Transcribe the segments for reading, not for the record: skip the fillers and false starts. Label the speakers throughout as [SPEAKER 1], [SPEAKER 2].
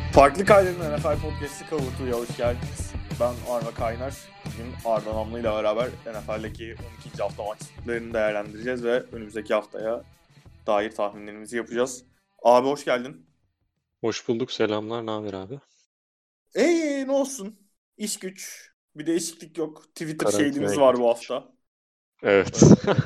[SPEAKER 1] Farklı Kayde'nin NFL Podcast'ı Coverto'ya hoş geldiniz. Ben Arda Kaynar. Bugün Arda Namlı ile beraber NFL'deki 12. hafta maçlarını değerlendireceğiz ve önümüzdeki haftaya dair tahminlerimizi yapacağız. Abi hoş geldin.
[SPEAKER 2] Hoş bulduk. Selamlar. Ne haber abi?
[SPEAKER 1] Ne olsun? İş güç. Bir değişiklik yok. Twitter
[SPEAKER 2] Karantinaya
[SPEAKER 1] şeyimiz var
[SPEAKER 2] girdik.
[SPEAKER 1] bu hafta.
[SPEAKER 2] Evet.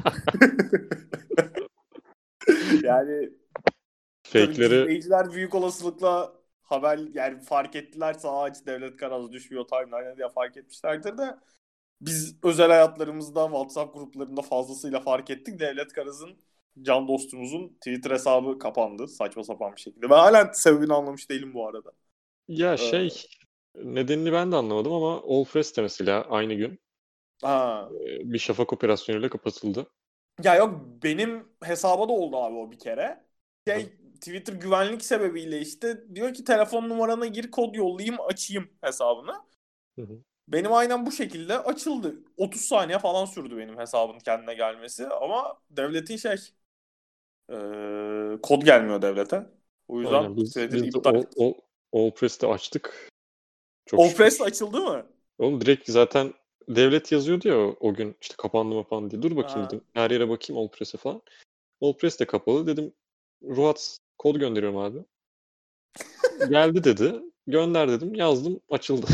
[SPEAKER 1] Yani tabii
[SPEAKER 2] Fake'leri
[SPEAKER 1] izleyiciler büyük olasılıkla haber yani fark ettilerse aç devlet kararı düşmüyor timeline'a diye fark etmişlerdir de biz özel hayatlarımızda WhatsApp gruplarında fazlasıyla fark ettik. Devlet Karaz'ın can dostumuzun Twitter hesabı kapandı saçma sapan bir şekilde. Ben hala sebebini anlamış değilim bu arada.
[SPEAKER 2] ya
[SPEAKER 1] Ee,
[SPEAKER 2] nedenini ben de anlamadım ama Allfresh'te mesela aynı gün
[SPEAKER 1] ha.
[SPEAKER 2] bir şafak operasyonuyla kapatıldı.
[SPEAKER 1] Ya yok benim hesaba da oldu abi o bir kere.
[SPEAKER 2] Hı
[SPEAKER 1] Twitter güvenlik sebebiyle işte diyor ki telefon numarana gir kod yollayayım açayım hesabını.
[SPEAKER 2] hı.
[SPEAKER 1] Benim aynen bu şekilde açıldı. 30 saniye falan sürdü benim hesabın kendine gelmesi ama devletin kod gelmiyor devlete. O yüzden
[SPEAKER 2] Aynen biz
[SPEAKER 1] kredini
[SPEAKER 2] de
[SPEAKER 1] iptal ettik.
[SPEAKER 2] Allpress'te açtık. Çok
[SPEAKER 1] Allpress
[SPEAKER 2] şükür.
[SPEAKER 1] açıldı mı?
[SPEAKER 2] Oğlum direkt zaten devlet yazıyordu ya o gün işte kapandı mı diye. Dur bakayım
[SPEAKER 1] Ha.
[SPEAKER 2] dedim. Her yere bakayım Allpress'e falan. Allpress de kapalı. Dedim Ruat kod gönderiyorum abi. Geldi dedi. Gönder dedim. Yazdım. Açıldı.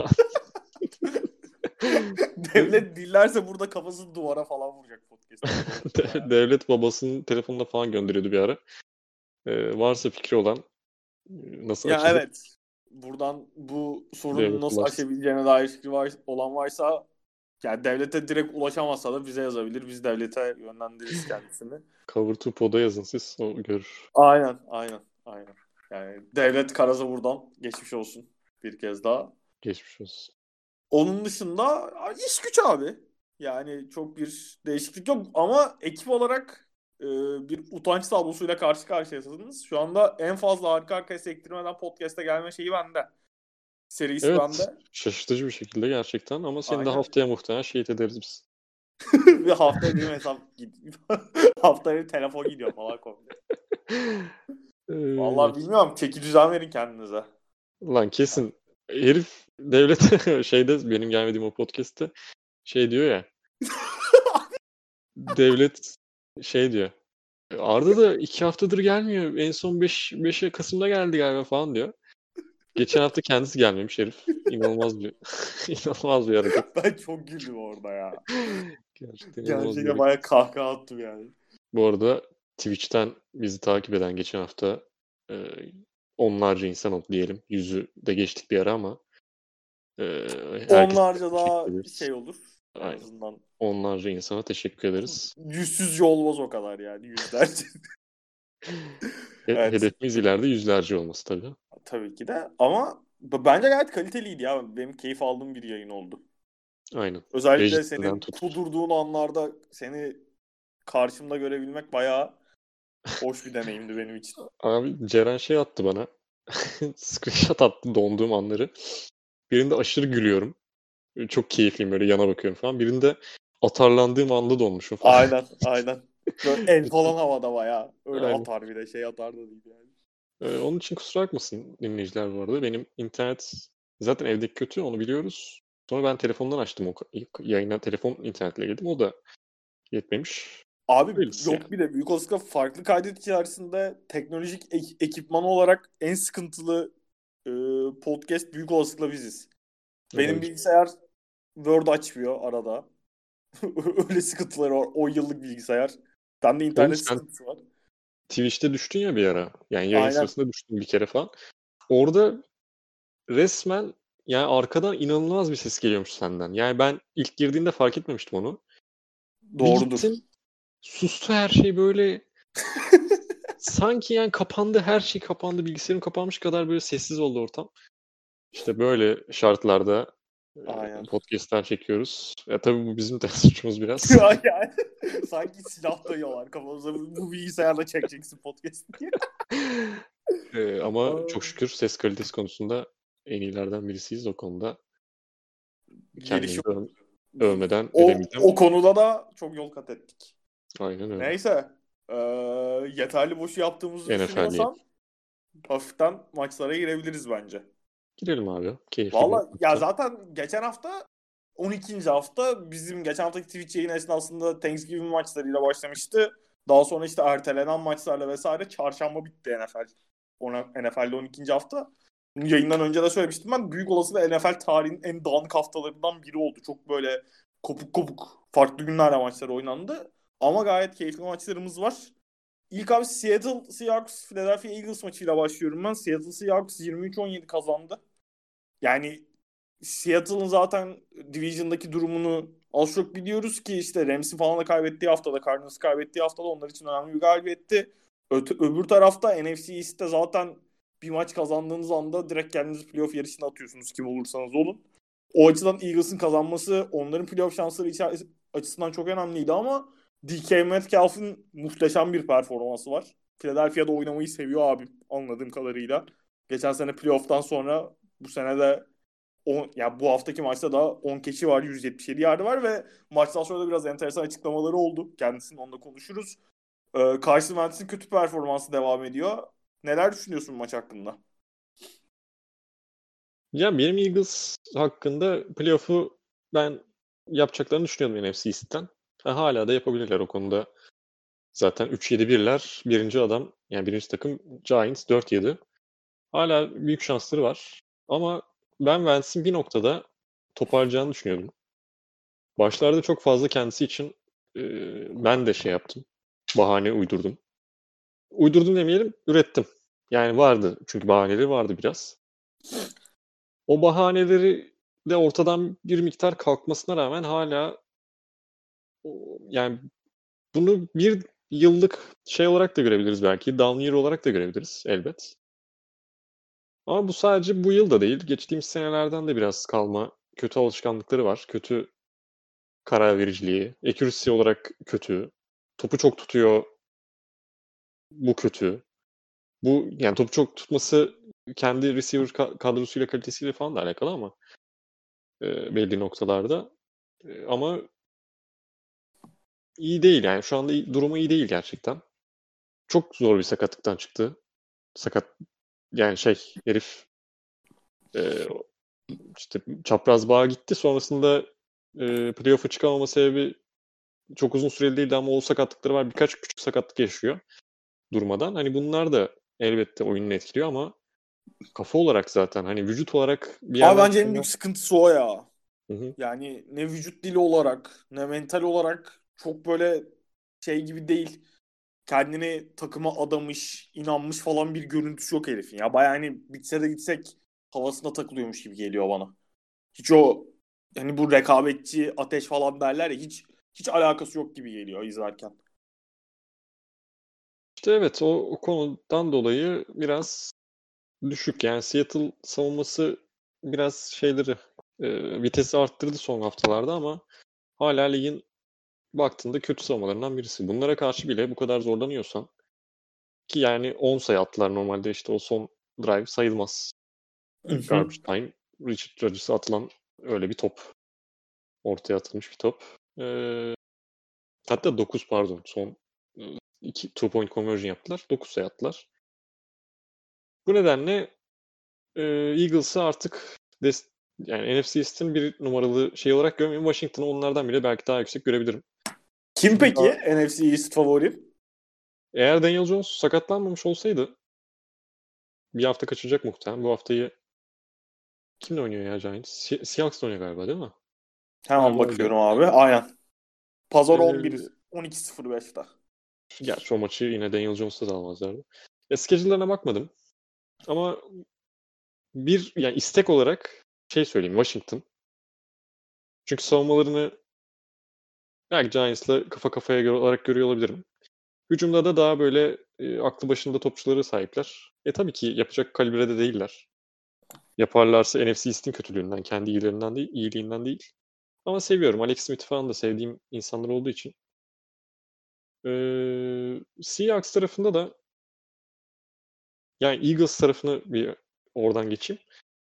[SPEAKER 1] Devlet dillerse burada kafasını duvara falan vuracak podcast'ın sonunda yani.
[SPEAKER 2] Devlet babasının telefonuna falan gönderiyordu bir ara. Varsa fikri olan nasıl
[SPEAKER 1] Ya
[SPEAKER 2] açılır
[SPEAKER 1] evet. Buradan bu sorunu
[SPEAKER 2] devlet
[SPEAKER 1] nasıl
[SPEAKER 2] ulaşsın.
[SPEAKER 1] aşabileceğine dair fikri olan varsa yani devlete direkt ulaşamazsa da bize yazabilir. Biz devlete yönlendiririz kendisini.
[SPEAKER 2] Cover to pod'a yazın siz. O görür.
[SPEAKER 1] Aynen. Yani devlet Karaz'a buradan geçmiş olsun bir kez daha.
[SPEAKER 2] Geçmiş olsun.
[SPEAKER 1] Onun dışında iş güç abi. Yani çok bir değişiklik yok ama ekip olarak bir utanç tablosuyla karşı karşıyasınız. Şu anda en fazla arka arkaya sektirmeden podcast'e gelme şeyi bende. Serisi
[SPEAKER 2] Evet.
[SPEAKER 1] bende.
[SPEAKER 2] Şaşırtıcı bir şekilde gerçekten ama seni de
[SPEAKER 1] Aynen.
[SPEAKER 2] haftaya muhtemelen şehit ederiz biz.
[SPEAKER 1] Bir haftaya benim hesap gidiyor. Haftaya benim telefon gidiyor falan komple.
[SPEAKER 2] Ee,
[SPEAKER 1] Vallahi bilmiyorum. Çeki düzen verin kendinize.
[SPEAKER 2] Lan kesin herif devlet şeyde benim gelmediğim o podcast'te şey diyor ya devlet şey diyor. Arda da 2 haftadır gelmiyor. En son 5 Kasım'da geldi galiba falan diyor. Geçen hafta kendisi gelmemiş herif. İnanılmaz bir inanılmaz bir hareket.
[SPEAKER 1] Ben çok güldüm orada ya.
[SPEAKER 2] Gerçekten inanılmaz bir
[SPEAKER 1] Gerçekten
[SPEAKER 2] hareket.
[SPEAKER 1] bayağı kahkaha attım yani.
[SPEAKER 2] Bu arada Twitch'ten bizi takip eden geçen hafta e, onlarca insan oldu diyelim. Yüzü de geçtik bir ara ama e, herkese
[SPEAKER 1] Onlarca
[SPEAKER 2] teşekkür
[SPEAKER 1] daha
[SPEAKER 2] ederiz.
[SPEAKER 1] şey olur en
[SPEAKER 2] Aynen.
[SPEAKER 1] azından.
[SPEAKER 2] Onlarca insana teşekkür ederiz.
[SPEAKER 1] Yüzsüzce olmaz o kadar yani yüzlerce. Evet
[SPEAKER 2] Hedefimiz ileride yüzlerce olması tabii.
[SPEAKER 1] tabii ki de ama bence gayet kaliteliydi ya. Benim keyif aldığım bir yayın oldu.
[SPEAKER 2] Aynen.
[SPEAKER 1] Özellikle
[SPEAKER 2] Rejisinden
[SPEAKER 1] senin
[SPEAKER 2] tut.
[SPEAKER 1] kudurduğun anlarda seni karşımda görebilmek bayağı hoş bir deneyimdi benim için.
[SPEAKER 2] Abi Ceren şey attı bana. Screenshot attı donduğum anları. Birinde aşırı gülüyorum. Çok keyifliyim böyle yana bakıyorum falan. Birinde atarlandığım anda donmuşum falan.
[SPEAKER 1] Aynen. Böyle el falan havada bayağı. Öyle
[SPEAKER 2] Aynen.
[SPEAKER 1] atar bir de şey atar da değil yani.
[SPEAKER 2] Onun için kusura bakmasın dinleyiciler bu arada. Benim internet zaten evdeki kötü onu biliyoruz. Sonra ben telefondan açtım o yayına telefon internetle girdim. O da yetmemiş.
[SPEAKER 1] Abi
[SPEAKER 2] Öylesi yani.
[SPEAKER 1] yok bir de büyük olasılıkla farklı kaydet içerisinde teknolojik ekipman olarak en sıkıntılı podcast büyük olasılıkla biziz. Benim
[SPEAKER 2] Olabilir.
[SPEAKER 1] bilgisayar Word açmıyor arada. Öyle sıkıntıları var. 10 yıllık bilgisayar. Bende
[SPEAKER 2] Oğlum
[SPEAKER 1] internet
[SPEAKER 2] sen
[SPEAKER 1] sıkıntısı var.
[SPEAKER 2] Twitch'te düştün ya bir ara. Yani yayın
[SPEAKER 1] Aynen.
[SPEAKER 2] sırasında düştün bir kere falan. Orada resmen yani arkadan inanılmaz bir ses geliyormuş senden. Yani ben ilk girdiğinde fark etmemiştim onu. Bir
[SPEAKER 1] Doğrudur.
[SPEAKER 2] gittim sustu her şey böyle sanki yani kapandı her şey kapandı bilgisayarım kapanmış kadar böyle sessiz oldu ortam. İşte böyle şartlarda
[SPEAKER 1] Aynen.
[SPEAKER 2] podcast'ler çekiyoruz. Ya tabii bu bizim de suçumuz biraz.
[SPEAKER 1] Yani sanki silah dayıyorlar kafamıza. Bu bilgisayarla çekeceksin podcast diye.
[SPEAKER 2] Ama
[SPEAKER 1] Aa,
[SPEAKER 2] çok şükür ses kalitesi konusunda en iyilerden birisiyiz. O konuda kendimizi
[SPEAKER 1] gelişim.
[SPEAKER 2] övmeden edemeyeceğim.
[SPEAKER 1] O konuda da çok yol kat ettik.
[SPEAKER 2] Aynen öyle.
[SPEAKER 1] Neyse. Yeterli boşu yaptığımızı
[SPEAKER 2] NFL'liyim.
[SPEAKER 1] düşünüyorsam hafiften maçlara girebiliriz bence.
[SPEAKER 2] Girelim abi. Keyifli bir
[SPEAKER 1] Valla ya
[SPEAKER 2] maçta.
[SPEAKER 1] zaten geçen hafta 12. hafta bizim geçen haftaki Twitch yayın esnasında Thanksgiving maçlarıyla başlamıştı. Daha sonra işte ertelenen maçlarla vesaire çarşamba bitti NFL. NFL'de 12. hafta. Bunu yayından önce de söylemiştim ben. Büyük olasılıkla NFL tarihinin en dağınık haftalarından biri oldu. Çok böyle kopuk kopuk farklı günlerle maçlar oynandı. Ama gayet keyifli maçlarımız var. İlk abi Seattle Seahawks Philadelphia Eagles maçıyla başlıyorum ben. Seattle Seahawks 23-17 kazandı. Yani Seattle'ın zaten Division'daki durumunu az çok biliyoruz ki işte Rams'i falan da kaybettiği haftada, Cardinals'ı kaybettiği haftada onlar için önemli bir galibiyetti. Öbür tarafta NFC East'te zaten bir maç kazandığınız anda direkt kendinizi playoff yarışına atıyorsunuz kim olursanız olun. O açıdan Eagles'ın kazanması onların playoff şansları açısından çok önemliydi ama DK Metcalf'ın muhteşem bir performansı var. Philadelphia'da oynamayı seviyor abim anladığım kadarıyla. Geçen sene playoff'tan sonra bu sene de ya bu haftaki maçta da 10 keçi var, 177 yardı var ve maçtan sonra da biraz enteresan açıklamaları oldu. Kendisinin onunla konuşuruz. Carson Wentz'in kötü performansı devam ediyor. Neler düşünüyorsun maç hakkında?
[SPEAKER 2] Ya benim Eagles hakkında playoff'u ben yapacaklarını düşünüyordum NFC East'ten. Hala da yapabilirler o konuda. Zaten 3-7-1'ler. Birinci adam, yani birinci takım Giants 4-7. Hala büyük şansları var. Ama ben Wentz'in bir noktada toparlayacağını düşünüyordum. Başlarda çok fazla kendisi için ben de şey yaptım. Bahane uydurdum. Uydurdum demeyelim, ürettim. Yani vardı. Çünkü bahaneleri vardı biraz. O bahaneleri de ortadan bir miktar kalkmasına rağmen hala yani bunu bir yıllık şey olarak da görebiliriz belki. Down year olarak da görebiliriz elbet. Ama bu sadece bu yıl da değil. Geçtiğimiz senelerden de biraz kalma kötü alışkanlıkları var. Kötü karar vericiliği. Accuracy olarak kötü. Topu çok tutuyor. Bu kötü. Bu yani topu çok tutması kendi receiver kadrosuyla kalitesiyle falan da alakalı ama belli noktalarda. Ama iyi değil yani. Şu anda durumu iyi değil gerçekten. Çok zor bir sakatlıktan çıktı. Sakat yani herif e, işte çapraz bağa gitti. Sonrasında playoff'a çıkamama sebebi çok uzun süreli değildi ama o sakatlıkları var. Birkaç küçük sakatlık yaşıyor durmadan. Hani bunlar da elbette oyununu etkiliyor ama kafa olarak zaten hani vücut olarak bir
[SPEAKER 1] Abi
[SPEAKER 2] yerden
[SPEAKER 1] bence en
[SPEAKER 2] sonra
[SPEAKER 1] büyük sıkıntısı o ya.
[SPEAKER 2] hı hı.
[SPEAKER 1] Yani ne vücut dili olarak ne mental olarak çok böyle şey gibi değil. Kendini takıma adamış, inanmış falan bir görüntüsü yok herifin. Ya bayağı hani bitse de gitsek havasına takılıyormuş gibi geliyor bana. Hiç o hani bu rekabetçi ateş falan derler ya hiç alakası yok gibi geliyor izlerken.
[SPEAKER 2] İşte evet o konudan dolayı biraz düşük. Yani Seattle savunması biraz vitesi arttırdı son haftalarda ama hala ligin baktığında kötü savunmalarından birisi. Bunlara karşı bile bu kadar zorlanıyorsan ki yani 10 sayı attılar normalde işte o son drive sayılmaz.
[SPEAKER 1] Hı hı.
[SPEAKER 2] Garbage time. Richard Rodgers'a atılan öyle bir top. Ortaya atılmış bir top. Hatta 9 pardon. Son 2 two point conversion yaptılar. 9 sayı attılar. Bu nedenle Eagles'ı artık yani NFC East'in bir numaralı şey olarak görmüyorum. Washington'ı onlardan bile belki daha yüksek görebilirim.
[SPEAKER 1] Kim
[SPEAKER 2] Çünkü
[SPEAKER 1] peki NFC East favori?
[SPEAKER 2] eğer Daniel Jones sakatlanmamış olsaydı bir hafta kaçıracak muhtemelen. Bu haftayı kimle oynuyor ya Giants? Seahawks'la oynuyor galiba değil mi?
[SPEAKER 1] Hemen
[SPEAKER 2] Galiba öyle.
[SPEAKER 1] bakıyorum abi. Aynen. Pazar 11.
[SPEAKER 2] Ee,
[SPEAKER 1] 12.05'te.
[SPEAKER 2] Gerçi o maçı yine Daniel Jones'ta da almazlardı. Schedule'larına bakmadım. Ama yani istek olarak söyleyeyim Washington. Çünkü savunmalarını belki Giants'la kafa kafaya olarak görüyor olabilirim. Hücumda da daha böyle aklı başında topçuları sahipler. Tabii ki yapacak kalibrede değiller. Yaparlarsa NFC East'in kötülüğünden, kendi iyilerinden değil, iyiliğinden değil. Ama seviyorum. Alex Smith falan da sevdiğim insanlar olduğu için. Seahawks tarafında da yani Eagles tarafını bir oradan geçeyim.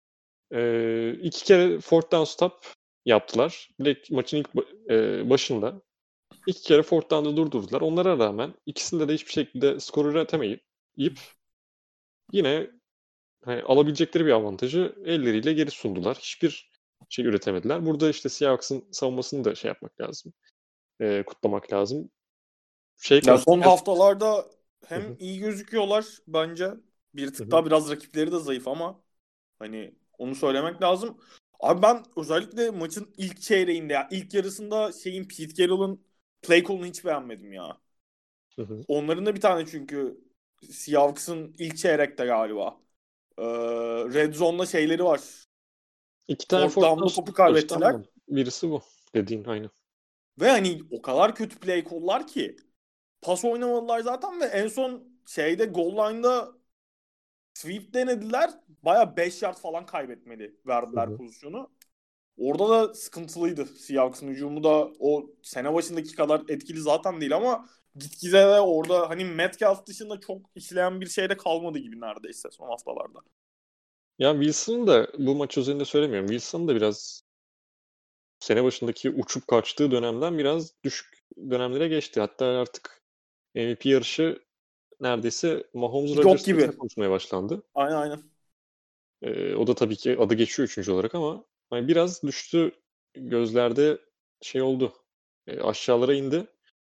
[SPEAKER 2] 2 kere fourth down stop yaptılar. Direkt maçın ilk başında 2 kere fourth down'da durdurdular. Onlara rağmen ikisinde de hiçbir şekilde skor üretemeyip yine hani alabilecekleri bir avantajı elleriyle geri sundular. Hiçbir şey üretemediler. Burada işte Seahawks'ın savunmasını da şey yapmak lazım. Kutlamak lazım. Şey
[SPEAKER 1] Ya
[SPEAKER 2] konusunda
[SPEAKER 1] son
[SPEAKER 2] gerçekten.
[SPEAKER 1] haftalarda
[SPEAKER 2] Hı
[SPEAKER 1] hem
[SPEAKER 2] hı,
[SPEAKER 1] iyi gözüküyorlar bence. Bir
[SPEAKER 2] hı
[SPEAKER 1] tık
[SPEAKER 2] hı,
[SPEAKER 1] daha biraz rakipleri de zayıf ama hani onu söylemek lazım. Abi ben özellikle maçın ilk çeyreğinde ya ilk yarısında Pete Carroll'ın play call'unu hiç beğenmedim ya.
[SPEAKER 2] hı hı.
[SPEAKER 1] Onların da bir tane çünkü Seahawks'ın ilk çeyrekte galiba. Red Zone'da şeyleri var.
[SPEAKER 2] 2 tane
[SPEAKER 1] Fourth
[SPEAKER 2] fourth
[SPEAKER 1] down'da
[SPEAKER 2] down
[SPEAKER 1] topu
[SPEAKER 2] çalıştı
[SPEAKER 1] kaybettiler.
[SPEAKER 2] ama birisi bu dediğin aynı.
[SPEAKER 1] Ve hani o kadar kötü play call'lar ki pas oynamadılar zaten ve en son goal line'da sweep denediler. Baya 5 yard falan kaybetmedi.
[SPEAKER 2] Hı
[SPEAKER 1] Verdiler
[SPEAKER 2] hı.
[SPEAKER 1] pozisyonu. Orada da sıkıntılıydı. Seahawks'ın hücumu da o sene başındaki kadar etkili zaten değil ama gitgide de orada hani Metcalf dışında çok işleyen bir şey de kalmadı gibi neredeyse son haftalarda.
[SPEAKER 2] Ya Wilson'ın da bu maç özelinde söylemiyorum. Wilson'ın da biraz sene başındaki uçup kaçtığı dönemden biraz düşük dönemlere geçti. Hatta artık MVP yarışı neredeyse Mahomes
[SPEAKER 1] Yok
[SPEAKER 2] Rodgers arasında
[SPEAKER 1] gibi.
[SPEAKER 2] konuşmaya başlandı.
[SPEAKER 1] Aynen aynen.
[SPEAKER 2] O da tabii ki adı geçiyor üçüncü olarak ama hani biraz düştü gözlerde şey oldu. Aşağılara indi.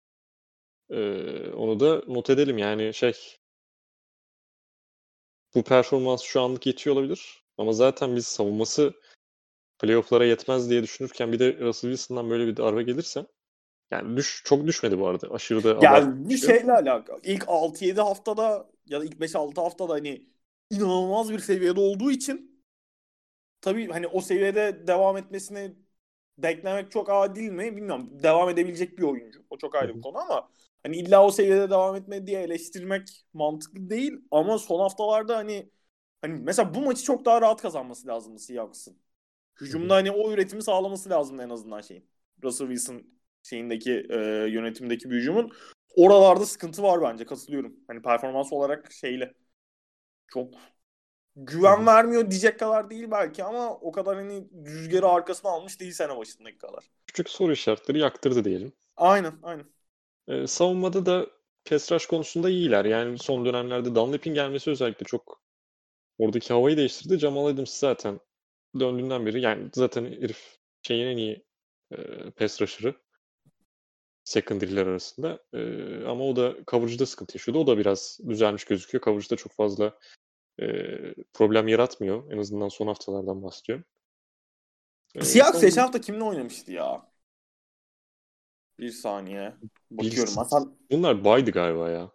[SPEAKER 2] Onu da not edelim yani bu performans şu anlık yetiyor olabilir. Ama zaten biz savunması playoff'lara yetmez diye düşünürken bir de Russell Wilson'dan böyle bir darbe gelirse yani çok düşmedi bu arada. Aşırı da
[SPEAKER 1] Yani
[SPEAKER 2] abartmış bir
[SPEAKER 1] bu
[SPEAKER 2] şey yok.
[SPEAKER 1] şeyle alakalı. İlk 6-7 haftada ya da ilk 5-6 haftada hani inanılmaz bir seviyede olduğu için tabii hani o seviyede devam etmesini beklemek çok adil mi bilmiyorum. Devam edebilecek bir oyuncu. O çok
[SPEAKER 2] Hı
[SPEAKER 1] ayrı bir
[SPEAKER 2] hı.
[SPEAKER 1] konu ama hani illa o seviyede devam etme diye eleştirmek mantıklı değil ama son haftalarda hani mesela bu maçı çok daha rahat kazanması lazımdı Seahawks'ın.
[SPEAKER 2] Hı
[SPEAKER 1] Hücumda
[SPEAKER 2] hı.
[SPEAKER 1] hani o üretimi sağlaması lazımdı en azından Russell Wilson yönetimdeki bir hücumun. Oralarda sıkıntı var bence katılıyorum. Hani performans olarak çok
[SPEAKER 2] Hı
[SPEAKER 1] güven
[SPEAKER 2] hı.
[SPEAKER 1] vermiyor diyecek kadar değil belki ama o kadar hani rüzgarı arkasına almış değil sene başındaki kadar.
[SPEAKER 2] Küçük soru işaretleri yaktırdı diyelim.
[SPEAKER 1] Aynen aynen.
[SPEAKER 2] Savunmada da pass rush konusunda iyiler. Yani son dönemlerde Dunlap'in gelmesi özellikle çok oradaki havayı değiştirdi. Jamal Adams zaten döndüğünden beri yani zaten herif şeyin en iyi pass rusher'ı secondary'ler arasında. Ama o da coverage'da sıkıntı yaşıyordu. O da biraz düzelmiş gözüküyor. Coverage'da çok fazla problem yaratmıyor. En azından son haftalardan bahsediyorum.
[SPEAKER 1] Seahawks geçen
[SPEAKER 2] Son
[SPEAKER 1] hafta kimle oynamıştı ya? Bir saniye. Bakıyorum.
[SPEAKER 2] Bills.
[SPEAKER 1] Hasan
[SPEAKER 2] Bunlar baydı galiba ya.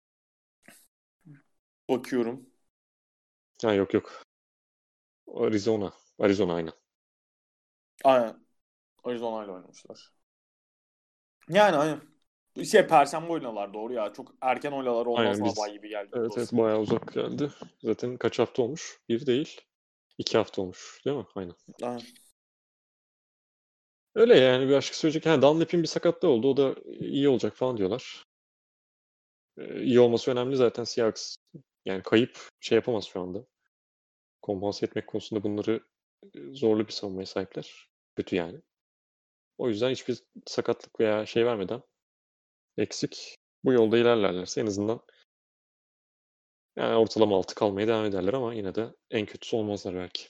[SPEAKER 1] bakıyorum.
[SPEAKER 2] Ha, yok yok. Arizona. Arizona aynen.
[SPEAKER 1] Aynen. Arizona ile oynamışlar. Yani aynen. Perşembe oynadılar doğru ya. Çok erken oynadılar ondan
[SPEAKER 2] Aynen
[SPEAKER 1] sonra
[SPEAKER 2] biz.
[SPEAKER 1] bay gibi geldi
[SPEAKER 2] Evet evet
[SPEAKER 1] burası.
[SPEAKER 2] bayağı uzak geldi. Zaten kaç hafta olmuş? Bir değil. 2 hafta olmuş değil mi? Aynen.
[SPEAKER 1] Aynen.
[SPEAKER 2] Öyle yani bir başka söyleyecek. Ha, Dunlap'in bir sakatlığı oldu. O da iyi olacak falan diyorlar. İyi olması önemli zaten Seahawks. Yani kayıp şey yapamaz şu anda. Kompanse etmek konusunda bunları zorlu bir savunmaya sahipler. Kötü yani. O yüzden hiçbir sakatlık veya şey vermeden eksik bu yolda ilerlerlerse en azından yani ortalama 6 kalmaya devam ederler ama yine de en kötüsü olmazlar belki.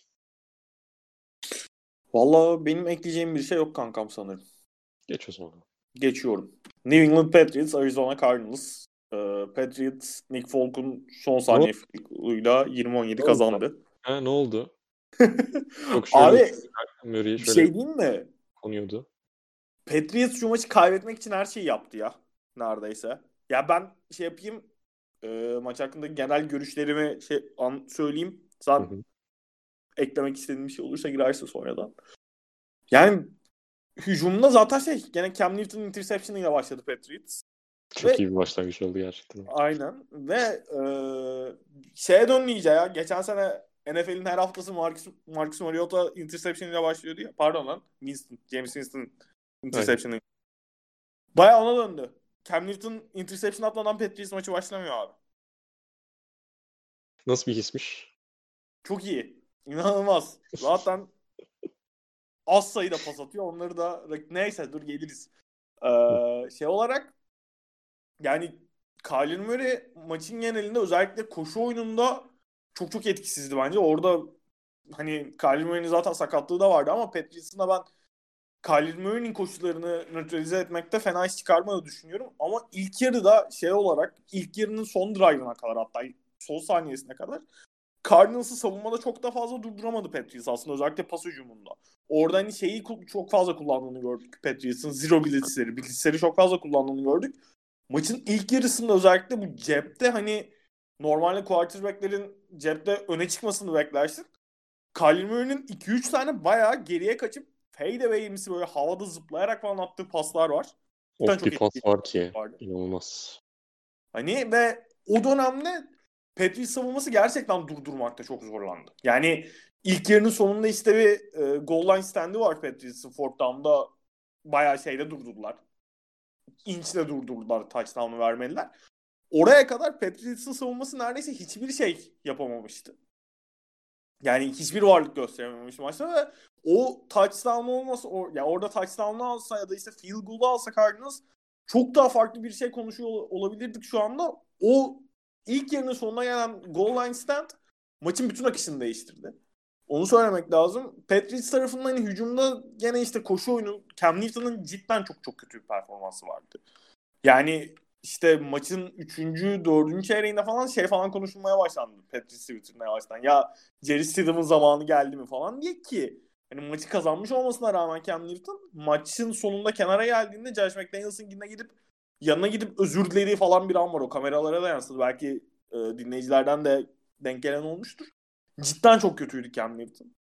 [SPEAKER 1] Valla benim ekleyeceğim bir şey yok kankam sanırım.
[SPEAKER 2] Geç o zaman.
[SPEAKER 1] Geçiyorum. New England Patriots, Arizona Cardinals. Patriots, Nick Folk'un son
[SPEAKER 2] Ne oldu?
[SPEAKER 1] saniye field 20-17
[SPEAKER 2] Ne oldu?
[SPEAKER 1] kazandı.
[SPEAKER 2] Ha, ne oldu? Yok şöyle oldu.
[SPEAKER 1] Abi
[SPEAKER 2] Murray
[SPEAKER 1] bir
[SPEAKER 2] şöyle
[SPEAKER 1] şey diyeyim mi?
[SPEAKER 2] konuyordu.
[SPEAKER 1] Patriots şu maçı kaybetmek için her şeyi yaptı ya. Neredeyse. Ya ben yapayım. Maç hakkında genel görüşlerimi söyleyeyim.
[SPEAKER 2] Hı
[SPEAKER 1] Zaten
[SPEAKER 2] hı.
[SPEAKER 1] eklemek istediğim bir şey olursa girerse sonradan. Yani hücumda zaten gene Cam Newton interception ile başladı Patriots.
[SPEAKER 2] Çok
[SPEAKER 1] Ve
[SPEAKER 2] iyi bir başlangıç oldu gerçekten.
[SPEAKER 1] aynen. Ve döndü iyice ya. Geçen sene NFL'in her haftası Marcus Mariota interception ile başlıyordu ya. Pardon lan. James Winston
[SPEAKER 2] Aynen.
[SPEAKER 1] interception'ı. Baya ona döndü. Cam Newton interception atmadan Patriots maçı başlamıyor abi.
[SPEAKER 2] Nasıl bir hismiş?
[SPEAKER 1] Çok iyi. İnanılmaz. Zaten az sayıda pas atıyor. Onları da neyse dur geliriz. Olarak yani Kyler Murray maçın genelinde özellikle koşu oyununda çok çok etkisizdi bence. Orada hani Kyler Murray'nin zaten sakatlığı da vardı ama Patriots'ın ben Kyler Murray'nin koşularını nötralize etmekte fena iş çıkarmadığını düşünüyorum. Ama ilk yarıda şey olarak ilk yarının son drive'ına kadar hatta son saniyesine kadar Cardinals'ı savunmada çok da fazla durduramadı Patriots aslında özellikle pas hücumunda. Orada hani şeyi çok fazla kullandığını gördük Patriots'ın zero blitzleri çok fazla kullandığını gördük. Maçın ilk yarısında özellikle bu cepte hani normalde quarterback'lerin cepte öne çıkmasını beklersin. Kyler Murray'nin 2-3 tane bayağı geriye kaçıp fadeaway'imsi böyle havada zıplayarak falan attığı paslar var. Cidden
[SPEAKER 2] Of
[SPEAKER 1] çok
[SPEAKER 2] bir pas
[SPEAKER 1] etkili
[SPEAKER 2] var ki.
[SPEAKER 1] vardı.
[SPEAKER 2] İnanılmaz.
[SPEAKER 1] Hani ve o dönemde Patriots savunması gerçekten durdurmakta çok zorlandı. Yani ilk yarının sonunda işte bir goal line standı var Patriots'ın fourth down'da bayağı şeyde durdurdular. İnçle durdurdular touchdown'u vermeliler. Oraya kadar Patriots'ın savunması neredeyse hiçbir şey yapamamıştı. Yani hiçbir varlık gösterememiş maçta ve o touchdown olmasa yani orada touchdown'u alsa ya da işte field goal'u alsa Cardinals çok daha farklı bir şey konuşuyor olabilirdik şu anda. O ilk yarının sonuna gelen goal line stand maçın bütün akışını değiştirdi. Onu söylemek lazım. Patriots tarafından hani hücumda gene işte koşu oyunu Cam Newton'ın cidden çok çok kötü bir performansı vardı. Yani işte maçın 3. 4. çeyreğinde falan şey falan konuşulmaya başlandı. Patriots Twitter'ına yavaştan. Ya Jerry Stidham'ın zamanı geldi mi falan diye ki hani maçı kazanmış olmasına rağmen Cam Newton maçın sonunda kenara geldiğinde Josh McDaniels'ın yanına gidip özür dilediği falan bir an var. O kameralara da yansıdı. Belki dinleyicilerden de denk gelen olmuştur. Cidden çok kötüydü Cam Newton.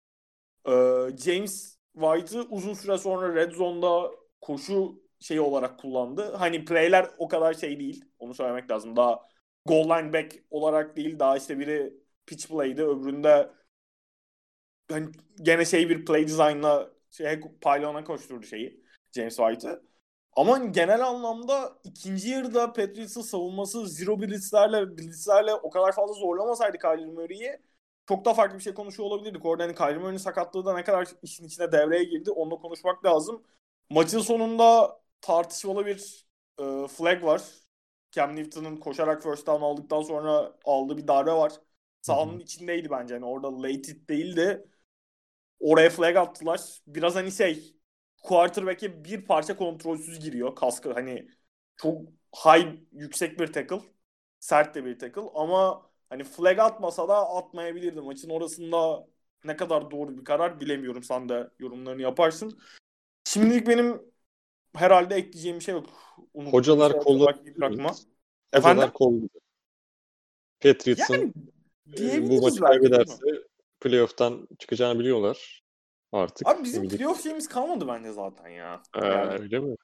[SPEAKER 1] James White'ı uzun süre sonra Red Zone'da koşu şeyi olarak kullandı. Hani play'ler o kadar şey değil. Onu söylemek lazım. Daha goal line back olarak değil. Daha işte biri pitch play'di. Öbüründe hani gene şey bir play design'la pylon'a koşturdu şeyi. James White'ı. Ama hani genel anlamda ikinci yarıda Patriots'ın savunması zero blitzlerle o kadar fazla zorlamasaydı Kyler Murray'i çok daha farklı bir şey konuşuyor olabilirdik. Orada hani Kyler Murray'nin sakatlığı da ne kadar işin içine devreye girdi onunla konuşmak lazım. Maçın sonunda tartışmalı bir flag var. Cam Newton'ın koşarak first down aldıktan sonra aldığı bir darbe var. Sahanın içindeydi bence. Yani orada late hit değildi. Oraya flag attılar. Biraz hani quarterback'e bir parça kontrolsüz giriyor. Kaskı hani çok yüksek bir tackle. Sert de bir tackle ama hani flag atmasa da atmayabilirdi. Maçın orasında ne kadar doğru bir karar bilemiyorum. Sen de yorumlarını yaparsın. Şimdilik benim herhalde ekleyeceğim bir şey yok. Unuttuğum bir şey
[SPEAKER 2] Hocalar
[SPEAKER 1] yoksa
[SPEAKER 2] kolladı.
[SPEAKER 1] belki bırakma. Efendim?
[SPEAKER 2] Hocalar kolladı. Patriots'ın
[SPEAKER 1] Yani
[SPEAKER 2] bu
[SPEAKER 1] diyebiliriz
[SPEAKER 2] maçı
[SPEAKER 1] belki değil mi?
[SPEAKER 2] kaybederse playoff'tan çıkacağını biliyorlar
[SPEAKER 1] Abi
[SPEAKER 2] artık.
[SPEAKER 1] bizim playoff şeyimiz kalmadı bence zaten ya. Yani
[SPEAKER 2] Öyle mi?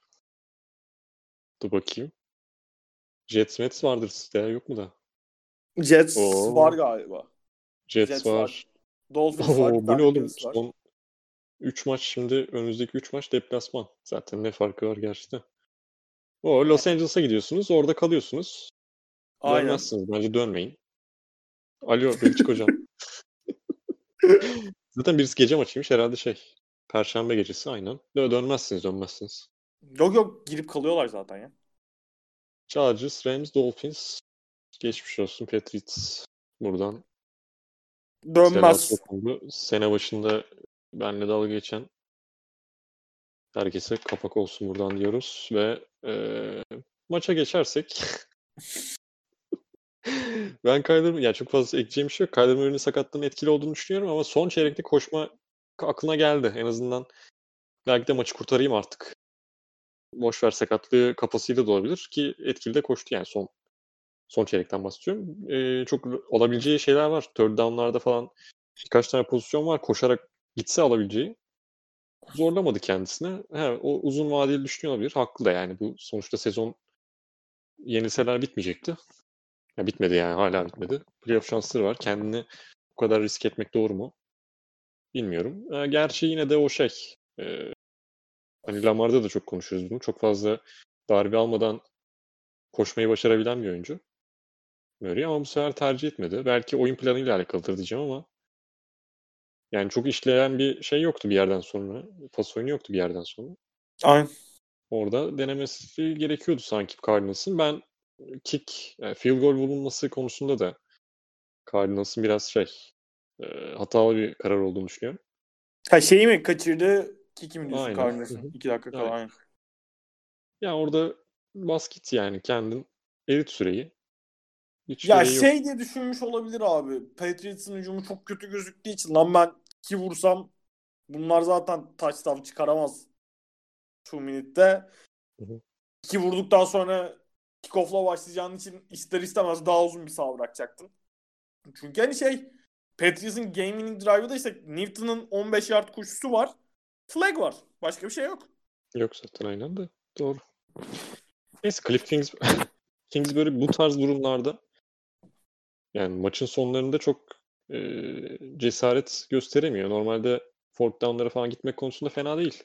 [SPEAKER 2] Dur bakayım. Jets Mets vardır sizde ya, yok mu da?
[SPEAKER 1] Jets var
[SPEAKER 2] Oo,
[SPEAKER 1] galiba.
[SPEAKER 2] Jets
[SPEAKER 1] Jets var.
[SPEAKER 2] var.
[SPEAKER 1] Dolphins var. Bir
[SPEAKER 2] Oo, bu ne
[SPEAKER 1] tane
[SPEAKER 2] oğlum?
[SPEAKER 1] Bills var.
[SPEAKER 2] Son 3 maç şimdi önümüzdeki 3 maç deplasman. Zaten ne farkı var gerçi de. O Los Angeles'a gidiyorsunuz, orada kalıyorsunuz.
[SPEAKER 1] Aynen.
[SPEAKER 2] Dönmezsiniz. Bence dönmeyin. Alo Belçik hocam. Zaten birisi gece maçıymış herhalde şey. Perşembe gecesi aynen. Dönmezsiniz.
[SPEAKER 1] Yok yok girip kalıyorlar zaten ya.
[SPEAKER 2] Chargers, Rams, Dolphins. Geçmiş olsun Patriots. Buradan selatı
[SPEAKER 1] Dönmez.
[SPEAKER 2] okundu. Sene başında benle dalga geçen herkese kapak olsun buradan diyoruz ve maça geçersek ben yani çok fazla ekleyeceğim bir şey yok. Kyler Murray'nin sakatlığının etkili olduğunu düşünüyorum ama son çeyrekte koşma aklına geldi. En azından belki de maçı kurtarayım artık. Boş ver sakatlığı kafasıyla da olabilir ki etkili de koştu yani son çeyrekten bahsediyorum. Çok olabileceği şeyler var. Third down'larda falan birkaç tane pozisyon var. Koşarak gitse alabileceği. Zorlamadı kendisine. O uzun vadeli düşünüyor olabilir. Haklı da yani bu sonuçta sezon yenilseler bitmeyecekti. Ya bitmedi yani hala bitmedi. Playoff şansları var. Kendini bu kadar risk etmek doğru mu? Bilmiyorum. Gerçi yine de o hani Lamar'da da çok konuşuyoruz bunu. Çok fazla darbe almadan koşmayı başarabilen bir oyuncu. Murray ama bu sefer tercih etmedi. Belki oyun planıyla alakalıdır diyeceğim ama yani çok işleyen bir şey yoktu bir yerden sonra. Pas oyunu yoktu bir yerden sonra.
[SPEAKER 1] Aynen.
[SPEAKER 2] Orada denemesi gerekiyordu sanki Cardinals'ın. Ben field goal bulunması konusunda da Cardinals'ın biraz hatalı bir karar olduğunu düşünüyorum.
[SPEAKER 1] Ha şeyi mi kaçırdı? Kiki mi diyorsun
[SPEAKER 2] Aynen.
[SPEAKER 1] Cardinals'ın? 2 dakika kala
[SPEAKER 2] Aynen.
[SPEAKER 1] aynen.
[SPEAKER 2] Ya orada basket yani kendin erit süreyi. Hiç
[SPEAKER 1] Ya
[SPEAKER 2] gereği yok.
[SPEAKER 1] şey diye düşünmüş olabilir abi. Patriots'ın hücumu çok kötü gözüktüğü için lan ben 2 vursam bunlar zaten touchdown çıkaramaz 2 minute'de.
[SPEAKER 2] Hı hı.
[SPEAKER 1] 2 vurduktan sonra kickoff'la başlayacağın için ister istemez daha uzun bir saha bırakacaktın. Çünkü hani şey Patriots'ın game winning drive'ı işte Newton'un 15 yard koşusu var. Flag var. Başka bir şey yok.
[SPEAKER 2] Yok zaten aynen de. Doğru. Neyse Kingsbury bu tarz durumlarda yani maçın sonlarında çok cesaret gösteremiyor. Normalde fourth down'lara falan gitmek konusunda fena değil.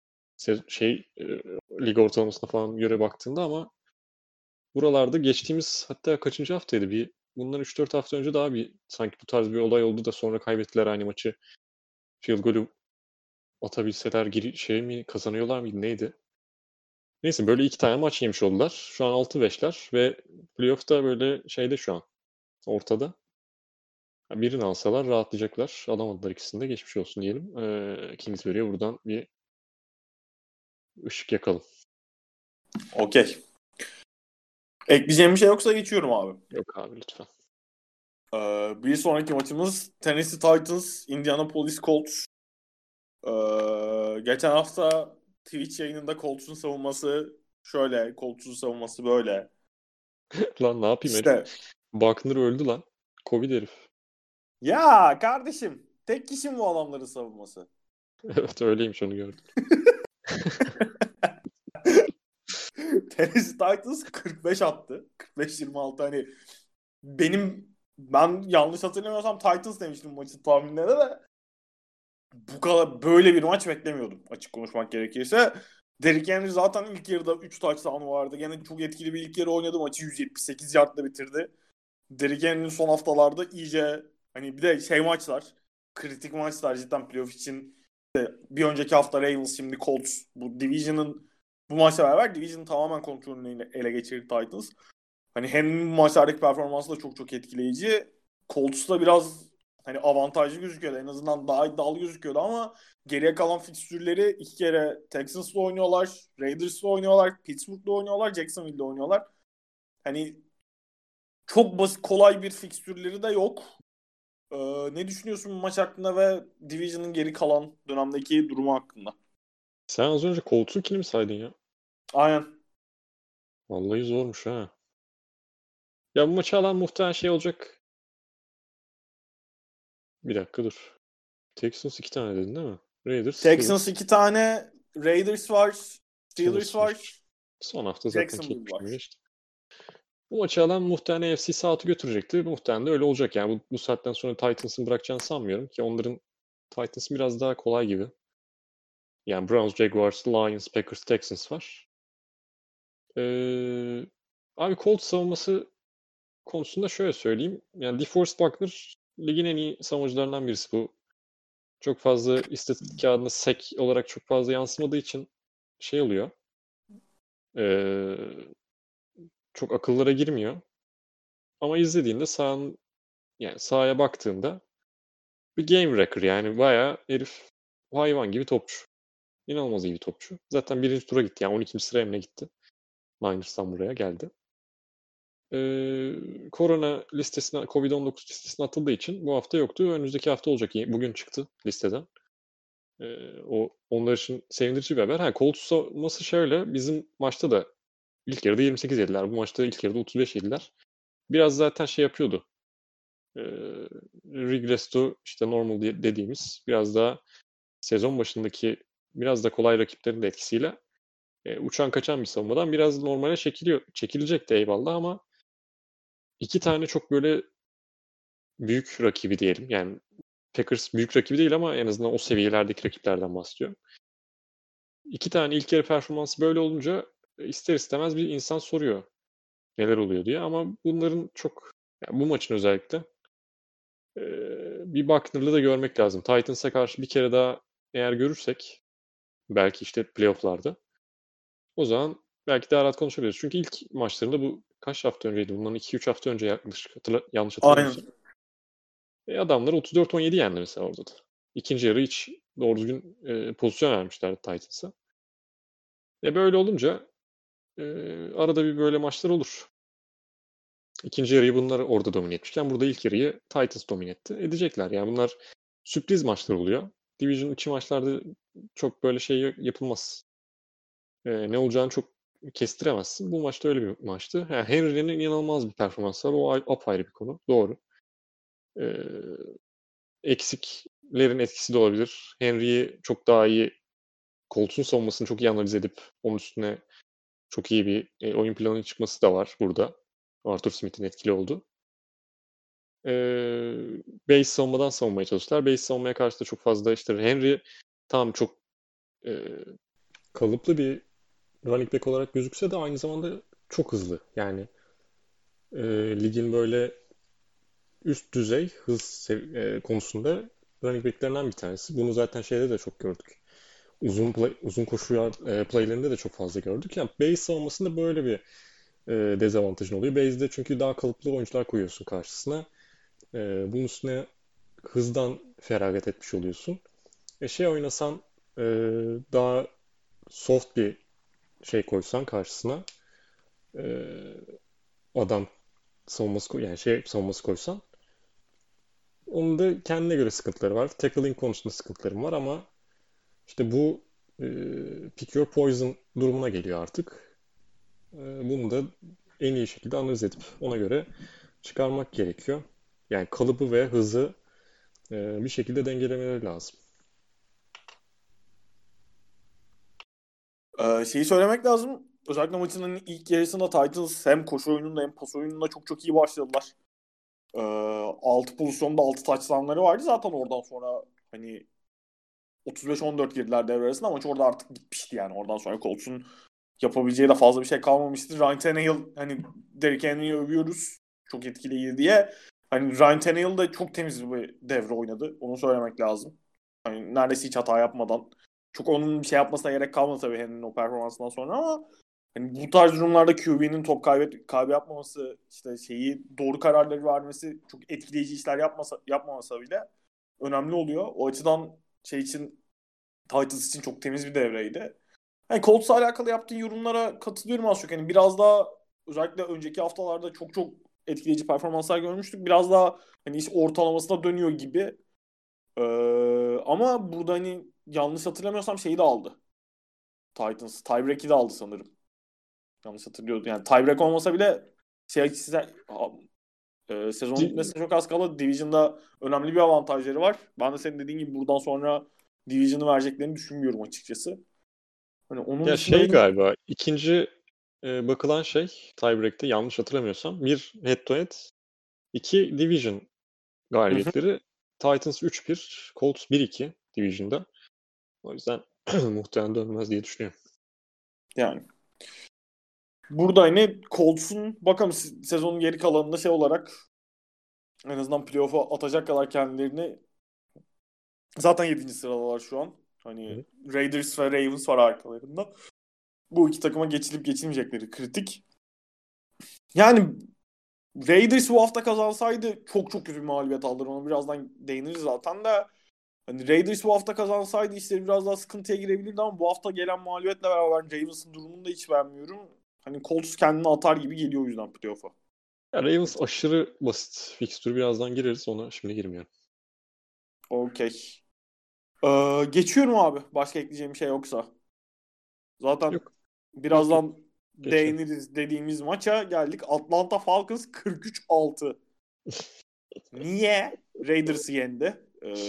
[SPEAKER 2] Lig ortalamasına falan göre baktığında ama buralarda geçtiğimiz hatta kaçıncı haftaydı? Bundan 3-4 hafta önce daha sanki bu tarz bir olay oldu da sonra kaybettiler aynı maçı. Field golü atabilseler mi kazanıyorlar mıydı neydi? Neyse böyle 2 tane maç yemiş oldular. Şu an 6-5'ler ve playoff'ta böyle şu an ortada. Birini alsalar rahatlayacaklar. Alamadılar, ikisini de geçmiş olsun diyelim. Kingsbury'e buradan bir ışık yakalım.
[SPEAKER 1] Okey. Ekleyeceğim bir şey yoksa geçiyorum abi.
[SPEAKER 2] Yok abi lütfen.
[SPEAKER 1] Bir sonraki maçımız Tennessee Titans, Indianapolis Colts. Geçen hafta Twitch yayınında Colts'un savunması şöyle, Colts'un savunması böyle.
[SPEAKER 2] Lan ne yapayım herif?
[SPEAKER 1] İşte
[SPEAKER 2] Buckner öldü lan. Covid herif.
[SPEAKER 1] ya kardeşim tek kişi mi bu adamların savunması?
[SPEAKER 2] Evet öyleymiş, onu gördüm.
[SPEAKER 1] Tennessee Titans 45 attı. 45-26 hani ben yanlış hatırlamıyorsam Titans demiştim maçın tahminlerine de bu kadar böyle bir maç beklemiyordum açık konuşmak gerekirse. Derrick Henry zaten ilk yarıda 3 touchdown vardı. Gene çok etkili bir ilk yarı oynadı. Maçı 178 yardla bitirdi. Derrick Henry'nin son haftalarda iyice hani bir de şey maçlar, kritik maçlar cidden playoff için. Bir önceki hafta Ravens, şimdi Colts. Bu maçla beraber Division'ın tamamen kontrolünü ele geçirdi Titans. Hani hem bu maçlardaki performansı da çok çok etkileyici. Colts'ta biraz hani avantajlı gözüküyordu. En azından daha iddialı gözüküyordu ama geriye kalan fikstürleri 2 kere Texans'la oynuyorlar, Raiders'la oynuyorlar, Pittsburgh'la oynuyorlar, Jacksonville'la oynuyorlar. Hani çok basit, kolay bir fikstürleri de yok. Ne düşünüyorsun bu maç hakkında ve Division'ın geri kalan dönemdeki durumu hakkında?
[SPEAKER 2] Sen az önce Colts'un mi saydın ya?
[SPEAKER 1] Aynen.
[SPEAKER 2] Vallahi zormuş ha. Ya bu maçı alan muhtemelen olacak. Bir dakika dur. Texans 2 tane dedin değil mi? Raiders,
[SPEAKER 1] Texans
[SPEAKER 2] Steelers,
[SPEAKER 1] 2 tane, Raiders var, Steelers
[SPEAKER 2] Steelers var.
[SPEAKER 1] var,
[SPEAKER 2] Son hafta zaten
[SPEAKER 1] Jacksonville
[SPEAKER 2] keyifmiş
[SPEAKER 1] var.
[SPEAKER 2] gibi geçti. Bu maçı alan muhtemelen AFC South'u götürecekti. Muhtemelen de öyle olacak. Yani bu saatten sonra Titans'ın bırakacağını sanmıyorum ki onların Titans'ın biraz daha kolay gibi. Yani Browns, Jaguars, Lions, Packers, Texans var. Abi Colts savunması konusunda şöyle söyleyeyim. Yani DeForest Buckner ligin en iyi savunucularından birisi bu. Çok fazla istatistik kağıdına sek olarak çok fazla yansımadığı için oluyor. Ee, çok akıllara girmiyor. Ama izlediğinde yani sahaya baktığında bir game wrecker, yani bayağı herif hayvan gibi topçu. İnanılmaz iyi bir topçu. Zaten birinci tura gitti. Yani 12. sıraya mı ne gitti? Niners'tan buraya geldi. Korona listesine, Covid-19 listesine atıldığı için bu hafta yoktu. Önümüzdeki hafta olacak. Bugün çıktı listeden. Onlar için sevindirici bir haber. Colts savunması şöyle. Bizim maçta da ilk yarıda 28 yediler. Bu maçta ilk yarıda 35 yediler. Biraz zaten yapıyordu. Regress to normal dediğimiz biraz daha sezon başındaki biraz da kolay rakiplerin de etkisiyle uçan kaçan bir savunmadan biraz normale çekilecek de eyvallah ama 2 tane çok böyle büyük rakibi diyelim. Yani Packers büyük rakibi değil ama en azından o seviyelerdeki rakiplerden bahsediyor. 2 tane ilk yarı performansı böyle olunca ister istemez bir insan soruyor neler oluyor diye, ama bunların yani bu maçın özellikle bir Buckner'lı da görmek lazım. Titans'a karşı bir kere daha eğer görürsek belki playoff'larda, o zaman belki daha rahat konuşabiliriz. Çünkü ilk maçlarında bu kaç hafta önceydi? Bundan 2-3 hafta önce yaklaşık yanlış
[SPEAKER 1] Aynen.
[SPEAKER 2] hatırlamıyorsam. Adamlar 34-17 yendi mesela orada da. İkinci yarı hiç doğru düzgün pozisyon vermişlerdi Titans'a. Böyle olunca arada bir böyle maçlar olur. İkinci yarıyı bunlar orada domine etmişken burada ilk yarıyı Titans domine etti. Edecekler. Yani bunlar sürpriz maçlar oluyor. Division içi maçlarda çok böyle şey yapılmaz. Ne olacağını çok kestiremezsin. Bu maçta öyle bir maçtı. Yani Henry'nin inanılmaz bir performansı var. O apayrı bir konu. Doğru. Ee, Eksiklerin etkisi de olabilir. Henry'i çok daha iyi, Colts'un savunmasını çok iyi analiz edip onun üstüne çok iyi bir oyun planı çıkması da var burada. Arthur Smith'in etkili oldu. Base savunmadan savunmaya çalıştılar. Base savunmaya karşı da çok fazla işte Henry tam çok kalıplı bir running back olarak gözükse de aynı zamanda çok hızlı. Yani ligin böyle üst düzey hız konusunda running back'lerinden bir tanesi. Bunu zaten şeyde de çok gördük. Uzun koşu playlerinde de çok fazla gördük. Yani base savunmasında böyle bir dezavantajın oluyor. Base'de çünkü daha kalıplı oyuncular koyuyorsun karşısına. Bunun üstüne hızdan feragat etmiş oluyorsun. Oynasan e, daha soft bir şey koysan karşısına e, adam savunması yani savunması koysan onun da kendine göre sıkıntıları var. Tackling konusunda sıkıntılarım var ama işte bu e, pick your poison durumuna geliyor artık. Bunu da en iyi şekilde analiz edip ona göre çıkarmak gerekiyor. Yani kalıbı ve hızı bir şekilde dengelemeleri lazım.
[SPEAKER 1] Şeyi söylemek lazım. Özellikle maçın hani ilk yarısında Titans hem koşu oyununda hem pas oyununda çok çok iyi başladılar. 6 pozisyonda 6 touchdown'ları vardı. Zaten oradan sonra hani 35-14 girdiler devre arasında. Maç orada artık bitmişti yani. Oradan sonra Colts'un yapabileceği de fazla bir şey kalmamıştı. Ryan Tannehill hani Derrick Henry'i övüyoruz. Çok etkiliydi diye. Hani Ryan Tannehill de çok temiz bir devre oynadı. Onu söylemek lazım. Hani neredeyse hiç hata yapmadan. Çok onun bir şey yapmasına gerek kalmadı tabii Henry'nin o performansından sonra ama hani bu tarz durumlarda QB'nin top kaybı yapmaması, işte şeyi doğru kararları vermesi, çok etkileyici işler yapmamasa bile önemli oluyor. O açıdan şey için Titans için çok temiz bir devreydi. Hani Colts'la alakalı yaptığın yorumlara katılıyorum az çok. Hani biraz daha özellikle önceki haftalarda çok çok etkileyici performanslar görmüştük. Biraz daha hani iş ortalamasına dönüyor gibi. Ama burada hani yanlış hatırlamıyorsam şeyi de aldı. Titans. Tiebreak'i de aldı sanırım. Yanlış hatırlıyordum. Yani tiebreak olmasa bile şey, sezon
[SPEAKER 2] Di-
[SPEAKER 1] bitmesine çok az kala Division'da önemli bir avantajları var. Ben de senin dediğin gibi buradan sonra Division'ı vereceklerini düşünmüyorum açıkçası. Hani onun
[SPEAKER 2] Ya
[SPEAKER 1] dışında benim
[SPEAKER 2] galiba ikinci bakılan şey tiebreak'te yanlış hatırlamıyorsam bir head to head, iki division
[SPEAKER 1] Hı hı.
[SPEAKER 2] galibiyetleri. Titans 3-1, Colts 1-2 division'da. O yüzden muhtemelen dönmez diye düşünüyorum.
[SPEAKER 1] Yani burada hani Colts'un bakalım sezonun geri kalanında şey olarak en azından playoff'a atacak kadar kendilerini zaten 7. sıradalar şu an. Hani
[SPEAKER 2] Hı.
[SPEAKER 1] Raiders ve Ravens var arkalarında. Bu iki takıma geçilip geçilmeyecekleri kritik. Yani Raiders bu hafta kazansaydı çok çok kötü bir mağlubiyet aldılar. Ona birazdan değiniriz zaten de. Hani Raiders bu hafta kazansaydı işleri biraz daha sıkıntıya girebilirdi ama bu hafta gelen mağlubiyetle beraber ben Ravens'ın durumunu da hiç beğenmiyorum. Hani Colts kendini atar gibi geliyor o yüzden playoff'a.
[SPEAKER 2] Ya Ravens aşırı basit. Fixture birazdan gireriz. Ona şimdi girmiyorum.
[SPEAKER 1] Okey. Geçiyorum abi. Başka ekleyeceğim bir şey yoksa. Zaten
[SPEAKER 2] Yok. Yok yok.
[SPEAKER 1] birazdan
[SPEAKER 2] Geçelim.
[SPEAKER 1] değiniriz dediğimiz maça geldik. Atlanta Falcons 43-6. Niye? Raiders'ı yendi.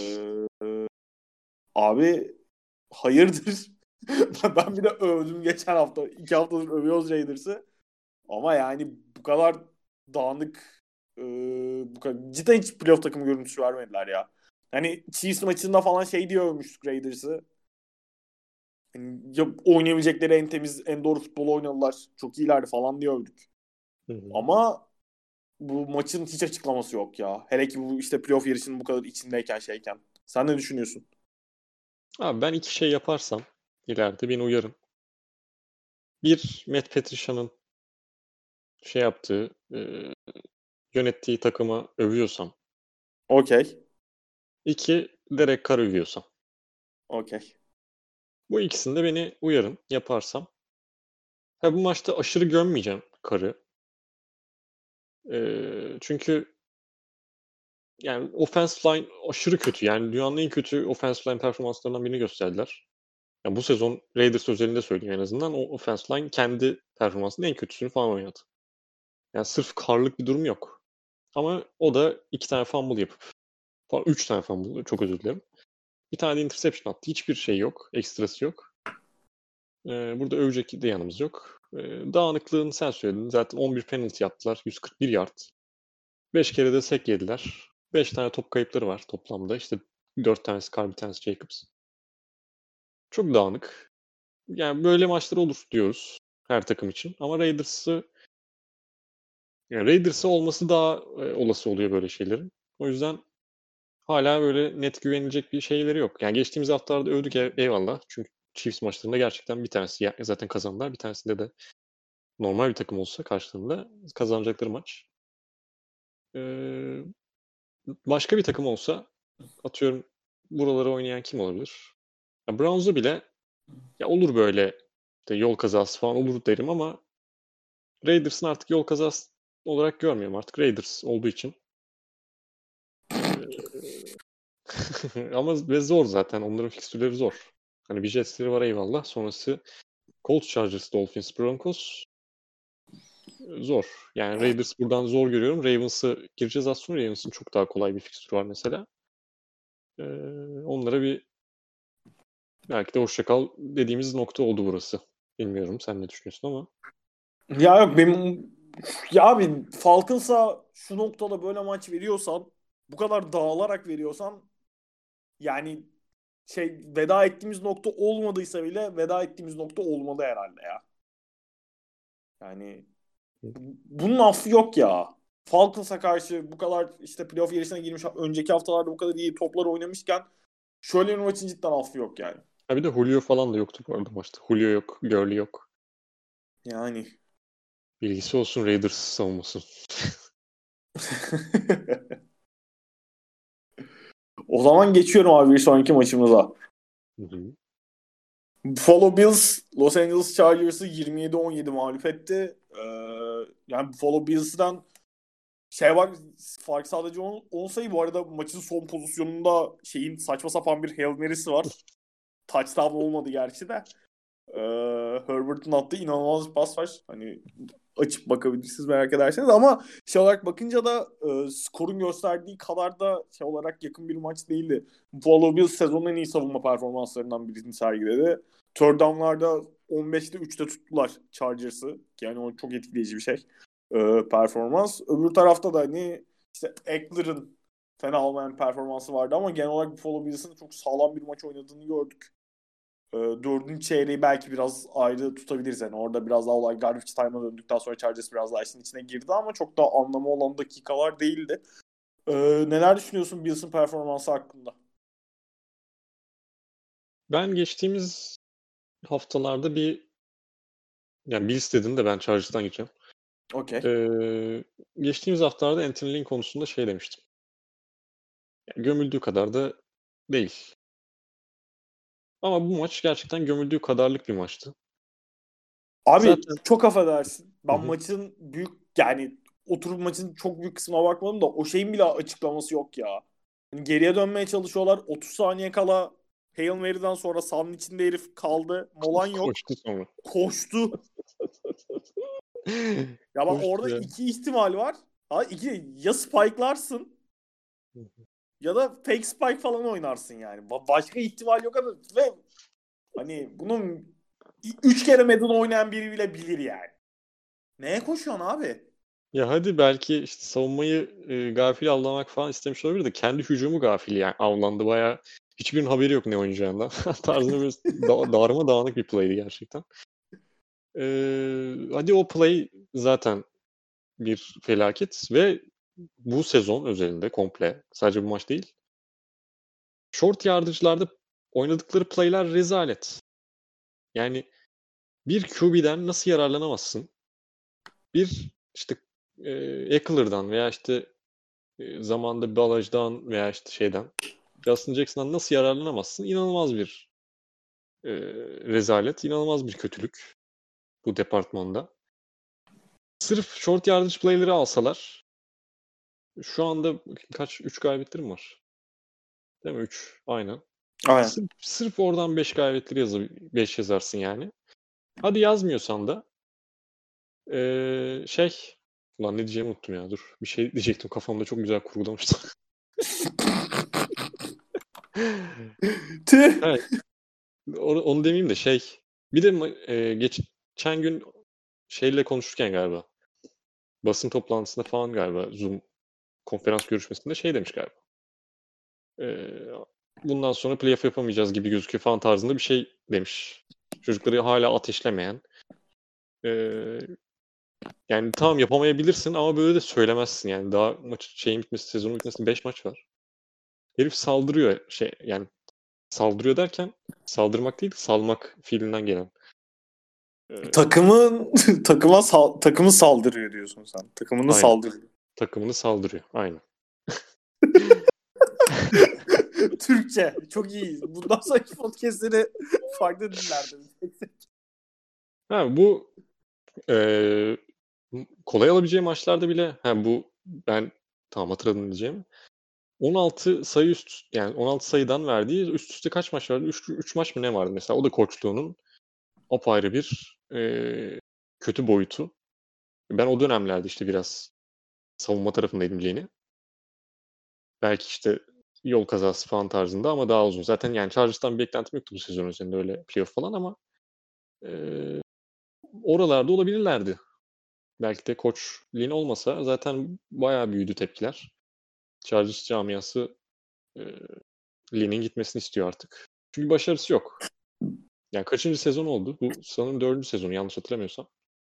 [SPEAKER 1] Abi hayırdır? Ben bir de övdüm geçen hafta. 2 haftadır övüyoruz Raiders'ı. Ama yani bu kadar dağınık bu kadar, cidden hiç playoff takımı görüntüsü vermediler ya. Hani Chiefs maçında falan şey diye övmüştük Raiders'ı. Hani ya oynayabilecekleri en temiz, en doğru futbolu oynadılar. Çok iyilerdi falan diye övdük.
[SPEAKER 2] Hı hı.
[SPEAKER 1] Ama bu maçın hiç açıklaması yok ya. Hele ki bu işte playoff yarışının bu kadar içindeyken şeyken. Sen ne düşünüyorsun?
[SPEAKER 2] Abi ben iki şey yaparsam ileride beni uyarın. Bir, Matt Patricia'nın şey yaptığı, yönettiği takıma övüyorsam
[SPEAKER 1] Okey.
[SPEAKER 2] 2 Derek Carr övüyorsam.
[SPEAKER 1] Okey.
[SPEAKER 2] Bu ikisinde beni uyarın yaparsam. Ha, bu maçta aşırı gömmeyeceğim Carr'ı. Çünkü yani offensive line aşırı kötü. Yani dünyanın en kötü offensive line performanslarından birini gösterdiler. Yani bu sezon Raiders özelinde söyleyeyim en azından. O offensive line kendi performansının en kötüsünü falan oynadı. Yani sırf karlık bir durum yok. Ama o da 2 tane fumble yapıp, 3 tane fumble, çok özür dilerim. Bir tane de interception attı. Hiçbir şey yok. Ekstrası yok. Burada övecek de yanımız yok. Dağınıklığını sen söyledin. Zaten 11 penalty yaptılar. 141 yard. 5 kere de sack yediler. 5 tane top kayıpları var toplamda. İşte 4 tanesi Carr, bir tanesi Jacobs. Çok dağınık. Yani böyle maçlar olur diyoruz her takım için. Ama Raiders'ı olması daha olası oluyor böyle şeylerin. O yüzden hala böyle net güvenilecek bir şeyleri yok. Yani geçtiğimiz haftalarda övdük, eyvallah. Çünkü Chiefs maçlarında gerçekten bir tanesi zaten kazandılar. Bir tanesinde de normal bir takım olsa karşılığında kazanacakları maç. Ee, Başka bir takım olsa, atıyorum, buraları oynayan kim olabilir? Ya Browns'u bile ya olur böyle işte yol kazası falan olur derim ama Raiders'ın artık yol kazası olarak görmüyorum, artık Raiders olduğu için. Ee, Ama ve zor zaten. Onların fikstürleri zor. Hani bir Jets'leri var, eyvallah. Sonrası Colts, Chargers, Dolphins, Broncos. Zor. Yani Raiders buradan zor görüyorum. Ravens'ı gireceğiz az sonra. Ravens'ın çok daha kolay bir fikstürü var mesela. Ee, Onlara bir belki de hoşça kal dediğimiz nokta oldu burası. Bilmiyorum sen ne düşünüyorsun ama.
[SPEAKER 1] Ya yok benim ya abi Falcons'a şu noktada böyle maç veriyorsan bu kadar dağılarak veriyorsan yani veda ettiğimiz nokta olmadıysa bile veda ettiğimiz nokta olmalı herhalde ya. Yani bunun affı yok ya. Falcons'a karşı bu kadar işte playoff yarışına girmiş önceki haftalarda bu kadar iyi toplar oynamışken şöyle bir maçın cidden affı yok yani.
[SPEAKER 2] Ha, bir de Julio falan da yoktu bu arada maçta. Julio yok, Gurley yok.
[SPEAKER 1] Yani.
[SPEAKER 2] Bilgisi olsun Raiders savunması.
[SPEAKER 1] O zaman geçiyorum abi bir sonraki maçımıza.
[SPEAKER 2] Hı hı.
[SPEAKER 1] Buffalo Bills Los Angeles Chargers'ı 27-17 mağlup etti. Yani Buffalo Bills'den var, fark sadece 10 sayı. Bu arada maçın son pozisyonunda saçma sapan bir Hail Mary'si var. Touchdown olmadı gerçi de. Ee, Herbert'ın attığı inanılmaz bir pas var. Hani açıp bakabilirsiniz merak ederseniz ama olarak bakınca da skorun gösterdiği kadar da olarak yakın bir maç değildi. Buffalo Bills sezonun en iyi savunma performanslarından birini sergiledi. Third down'larda 15'te 3'te tuttular Chargers'ı. Yani o çok etkileyici bir performans. Öbür tarafta da hani işte Eckler'ın fena olmayan performansı vardı ama genel olarak Buffalo Bills'in çok sağlam bir maç oynadığını gördük. Dördüncü çeyreği belki biraz ayrı tutabiliriz. Yani orada biraz daha olay garbage time'a döndükten sonra Chargers biraz daha işin içine girdi ama çok da anlamı olan dakikalar değildi. Neler düşünüyorsun Bills'in performansı hakkında?
[SPEAKER 2] Ben geçtiğimiz haftalarda yani Bills dedin de ben Chargers'tan gideceğim.
[SPEAKER 1] Okey.
[SPEAKER 2] Geçtiğimiz haftalarda Anthony Lynn konusunda şey demiştim. Yani gömüldüğü kadar da değil. Ama bu maç gerçekten gömüldüğü kadarlık bir maçtı.
[SPEAKER 1] Abi
[SPEAKER 2] Zaten.
[SPEAKER 1] çok affedersin.
[SPEAKER 2] Hı
[SPEAKER 1] Ben
[SPEAKER 2] hı.
[SPEAKER 1] maçın yani oturup maçın çok büyük kısmına bakmadım da o şeyin bile açıklaması yok ya. Yani geriye dönmeye çalışıyorlar. 30 saniye kala Hail Mary'den sonra sahanın içinde herif kaldı. Molan yok.
[SPEAKER 2] Koştu sonra.
[SPEAKER 1] Koştu. Ya bak
[SPEAKER 2] Koştu
[SPEAKER 1] orada
[SPEAKER 2] ya.
[SPEAKER 1] iki ihtimal var. Ha, ya spike'larsın ya da fake spike falan oynarsın yani. Başka ihtimal yok ama ve hani bunun 3 kere Madden oynayan biri bile bilir yani. Neye koşuyorsun abi?
[SPEAKER 2] Ya hadi belki işte savunmayı gafil avlamak falan istemiş olabilir de kendi hücumu gafil yani avlandı bayağı. Hiçbirinin haberi yok ne oynayacağından. Tarzında böyle darma dağınık bir play'di gerçekten. Hadi o play zaten bir felaket ve bu sezon özelinde komple, sadece bu maç değil. Short yardımcılarda oynadıkları play'ler rezalet. Yani bir QB'den nasıl yararlanamazsın? Bir işte Eckler'dan veya işte Zamanında Balaj'dan veya işte şeyden Justin Jackson'dan nasıl yararlanamazsın? İnanılmaz bir rezalet, inanılmaz bir kötülük bu departmanda. Sırf short yardage play'leri alsalar şu anda kaç? 3 galibiyetleri mi var? Değil mi? 3. Aynen.
[SPEAKER 1] Aynen.
[SPEAKER 2] Sırf oradan 5 galibiyetleri 5 yazarsın yani. Hadi yazmıyorsan da şey ulan ne diyeceğimi unuttum ya. Dur. Bir şey diyecektim. Kafamda çok güzel kurgulamıştım.
[SPEAKER 1] Tüh.
[SPEAKER 2] Evet. Onu demeyeyim de şey. Bir de geçen gün şeyle konuşurken galiba basın toplantısında falan galiba Zoom konferans görüşmesinde şey demiş galiba. Bundan sonra playoff yapamayacağız gibi gözüküyor falan tarzında bir şey demiş. Çocukları hala ateşlemeyen. Yani tamam yapamayabilirsin ama böyle de söylemezsin yani. Daha şeyin bitmesi, sezonun bitmesine 5 maç var. Herif saldırıyor yani saldırıyor derken saldırmak değil salmak fiilinden gelen.
[SPEAKER 1] Takımı saldırıyor diyorsun sen. Takımını
[SPEAKER 2] Aynen.
[SPEAKER 1] saldırıyor.
[SPEAKER 2] Takımını saldırıyor. Aynen.
[SPEAKER 1] Türkçe. Çok iyi. Bundan sonraki podcastleri farklı dillerde.
[SPEAKER 2] Ha, bu kolay alabileceği maçlarda bile bu ben tamam hatırladım diyeceğim. 16 sayı yani 16 sayıdan verdiği üst üste kaç maç vardı? 3 maç mı ne vardı mesela? O da koçluğunun apayrı bir kötü boyutu. Ben o dönemlerde işte biraz savunma tarafındaydım Jane'i. Belki işte yol kazası falan tarzında ama daha uzun. Zaten yani Chargers'tan bir beklentim yoktu bu sezon üzerinde öyle playoff falan ama oralarda olabilirlerdi. Belki de koç Lin olmasa zaten bayağı büyüdü tepkiler. Chargers camiası Lin'in gitmesini istiyor artık. Çünkü başarısı yok. Yani kaçıncı sezon oldu? Bu sanırım 4. sezonu yanlış hatırlamıyorsam.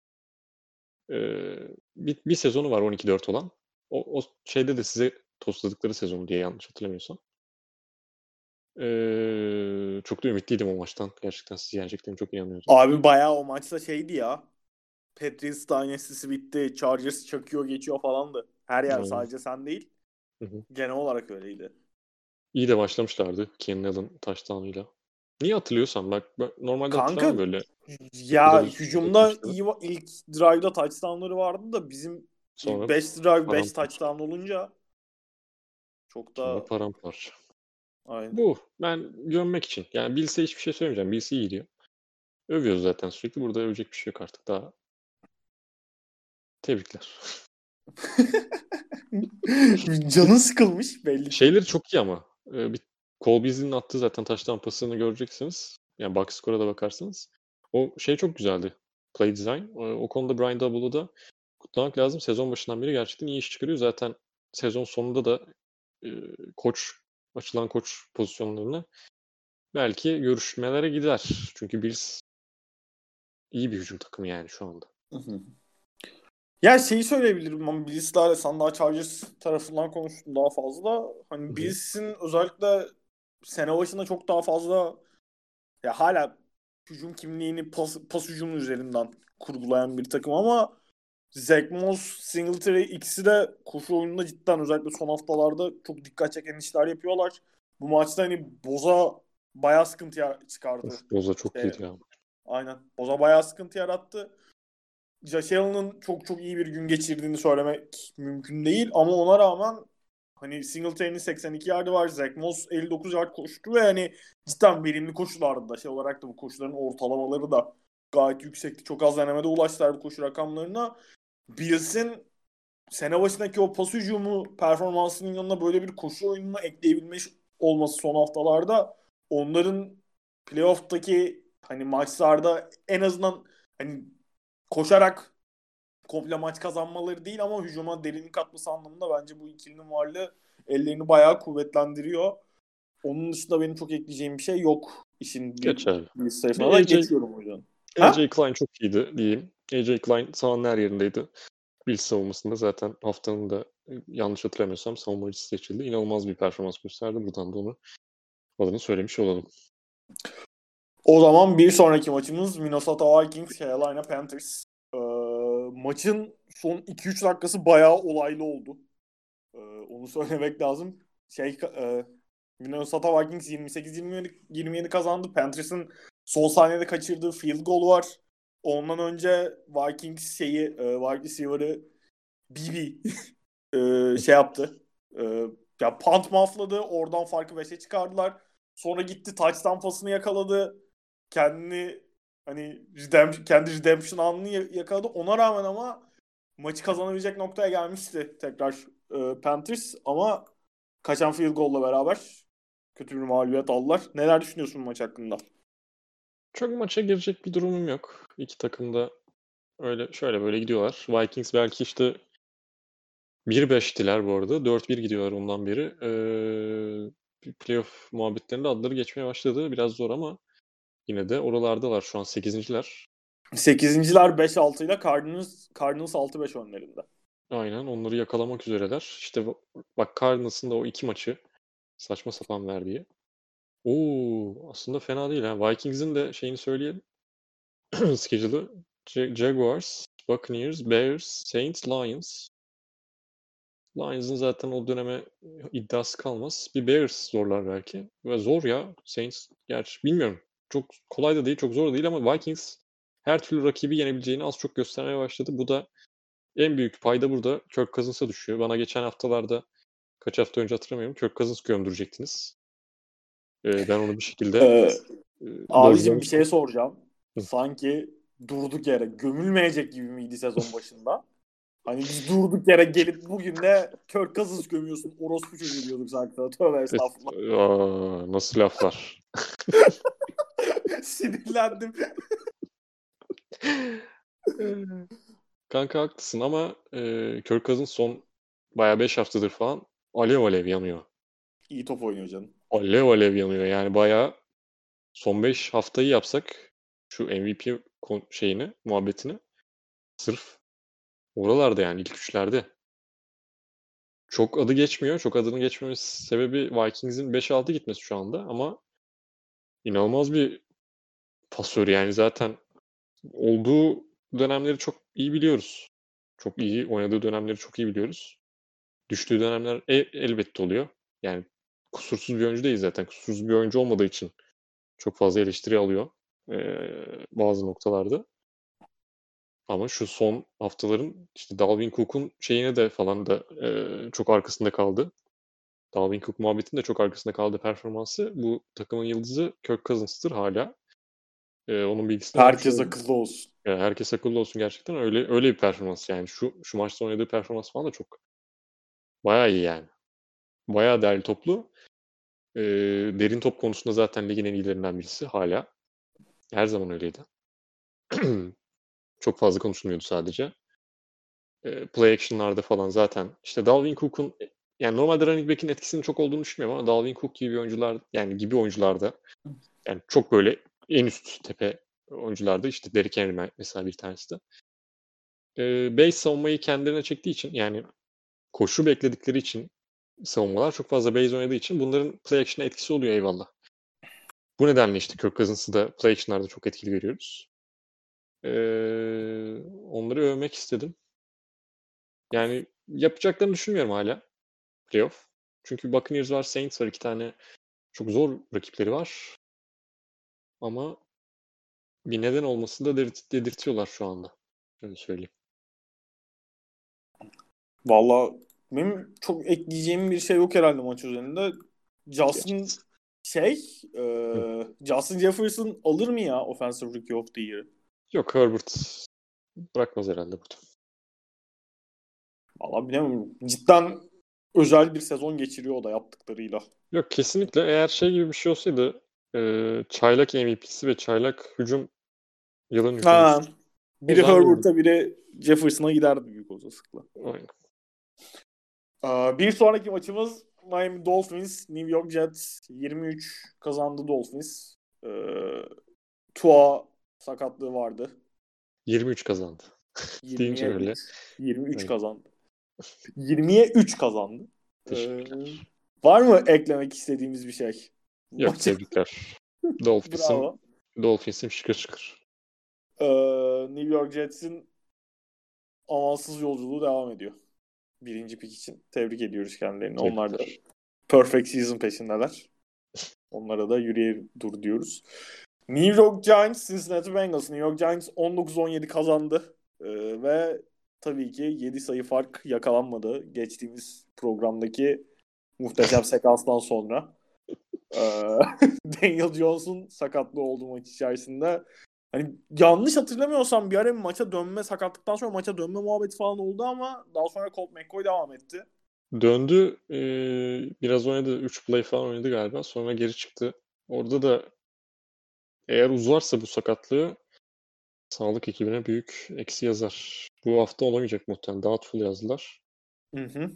[SPEAKER 2] Bir sezonu var 12-4 olan. O şeyde de size tostladıkları sezonu diye yanlış hatırlamıyorsam. Çok da ümitliydim o maçtan. Gerçekten sizi yeneceklerini çok inanıyordum.
[SPEAKER 1] Abi bayağı o maçta şeydi ya. Patriots dynasty'si bitti. Chargers çakıyor geçiyor falandı. Her yer
[SPEAKER 2] Aynen.
[SPEAKER 1] sadece sen değil.
[SPEAKER 2] Hı.
[SPEAKER 1] Genel olarak öyleydi.
[SPEAKER 2] İyi de başlamışlardı Keenan Allen touchdown'ıyla. Niye hatırlıyorsam bak normalde
[SPEAKER 1] Kanka
[SPEAKER 2] hatırlamam böyle o
[SPEAKER 1] ya
[SPEAKER 2] kadar uzun
[SPEAKER 1] hücumda
[SPEAKER 2] maçları.
[SPEAKER 1] ilk drive'da touchdown'ları vardı da bizim ilk
[SPEAKER 2] Sonra
[SPEAKER 1] 5 drive 5
[SPEAKER 2] paramparça.
[SPEAKER 1] touchdown olunca çok
[SPEAKER 2] Sonra
[SPEAKER 1] da
[SPEAKER 2] paramparça.
[SPEAKER 1] aynen.
[SPEAKER 2] Bu. Ben gömmek için. Yani Bills'e hiçbir şey söylemeyeceğim. Bills iyi diyor. Övüyoruz zaten sürekli. Burada övecek bir şey yok artık daha. Tebrikler.
[SPEAKER 1] Canın sıkılmış belli ki.
[SPEAKER 2] Şeyleri çok iyi ama. Bir Cole Beasley'nin attığı zaten taştan pasını göreceksiniz. Yani box score'a da bakarsınız. O şey çok güzeldi. Play design. O konuda Brian Daboll'u da kutlamak lazım. Sezon başından beri gerçekten iyi iş çıkarıyor. Zaten sezon sonunda da açılan koç pozisyonlarına belki görüşmelere gider. Çünkü Bills iyi bir hücum takımı yani şu anda.
[SPEAKER 1] Ya şeyi söyleyebilirim ama Bills'lerle sen daha Chargers tarafından konuştun daha fazla. Hani
[SPEAKER 2] Hı-hı.
[SPEAKER 1] Bills'in özellikle sene başında çok daha fazla ya hala hücum kimliğini pas hücumu üzerinden kurgulayan bir takım ama Zach Moss, Singletary ikisi de koşu oyununda cidden özellikle son haftalarda çok dikkat çeken işler yapıyorlar. Bu maçta hani Boza bayağı sıkıntı çıkardı.
[SPEAKER 2] Boza çok
[SPEAKER 1] Şey,
[SPEAKER 2] iyiydi ya.
[SPEAKER 1] aynen. Boza bayağı sıkıntı yarattı. Josh Allen'ın çok çok iyi bir gün geçirdiğini söylemek mümkün değil ama ona rağmen hani Singletary'nin 82 yardı var. Zach Moss 59 yard koştu ve hani cidden verimli koşulardı da şey olarak da bu koşuların ortalamaları da gayet yüksekti. Çok az denemede ulaştılar bu koşu rakamlarına. Bills'in sene başındaki o pas hücumu performansının yanına böyle bir koşu oyununa ekleyebilmiş olması son haftalarda onların playoff'taki hani maçlarda en azından hani koşarak komple maç kazanmaları değil ama hücuma derinlik katması anlamında bence bu ikilinin varlığı ellerini bayağı kuvvetlendiriyor. Onun dışında benim çok ekleyeceğim bir şey yok. İşin
[SPEAKER 2] Geç abi.
[SPEAKER 1] bir sayfasına
[SPEAKER 2] Bir
[SPEAKER 1] da geçiyorum o yüzden.
[SPEAKER 2] AJ
[SPEAKER 1] Ha?
[SPEAKER 2] Klein çok iyiydi diyeyim. AJ Klein sahanın her yerindeydi. Bills savunmasında zaten haftanın da yanlış hatırlamıyorsam savunmacısı seçildi. İnanılmaz bir performans gösterdi. Buradan da onu adını söylemiş olalım.
[SPEAKER 1] O zaman bir sonraki maçımız Minnesota Vikings, Carolina Panthers. Maçın son 2-3 dakikası bayağı olaylı oldu. Onu söylemek lazım. Minnesota Vikings 28-27 kazandı. Panthers'ın son saniyede kaçırdığı field goal var. Ondan önce Vikings wide receiver'ı BB yaptı. Ya punt muffladı. Oradan farkı 5'e çıkardılar. Sonra gitti touchdown pasını yakaladı. Kendini kendi redemption anını yakaladı. Ona rağmen ama maçı kazanabilecek noktaya gelmişti tekrar Panthers, ama kaçan field goal'la beraber kötü bir mağlubiyet aldılar. Neler düşünüyorsun bu maç hakkında?
[SPEAKER 2] Çok maça girecek bir durumum yok. İki takım da öyle şöyle böyle gidiyorlar. Vikings belki işte 1-5'tiler bu arada. 4-1 gidiyorlar ondan beri. Playoff muhabbetlerinde adları geçmeye başladı. Biraz zor ama yine de oralardalar. Şu an 8.'ler.
[SPEAKER 1] 8.'ler 5-6 ile Cardinals 6-5 önlerinde.
[SPEAKER 2] Aynen onları yakalamak üzereler. İşte bak Cardinals'ın da o iki maçı saçma sapan verdiği. Oo, aslında fena değil ha. Vikings'in de şeyini söyleyelim. Schedule'ı Jaguars, Buccaneers, Bears, Saints, Lions. Lions'ın zaten o döneme iddiası kalmaz. Bir Bears zorlar belki. Ve zor ya. Saints gerçi bilmiyorum. Çok kolay da değil, çok zor da değil ama Vikings her türlü rakibi yenebileceğini az çok göstermeye başladı. Bu da en büyük payda burada Kirk Cousins'a düşüyor. Bana geçen haftalarda kaç hafta önce hatırlamıyorum. Kirk Cousins gömdürecektiniz. Ben onu bir şekilde
[SPEAKER 1] Ee, Abicim bir
[SPEAKER 2] dojlamıştım.
[SPEAKER 1] şey soracağım.
[SPEAKER 2] Hı.
[SPEAKER 1] Sanki durduk yere gömülmeyecek gibi miydi sezon başında? Hani biz durduk yere gelip bugün de Kirk Cousins gömüyorsun. Orospu çocuğu diyorduk zaten. Tövbe estağfurullah.
[SPEAKER 2] Nasıl laflar?
[SPEAKER 1] Sinirlendim.
[SPEAKER 2] Kanka haklısın ama Kirk Cousins son bayağı 5 haftadır falan alev alev yanıyor.
[SPEAKER 1] İyi top oynuyor canım.
[SPEAKER 2] Alev alev yanıyor. Yani bayağı son 5 haftayı yapsak şu MVP muhabbetini sırf oralarda yani ilk üçlerde. Çok adı geçmiyor. Çok adının geçmemesi sebebi Vikings'in 5-6 gitmesi şu anda ama inanılmaz bir pasör yani zaten olduğu dönemleri çok iyi biliyoruz. Çok iyi oynadığı dönemleri çok iyi biliyoruz. Düştüğü dönemler elbette oluyor. Yani kusursuz bir oyuncu değil zaten. Kusursuz bir oyuncu olmadığı için çok fazla eleştiri alıyor bazı noktalarda. Ama şu son haftaların işte Dalvin Cook'un şeyine de falan da çok arkasında kaldı. Dalvin Cook muhabbetinin de çok arkasında kaldı performansı. Bu takımın yıldızı Kirk Cousins'tır hala. Onun bilgisini vermiş
[SPEAKER 1] Herkes
[SPEAKER 2] oldum.
[SPEAKER 1] akıllı olsun.
[SPEAKER 2] Yani herkes akıllı olsun gerçekten. Öyle bir performans yani. Şu maçta oynadığı performans falan da çok bayağı iyi yani. Bayağı değerli toplu. Derin top konusunda zaten ligin en iyilerinden birisi hala. Her zaman öyleydi. Çok fazla konuşulmuyordu sadece. Play action'larda falan zaten. İşte Dalvin Cook'un yani normalde running back'in etkisinin çok olduğunu düşünmüyorum ama Dalvin Cook gibi oyuncular yani gibi oyuncularda yani çok böyle en üst tepe oyuncularda işte Derrick Henry mesela bir tanesi de. Base savunmayı kendilerine çektiği için yani koşu bekledikleri için savunmalar çok fazla base oynadığı için bunların play action'a etkisi oluyor eyvallah. Bu nedenle işte Kirk Cousins'ı da play action'larda çok etkili görüyoruz. Onları övmek istedim. Yani yapacaklarını düşünmüyorum hala playoff. Çünkü Buccaneers var, Saints var. İki tane çok zor rakipleri var. Ama bir neden olması da dedirtiyorlar şu anda. Öyle söyleyeyim.
[SPEAKER 1] Valla benim çok ekleyeceğim bir şey yok herhalde maç üzerinde. Justin
[SPEAKER 2] Geçeceğiz.
[SPEAKER 1] e, Justin Jefferson alır mı ya Offensive Rookie of the Year?
[SPEAKER 2] Yok Herbert bırakmaz herhalde burada.
[SPEAKER 1] Valla bilemiyorum. Cidden özel bir sezon geçiriyor o da yaptıklarıyla.
[SPEAKER 2] Yok kesinlikle eğer şey gibi bir şey olsaydı çaylak MVP'si ve çaylak yılın hücumcusu
[SPEAKER 1] Ha,
[SPEAKER 2] o
[SPEAKER 1] biri
[SPEAKER 2] zaman verirdim.
[SPEAKER 1] Herbert'a biri Jefferson'a giderdi büyük olasılıkla.
[SPEAKER 2] Aynen.
[SPEAKER 1] Bir sonraki maçımız Miami Dolphins, New York Jets 23 kazandı Dolphins. Tua sakatlığı vardı.
[SPEAKER 2] 23 kazandı. Deyince
[SPEAKER 1] 20'ye
[SPEAKER 2] öyle.
[SPEAKER 1] 3. 23
[SPEAKER 2] Evet,
[SPEAKER 1] kazandı. 20'ye 3 kazandı. Ee,
[SPEAKER 2] teşekkürler.
[SPEAKER 1] Var mı eklemek istediğimiz bir şey?
[SPEAKER 2] Yok
[SPEAKER 1] Maça.
[SPEAKER 2] tebrikler. Dolphins'im
[SPEAKER 1] Bravo.
[SPEAKER 2] Dolphins'im şıkır şıkır.
[SPEAKER 1] New York Jets'in amansız yolculuğu devam ediyor. birinci pick için. Tebrik ediyoruz kendilerini.
[SPEAKER 2] Tebrikler.
[SPEAKER 1] Onlar da perfect season peşindeler. Onlara da yürüye dur diyoruz. New York Giants, Cincinnati Bengals. New York Giants 19-17 kazandı. Ve tabii ki 7 sayı fark yakalanmadı. Geçtiğimiz programdaki muhteşem sekanstan sonra. Daniel Jones'un sakatlığı olduğu maç içerisinde. Hani yanlış hatırlamıyorsam bir ara maça dönme, sakatlıktan sonra maça dönme muhabbeti falan oldu ama daha sonra Colt McCoy devam etti.
[SPEAKER 2] Döndü. Biraz oynadı. 3 play falan oynadı galiba. Sonra geri çıktı. Orada da eğer uzarsa bu sakatlığı sağlık ekibine büyük eksi yazar. Bu hafta olamayacak muhtemelen. Doubtful yazdılar.
[SPEAKER 1] Hı.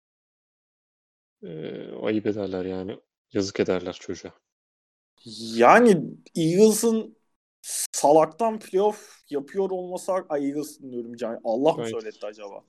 [SPEAKER 2] Ayıp ederler yani. Yazık ederler çocuğa.
[SPEAKER 1] Yani Eagles'ın salaktan playoff yapıyor olması... Eagles'ın diyorum. Allah mı söyletti acaba?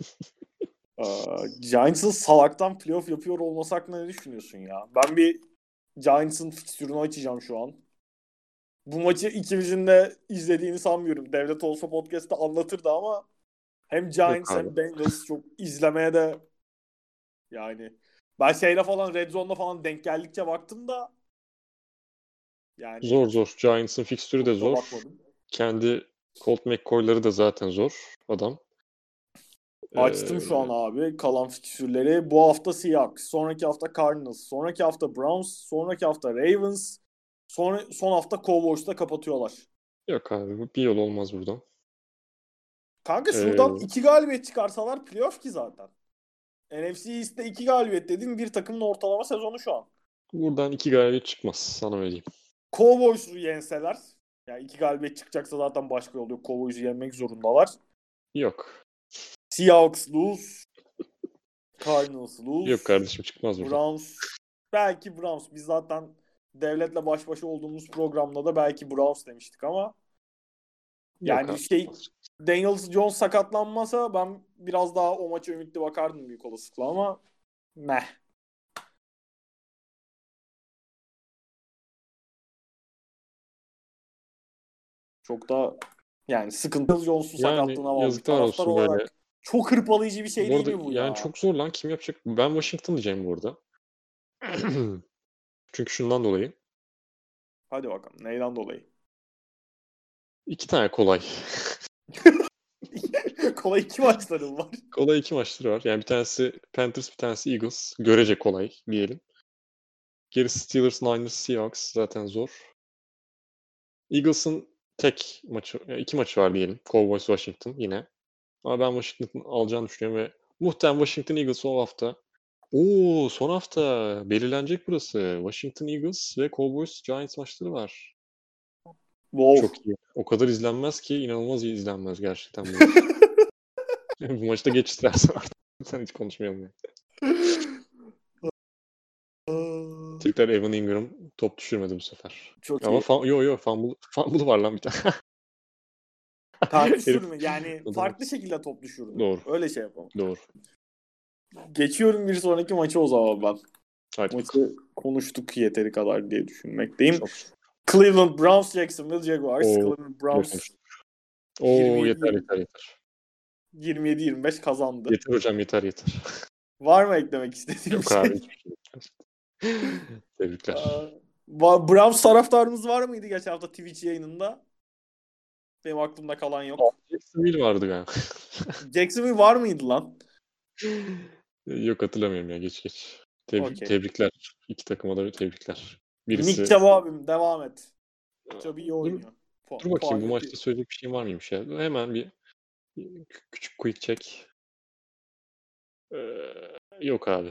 [SPEAKER 1] Giants'ın salaktan playoff yapıyor olması hakkında ne düşünüyorsun ya? Ben bir Giants'ın fikstürünü açacağım şu an. Bu maçı ikimizin de izlediğini sanmıyorum. Devlet olsa podcast'ta anlatırdı ama hem Giants
[SPEAKER 2] abi.
[SPEAKER 1] hem Bengals çok izlemeye de yani ben şeyle falan Red Zone'da falan denk geldikçe baktım da yani
[SPEAKER 2] Zor. Giants'ın fikstürü de
[SPEAKER 1] çok da
[SPEAKER 2] zor.
[SPEAKER 1] bakmadım.
[SPEAKER 2] Kendi Colt McCoy'ları da zaten zor adam.
[SPEAKER 1] Açtım şu an abi kalan fikstürleri. Bu hafta Seahawks, sonraki hafta Cardinals, sonraki hafta Browns, sonraki hafta Ravens, son hafta Cowboys'ta kapatıyorlar.
[SPEAKER 2] Yok abi bir yol olmaz buradan.
[SPEAKER 1] Kanka şuradan 2 galibiyet çıkarsalar playoff ki zaten. NFC East'te 2 galibiyet dediğim bir takımın ortalama sezonu şu an.
[SPEAKER 2] Buradan 2 galibiyet çıkmaz sana öyle diyeyim.
[SPEAKER 1] Cowboys'u yenseler, yani 2 galibiyet çıkacaksa zaten başka yol yok. Cowboys'u yenmek zorundalar.
[SPEAKER 2] Yok.
[SPEAKER 1] Seahawks lose. Cardinals lose.
[SPEAKER 2] Yok kardeşim çıkmaz buradan.
[SPEAKER 1] Browns. Belki Browns. Biz zaten devletle baş başa olduğumuz programda da belki Browns demiştik ama yani
[SPEAKER 2] Yok
[SPEAKER 1] Daniel Jones sakatlanmasa ben biraz daha o maça ümitli bakardım büyük olasılıkla ama meh. Çok da yani sıkıntılı Jones'un
[SPEAKER 2] yani
[SPEAKER 1] sakatlığına bağlı.
[SPEAKER 2] yazıklar
[SPEAKER 1] Taraftar
[SPEAKER 2] olsun
[SPEAKER 1] olarak
[SPEAKER 2] böyle.
[SPEAKER 1] çok hırpalayıcı bir şey
[SPEAKER 2] Bu
[SPEAKER 1] değil
[SPEAKER 2] arada
[SPEAKER 1] mi bu
[SPEAKER 2] yani
[SPEAKER 1] ya?
[SPEAKER 2] çok zor lan kim yapacak? Ben Washington diyeceğim bu arada. Çünkü şundan dolayı.
[SPEAKER 1] Hadi bakalım. Neyden dolayı?
[SPEAKER 2] 2 tane kolay.
[SPEAKER 1] Kolay 2 maçlarım var.
[SPEAKER 2] Kolay 2 maçları var. Yani bir tanesi Panthers, bir tanesi Eagles. Görece kolay diyelim. Gerisi Steelers, Niners, Seahawks zaten zor. Eagles'ın tek maçı, 2 maçı var diyelim. Cowboys, Washington yine. Ama ben Washington'ın alacağını düşünüyorum ve muhtemelen Washington Eagles o hafta. Son hafta belirlenecek burası. Washington Eagles ve Cowboys Giants maçları var.
[SPEAKER 1] Wow.
[SPEAKER 2] Çok iyi. O kadar izlenmez ki inanılmaz iyi izlenmez gerçekten bu maç. Bu maçta geç istersen artık. Sen hiç konuşmayalım ya. Tekrar Evan Ingram top düşürmedi bu sefer.
[SPEAKER 1] Çok
[SPEAKER 2] Ama
[SPEAKER 1] iyi.
[SPEAKER 2] fumble var lan bir tane.
[SPEAKER 1] Ters
[SPEAKER 2] Herif-
[SPEAKER 1] düşürme. Yani
[SPEAKER 2] O da
[SPEAKER 1] farklı
[SPEAKER 2] var.
[SPEAKER 1] şekilde top düşürdü.
[SPEAKER 2] Doğru.
[SPEAKER 1] Öyle şey yapalım.
[SPEAKER 2] Doğru.
[SPEAKER 1] Geçiyorum bir sonraki maçı o zaman ben.
[SPEAKER 2] Hadi
[SPEAKER 1] Maçı
[SPEAKER 2] bakalım.
[SPEAKER 1] konuştuk yeteri kadar diye düşünmekteyim.
[SPEAKER 2] Çok.
[SPEAKER 1] Cleveland Browns, Jacksonville Jaguars.
[SPEAKER 2] Oo,
[SPEAKER 1] Cleveland Browns
[SPEAKER 2] konuştuk.
[SPEAKER 1] 27
[SPEAKER 2] Yeter.
[SPEAKER 1] 27-25 kazandı.
[SPEAKER 2] Yeter hocam yeter.
[SPEAKER 1] Var mı eklemek istediğim
[SPEAKER 2] Yok
[SPEAKER 1] bir
[SPEAKER 2] abi.
[SPEAKER 1] şey?
[SPEAKER 2] Hiçbir şey yok. Tebrikler.
[SPEAKER 1] Browns taraftarımız var mıydı geçen hafta Twitch yayınında? Benim aklımda kalan yok.
[SPEAKER 2] Jacksonville vardı galiba.
[SPEAKER 1] Jacksonville var mıydı lan?
[SPEAKER 2] Yok hatırlamıyorum ya geç.
[SPEAKER 1] Okay.
[SPEAKER 2] Tebrikler. İki takıma da tebrikler.
[SPEAKER 1] Nick
[SPEAKER 2] Birisi...
[SPEAKER 1] Chubb abim devam et. Chubb iyi oynuyor.
[SPEAKER 2] Dur bakayım bu
[SPEAKER 1] Puan
[SPEAKER 2] maçta
[SPEAKER 1] yapıyor.
[SPEAKER 2] söyleyecek bir şeyim var mıymış ya? Hemen bir küçük quick check. Yok abi.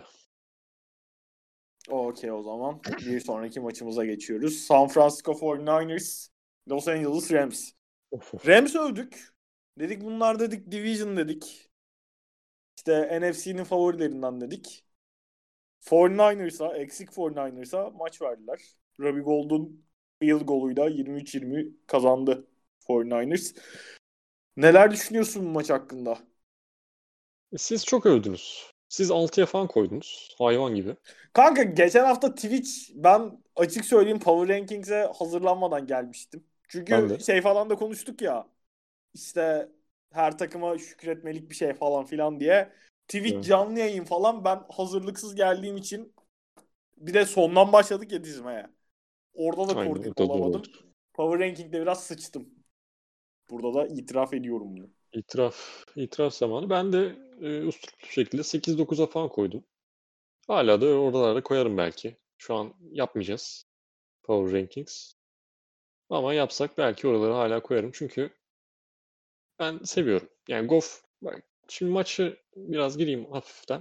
[SPEAKER 1] Okey o zaman. Bir sonraki maçımıza geçiyoruz. San Francisco 49ers, Los Angeles Rams.
[SPEAKER 2] Of.
[SPEAKER 1] Rams övdük. Dedik bunlar dedik Division dedik. İşte NFC'nin favorilerinden dedik. 49ers'a, eksik 49ers'a maç verdiler. Robbie Gould'un field goluyla 23-20 kazandı 49ers. Neler düşünüyorsun bu maç hakkında?
[SPEAKER 2] Siz çok övdünüz. Siz 6'ya falan koydunuz. Hayvan gibi.
[SPEAKER 1] Kanka geçen hafta Twitch ben açık söyleyeyim Power Rankings'e hazırlanmadan gelmiştim.
[SPEAKER 2] Ben
[SPEAKER 1] Çünkü
[SPEAKER 2] de.
[SPEAKER 1] şey falan da konuştuk ya. İşte her takıma şükretmelik bir şey falan filan diye. Twitch
[SPEAKER 2] Evet.
[SPEAKER 1] canlı yayın falan, ben hazırlıksız geldiğim için bir de sondan başladık ya dizmeye. Orada da
[SPEAKER 2] Aynen, o
[SPEAKER 1] koordine
[SPEAKER 2] da zor
[SPEAKER 1] olamadım.
[SPEAKER 2] olur.
[SPEAKER 1] Power Ranking'de biraz sıçtım. Burada da itiraf ediyorum bunu.
[SPEAKER 2] İtiraf zamanı. Ben de usturuplu şekilde 8-9'a falan koydum. Hala da oralarda koyarım belki. Şu an yapmayacağız Power Rankings. Ama yapsak belki oraları hala koyarım. Çünkü ben seviyorum. Yani Goff, bak şimdi maçı biraz gireyim hafiften.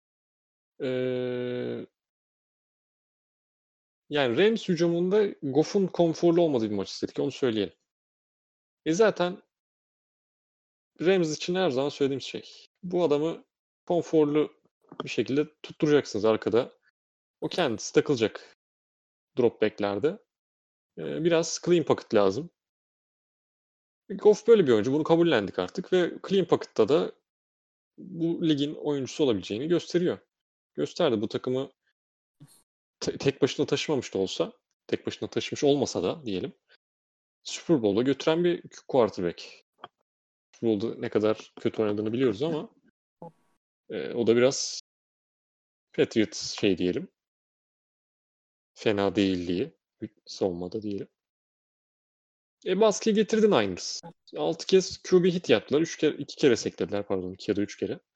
[SPEAKER 2] Ee, Yani Rams hücumunda Goff'un konforlu olmadığı bir maç istedik. Onu söyleyelim. Zaten Rams için her zaman söylediğim şey. Bu adamı konforlu bir şekilde tutturacaksınız arkada. O kendisi takılacak drop back'lerde. Biraz clean pocket lazım. Goff böyle bir oyuncu. Bunu kabullendik artık ve clean pocket'ta da bu ligin oyuncusu olabileceğini gösteriyor. Gösterdi. Bu takımı tek başına taşımamış da olsa, tek başına taşımış olmasa da diyelim, Super Bowl'a götüren bir quarterback. Super Bowl'da ne kadar kötü oynadığını biliyoruz ama o da biraz Patriots şey diyelim. Fena değilliği. Savunmada diyelim. Baskıyı getirdin Niners. 6 kez QB hit yaptılar. 2 kere seklediler pardon. 2 ya da 3 kere.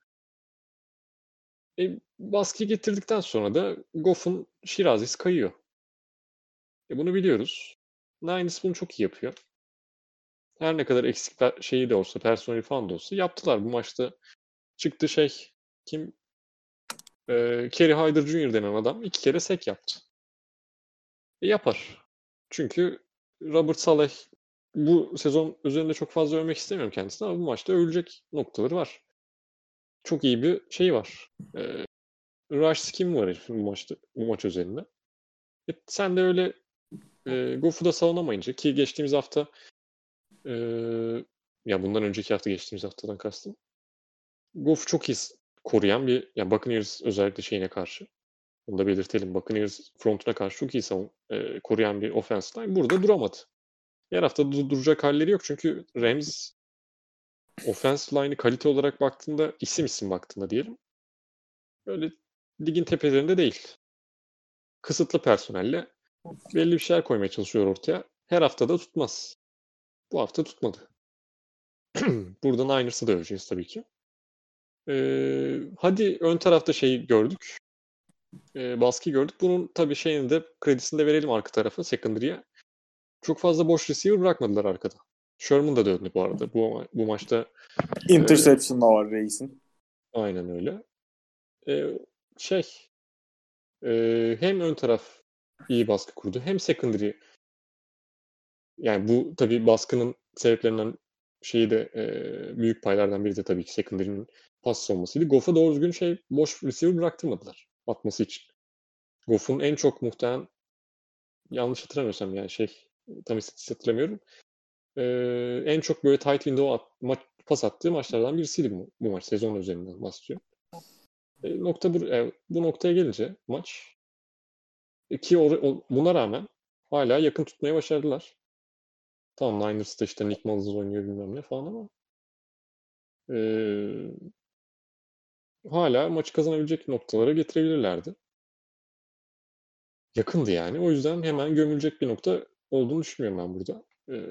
[SPEAKER 2] Baskıyı getirdikten sonra da Goff'un şirazesi kayıyor. Bunu biliyoruz. Niners bunu çok iyi yapıyor. Her ne kadar eksik şeyi de olsa, personeli falan da olsa yaptılar. Bu maçta çıktı kim? Kerry Hyder Jr. denen adam 2 kere sek yaptı. Yapar. Çünkü Robert Saleh bu sezon üzerinde çok fazla övmek istemiyorum kendisini ama bu maçta övülecek noktaları var. Çok iyi bir şey var. Rush scheme var bu maç üzerinde. Sen de öyle Goff'u da savunamayınca ki geçtiğimiz hafta e, ya bundan önceki hafta geçtiğimiz haftadan kastım. Goff'u çok iyi koruyan bir yani Buccaneers özellikle şeyine karşı. Onu da belirtelim. Buccaneers frontuna karşı çok iyi koruyan bir offense line. Burada duramadı. Her hafta duracak halleri yok. Çünkü Rams offensive line'ı kalite olarak baktığında, isim baktığında diyelim. Böyle ligin tepelerinde değil. Kısıtlı personelle belli bir şeyler koymaya çalışıyor ortaya. Her hafta da tutmaz. Bu hafta tutmadı. Burada Niners'ı da öveceğiz tabii ki. Hadi ön tarafta şeyi gördük. Baskı gördük. Bunun tabii şeyini de kredisini de verelim arka tarafa, secondary'e. Çok fazla boş receiver bırakmadılar arkada. Sherman da döndü bu arada. Bu maçta
[SPEAKER 1] Interception da var reisin.
[SPEAKER 2] aynen öyle. Ee, şey Hem ön taraf iyi baskı kurdu hem secondary. Yani bu tabii baskının sebeplerinden şeyi de büyük paylardan biri de tabii ki secondary'nin pas olmasıydı. Goff'a doğru düzgün boş receiver bıraktırmadılar atması için. Goff'un en çok muhtemelen yanlış hatırlamıyorsam yani tam istatistik hatırlamıyorum. En çok böyle tight window pas attığı maçlardan birisiydi bu maç. Sezon üzerinden bahsediyorum. Bu noktaya gelince maç ki buna rağmen hala yakın tutmaya başardılar. Tamam Niners'ta işte Nick Mullins oynuyor bilmem ne falan ama ee, hala maçı kazanabilecek noktalara getirebilirlerdi. Yakındı yani. O yüzden hemen gömülecek bir nokta olduğunu düşünmüyorum ben burada.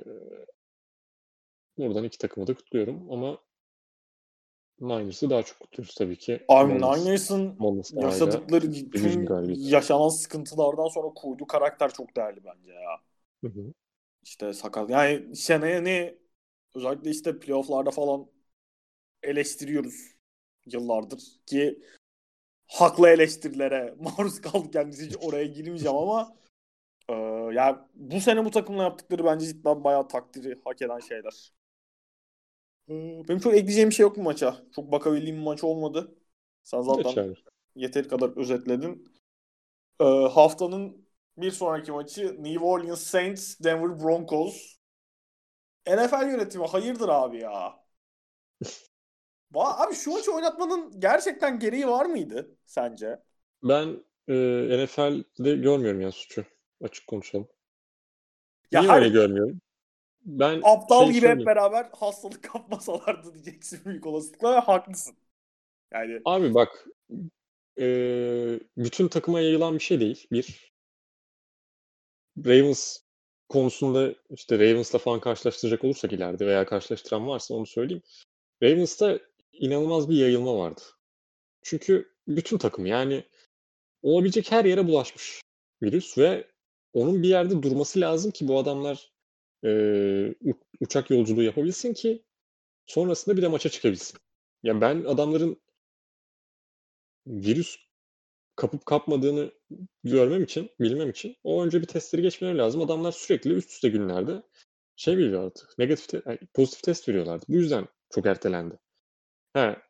[SPEAKER 2] Buradan iki takımı da kutluyorum ama Niners'ı daha çok kutluyoruz tabii ki.
[SPEAKER 1] Abi Niners'ın
[SPEAKER 2] Mullins hala
[SPEAKER 1] yaşadıkları
[SPEAKER 2] division
[SPEAKER 1] tüm
[SPEAKER 2] galibiyeti.
[SPEAKER 1] yaşanan sıkıntılardan sonra kurduğu karakter çok değerli bence ya.
[SPEAKER 2] Hı hı.
[SPEAKER 1] İşte sakat. Yani seneye özellikle işte playoff'larda falan eleştiriyoruz yıllardır ki haklı eleştirilere maruz kaldı, kendisi hiç oraya girmeyeceğim ama yani bu sene bu takımla yaptıkları bence cidden bayağı takdiri hak eden şeyler. Benim çok ekleyeceğim bir şey yok bu maça. Çok bakabildiğim bir maç olmadı. Sen
[SPEAKER 2] Geç
[SPEAKER 1] zaten
[SPEAKER 2] abi.
[SPEAKER 1] yeteri kadar özetledin. Haftanın bir sonraki maçı New Orleans Saints, Denver Broncos. NFL yönetimi hayırdır abi ya? Abi şu maçı oynatmanın gerçekten gereği var mıydı sence?
[SPEAKER 2] Ben NFL'de görmüyorum ya suçu. Açık konuşalım.
[SPEAKER 1] Ya
[SPEAKER 2] Niye öyle
[SPEAKER 1] her
[SPEAKER 2] görmüyorum? Ben
[SPEAKER 1] aptal gibi hep
[SPEAKER 2] söyleyeyim.
[SPEAKER 1] beraber hastalık kapmasalardı diyeceksin büyük olasılıkla ve haklısın. Yani
[SPEAKER 2] Abi bak, bütün takıma yayılan bir şey değil. Ravens konusunda işte Ravens'la falan karşılaştıracak olursak ileride veya karşılaştıran varsa onu söyleyeyim. Ravens'ta inanılmaz bir yayılma vardı. Çünkü bütün takım, yani olabilecek her yere bulaşmış virüs ve onun bir yerde durması lazım ki bu adamlar uçak yolculuğu yapabilsin ki sonrasında bir de maça çıkabilsin. Yani ben adamların virüs kapıp kapmadığını bilmem için o önce bir testleri geçmeleri lazım. Adamlar sürekli üst üste günlerde veriyorlardı. Pozitif test veriyorlardı. Bu yüzden çok ertelendi. Ha,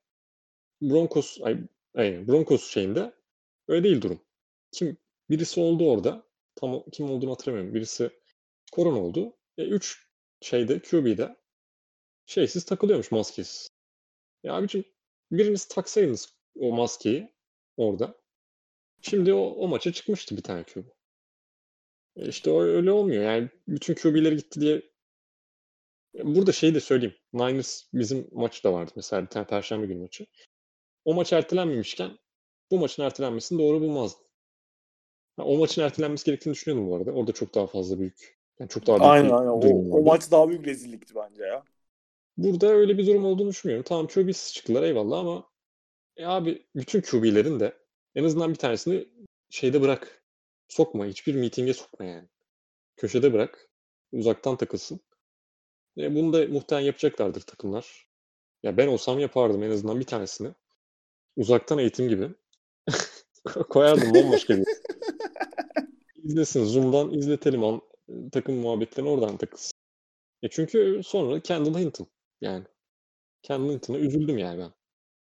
[SPEAKER 2] Broncos şeyinde öyle değil durum. Birisi oldu orada. Kim olduğunu hatırlamıyorum. Birisi korona oldu. 3 QB'de şeysiz takılıyormuş, maskesiz. Ya abicim, biriniz taksaydınız o maskeyi orada. Şimdi o maça çıkmıştı bir tane QB. İşte öyle olmuyor. Yani bütün QB'leri gitti diye. Burada de söyleyeyim. Niners bizim maç da vardı mesela, bir tane Perşembe günü maçı. O maç ertelenmemişken bu maçın ertelenmesini doğru bulmazdım. O maçın ertelenmesi gerektiğini düşünüyordum bu arada. Orada çok daha fazla yani çok daha büyük
[SPEAKER 1] aynen
[SPEAKER 2] bir
[SPEAKER 1] aynen.
[SPEAKER 2] durum
[SPEAKER 1] O
[SPEAKER 2] vardı.
[SPEAKER 1] maç daha büyük rezillikti bence ya.
[SPEAKER 2] Burada öyle bir durum olduğunu düşünmüyorum. Tamam, QB'siz çıktılar, eyvallah, ama abi bütün QB'lerin de en azından bir tanesini bırak. Sokma. Hiçbir mitinge sokma yani. Köşede bırak. Uzaktan takılsın. Bunu da muhtemelen yapacaklardır takımlar. Ya ben olsam yapardım en azından bir tanesini. Uzaktan eğitim gibi. Koyardım bambaşka bir. İzlesin. Zoom'dan izletelim takım muhabbetlerini, oradan takılsın. Çünkü sonra Kendall Hinton. Yani Kendall Hinton'a üzüldüm yani ben.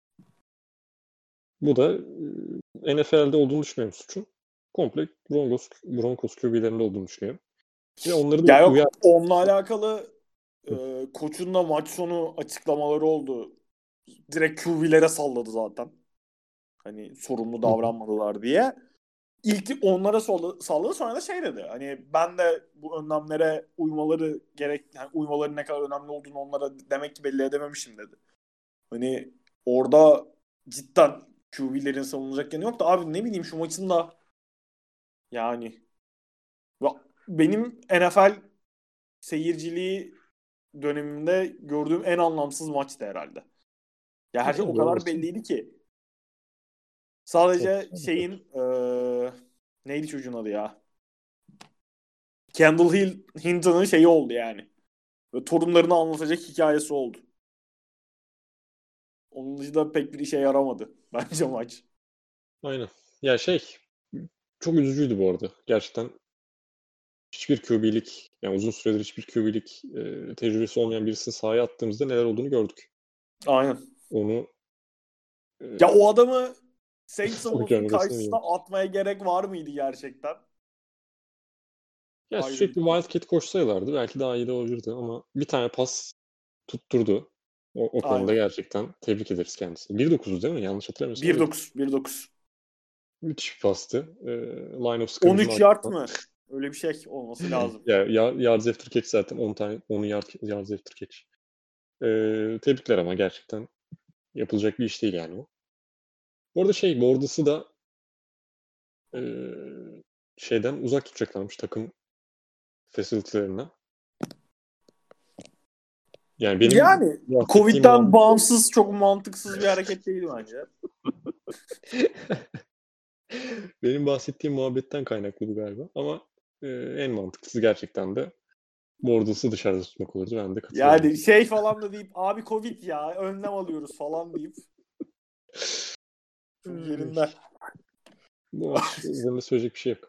[SPEAKER 2] Bu da NFL'de olduğunu düşünüyorum suçun. Komple Broncos QB'lerinde olduğunu düşünüyorum. Ve onları da
[SPEAKER 1] Ya yok, onunla alakalı koçun da maç sonu açıklamaları oldu. Direkt QB'lere salladı zaten. Hani sorumlu davranmadılar diye. İlk onlara salladı, sonra da şey dedi. Hani ben de bu önlemlere uymaları ne kadar önemli olduğunu onlara demek ki belli edememişim dedi. Hani orada cidden QB'lerin savunulacak yanı yok da abi, ne bileyim, şu maçın da yani benim NFL seyirciliği dönemimde gördüğüm en anlamsız maçtı herhalde. Ya her şey o kadar belliydi ki. Sadece şeyin neydi çocuğun adı ya? Hinton'ın şeyi oldu yani. Ve torunlarını anlatacak hikayesi oldu. Onun dışında pek bir işe yaramadı bence maç.
[SPEAKER 2] Aynen. Ya çok üzücüydü bu arada. Gerçekten hiçbir QB'lik, yani uzun süredir hiçbir QB'lik tecrübesi olmayan birisini sahaya attığımızda neler olduğunu gördük.
[SPEAKER 1] Aynen.
[SPEAKER 2] Onu
[SPEAKER 1] Ya o adamı Saints
[SPEAKER 2] onu
[SPEAKER 1] savunmasının
[SPEAKER 2] görmeden
[SPEAKER 1] karşısına
[SPEAKER 2] iyiyim.
[SPEAKER 1] atmaya gerek var mıydı gerçekten?
[SPEAKER 2] Ya
[SPEAKER 1] Ayrı bir
[SPEAKER 2] sürekli
[SPEAKER 1] konu.
[SPEAKER 2] Wildcat koşsalardı belki daha iyi de olurdu ama bir tane pas tutturdu. O konuda
[SPEAKER 1] Aynen.
[SPEAKER 2] gerçekten tebrik ederiz kendisini. 1.9'u değil mi? Yanlış hatırlamıyorsam öyleydi.
[SPEAKER 1] 1-9. 1-9.
[SPEAKER 2] Müthiş bir pastı. Line of scrimmage'ın
[SPEAKER 1] 13 yard
[SPEAKER 2] arkasından.
[SPEAKER 1] mı? Öyle bir şey olması lazım.
[SPEAKER 2] Yards after catch zaten 10 yards after catch. Tebrikler ama gerçekten yapılacak bir iş değil yani o. Bu arada Borders'ı da şeyden uzak tutacaklarmış, takım facility'lerinden. Yani benim
[SPEAKER 1] Yani
[SPEAKER 2] bahsettiğim
[SPEAKER 1] Covid'den
[SPEAKER 2] muhabbet
[SPEAKER 1] bağımsız çok mantıksız bir hareket değil bence.
[SPEAKER 2] benim bahsettiğim muhabbetten kaynaklı bu galiba. Ama en mantıklısı gerçekten de Borders'ı dışarıda tutmak olurdu. Ben de katılıyorum.
[SPEAKER 1] Yani şey falan da deyip abi Covid ya önlem alıyoruz falan deyip çok yerinde.
[SPEAKER 2] Bu maç üzerinde söyleyecek bir şey yok.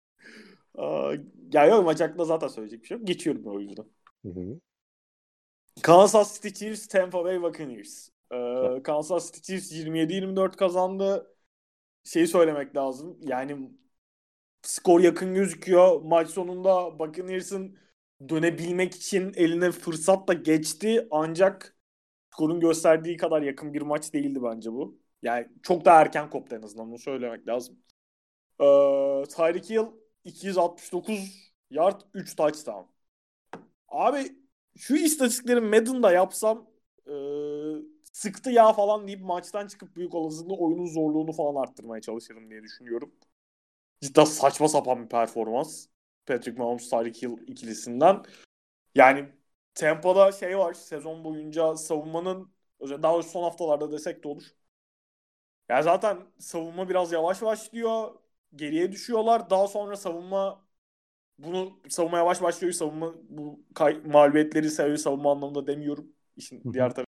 [SPEAKER 1] Ya yok, maç hakkında zaten söyleyecek bir şey yok. Geçiyorum o yüzden.
[SPEAKER 2] Hı hı.
[SPEAKER 1] Kansas City Chiefs, Tampa Bay Buccaneers.
[SPEAKER 2] Ha,
[SPEAKER 1] Kansas City Chiefs 27-24 kazandı. Şeyi söylemek lazım. Yani skor yakın gözüküyor. Maç sonunda Buccaneers'ın dönebilmek için eline fırsat da geçti. Ancak skorun gösterdiği kadar yakın bir maç değildi bence bu. Yani çok daha erken koptu, en azından bunu söylemek lazım. Tyreek Hill 269 yard 3 touchdown. Abi şu istatistikleri Madden'da yapsam sıktı ya falan deyip maçtan çıkıp büyük olasılıkla oyunun zorluğunu falan arttırmaya çalışırım diye düşünüyorum. Cidden saçma sapan bir performans. Patrick Mahomes, Tyreek Hill ikilisinden. Yani Tampa'da şey var, sezon boyunca savunmanın, özellikle daha doğrusu son haftalarda desek de olur. Yani zaten savunma biraz yavaş başlıyor. Geriye düşüyorlar. Daha sonra savunma yavaş başlıyor. Savunma bu mağlubiyetleri seviyor savunma anlamında demiyorum. İşin
[SPEAKER 2] Hı hı.
[SPEAKER 1] diğer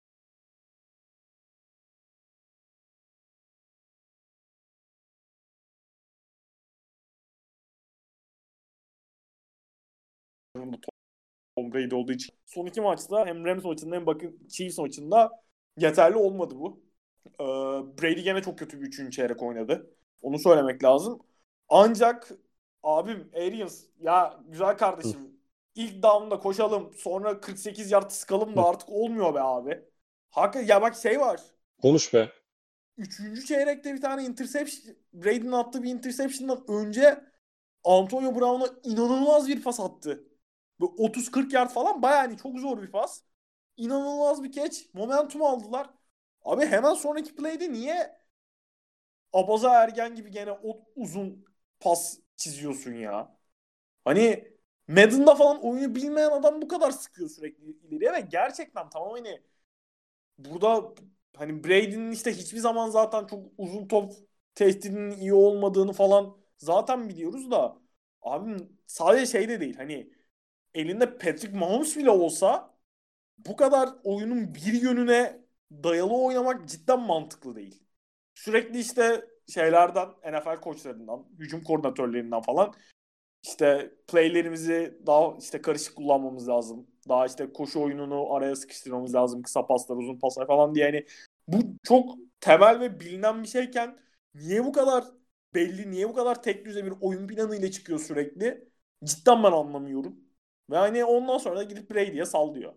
[SPEAKER 1] tarafında Tom Brady olduğu için. Son iki maçta hem Rams maçında hem bakın Chiefs maçında yeterli olmadı bu. Brady gene çok kötü bir üçüncü çeyrek oynadı. Onu söylemek lazım. Ancak abim Arians ya güzel
[SPEAKER 2] Hı.
[SPEAKER 1] kardeşim ilk down'da koşalım sonra 48 yard sıkalım da
[SPEAKER 2] Hı.
[SPEAKER 1] artık olmuyor be abi. Hakikaten ya bak şey var.
[SPEAKER 2] Konuş be.
[SPEAKER 1] Üçüncü çeyrekte bir tane interception Brady'nin attığı bir interception'dan önce Antonio Brown'a inanılmaz bir pas attı. Böyle 30-40 yard falan bayağı hani çok zor bir pas. İnanılmaz bir catch. Momentum aldılar. Abi hemen sonraki play'de niye Abaza Ergen gibi gene o uzun pas çiziyorsun ya? Hani Madden'da falan oyunu bilmeyen adam bu kadar sıkıyor sürekli ileriye ve gerçekten tamam hani burada hani Brady'nin işte hiçbir zaman zaten çok uzun top tehdidinin iyi olmadığını falan zaten biliyoruz da abi sadece şey de değil hani elinde Patrick Mahomes bile olsa bu kadar oyunun bir yönüne dayalı oynamak cidden mantıklı değil. Sürekli işte şeylerden NFL koçlarından, hücum koordinatörlerinden falan işte playlerimizi daha işte karışık kullanmamız lazım. Daha işte koşu oyununu araya sıkıştırmamız lazım. Kısa paslar, uzun paslar falan diye. Yani bu çok temel ve bilinen bir şeyken niye bu kadar belli, niye bu kadar tek düze bir oyun planıyla çıkıyor sürekli? Cidden ben anlamıyorum. Ve hani ondan sonra da gidip Brady'ye sallıyor.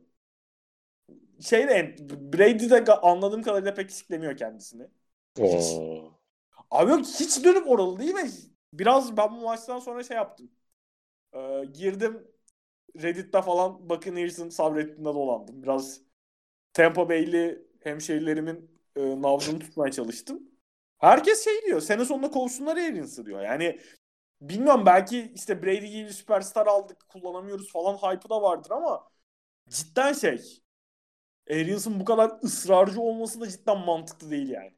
[SPEAKER 1] Brady de anladığım kadarıyla pek istiklemiyor kendisini. Hiç.
[SPEAKER 2] Oo.
[SPEAKER 1] Abi yok hiç dönüp oralı değil mi? Biraz ben bu maçtan sonra şey yaptım. Girdim Reddit'te falan Buccaneers'ın subreddit'inde dolandım. Biraz Tampa Bay'li hemşerilerimin nabzını tutmaya çalıştım. Herkes şey diyor. Sene sonunda kovsunlar Arians'ı diyor. Yani bilmiyorum belki işte Brady gibi bir süperstar aldık kullanamıyoruz falan hype'ı da vardır ama cidden şey Arians'ın bu kadar ısrarcı olması da cidden mantıklı değil yani.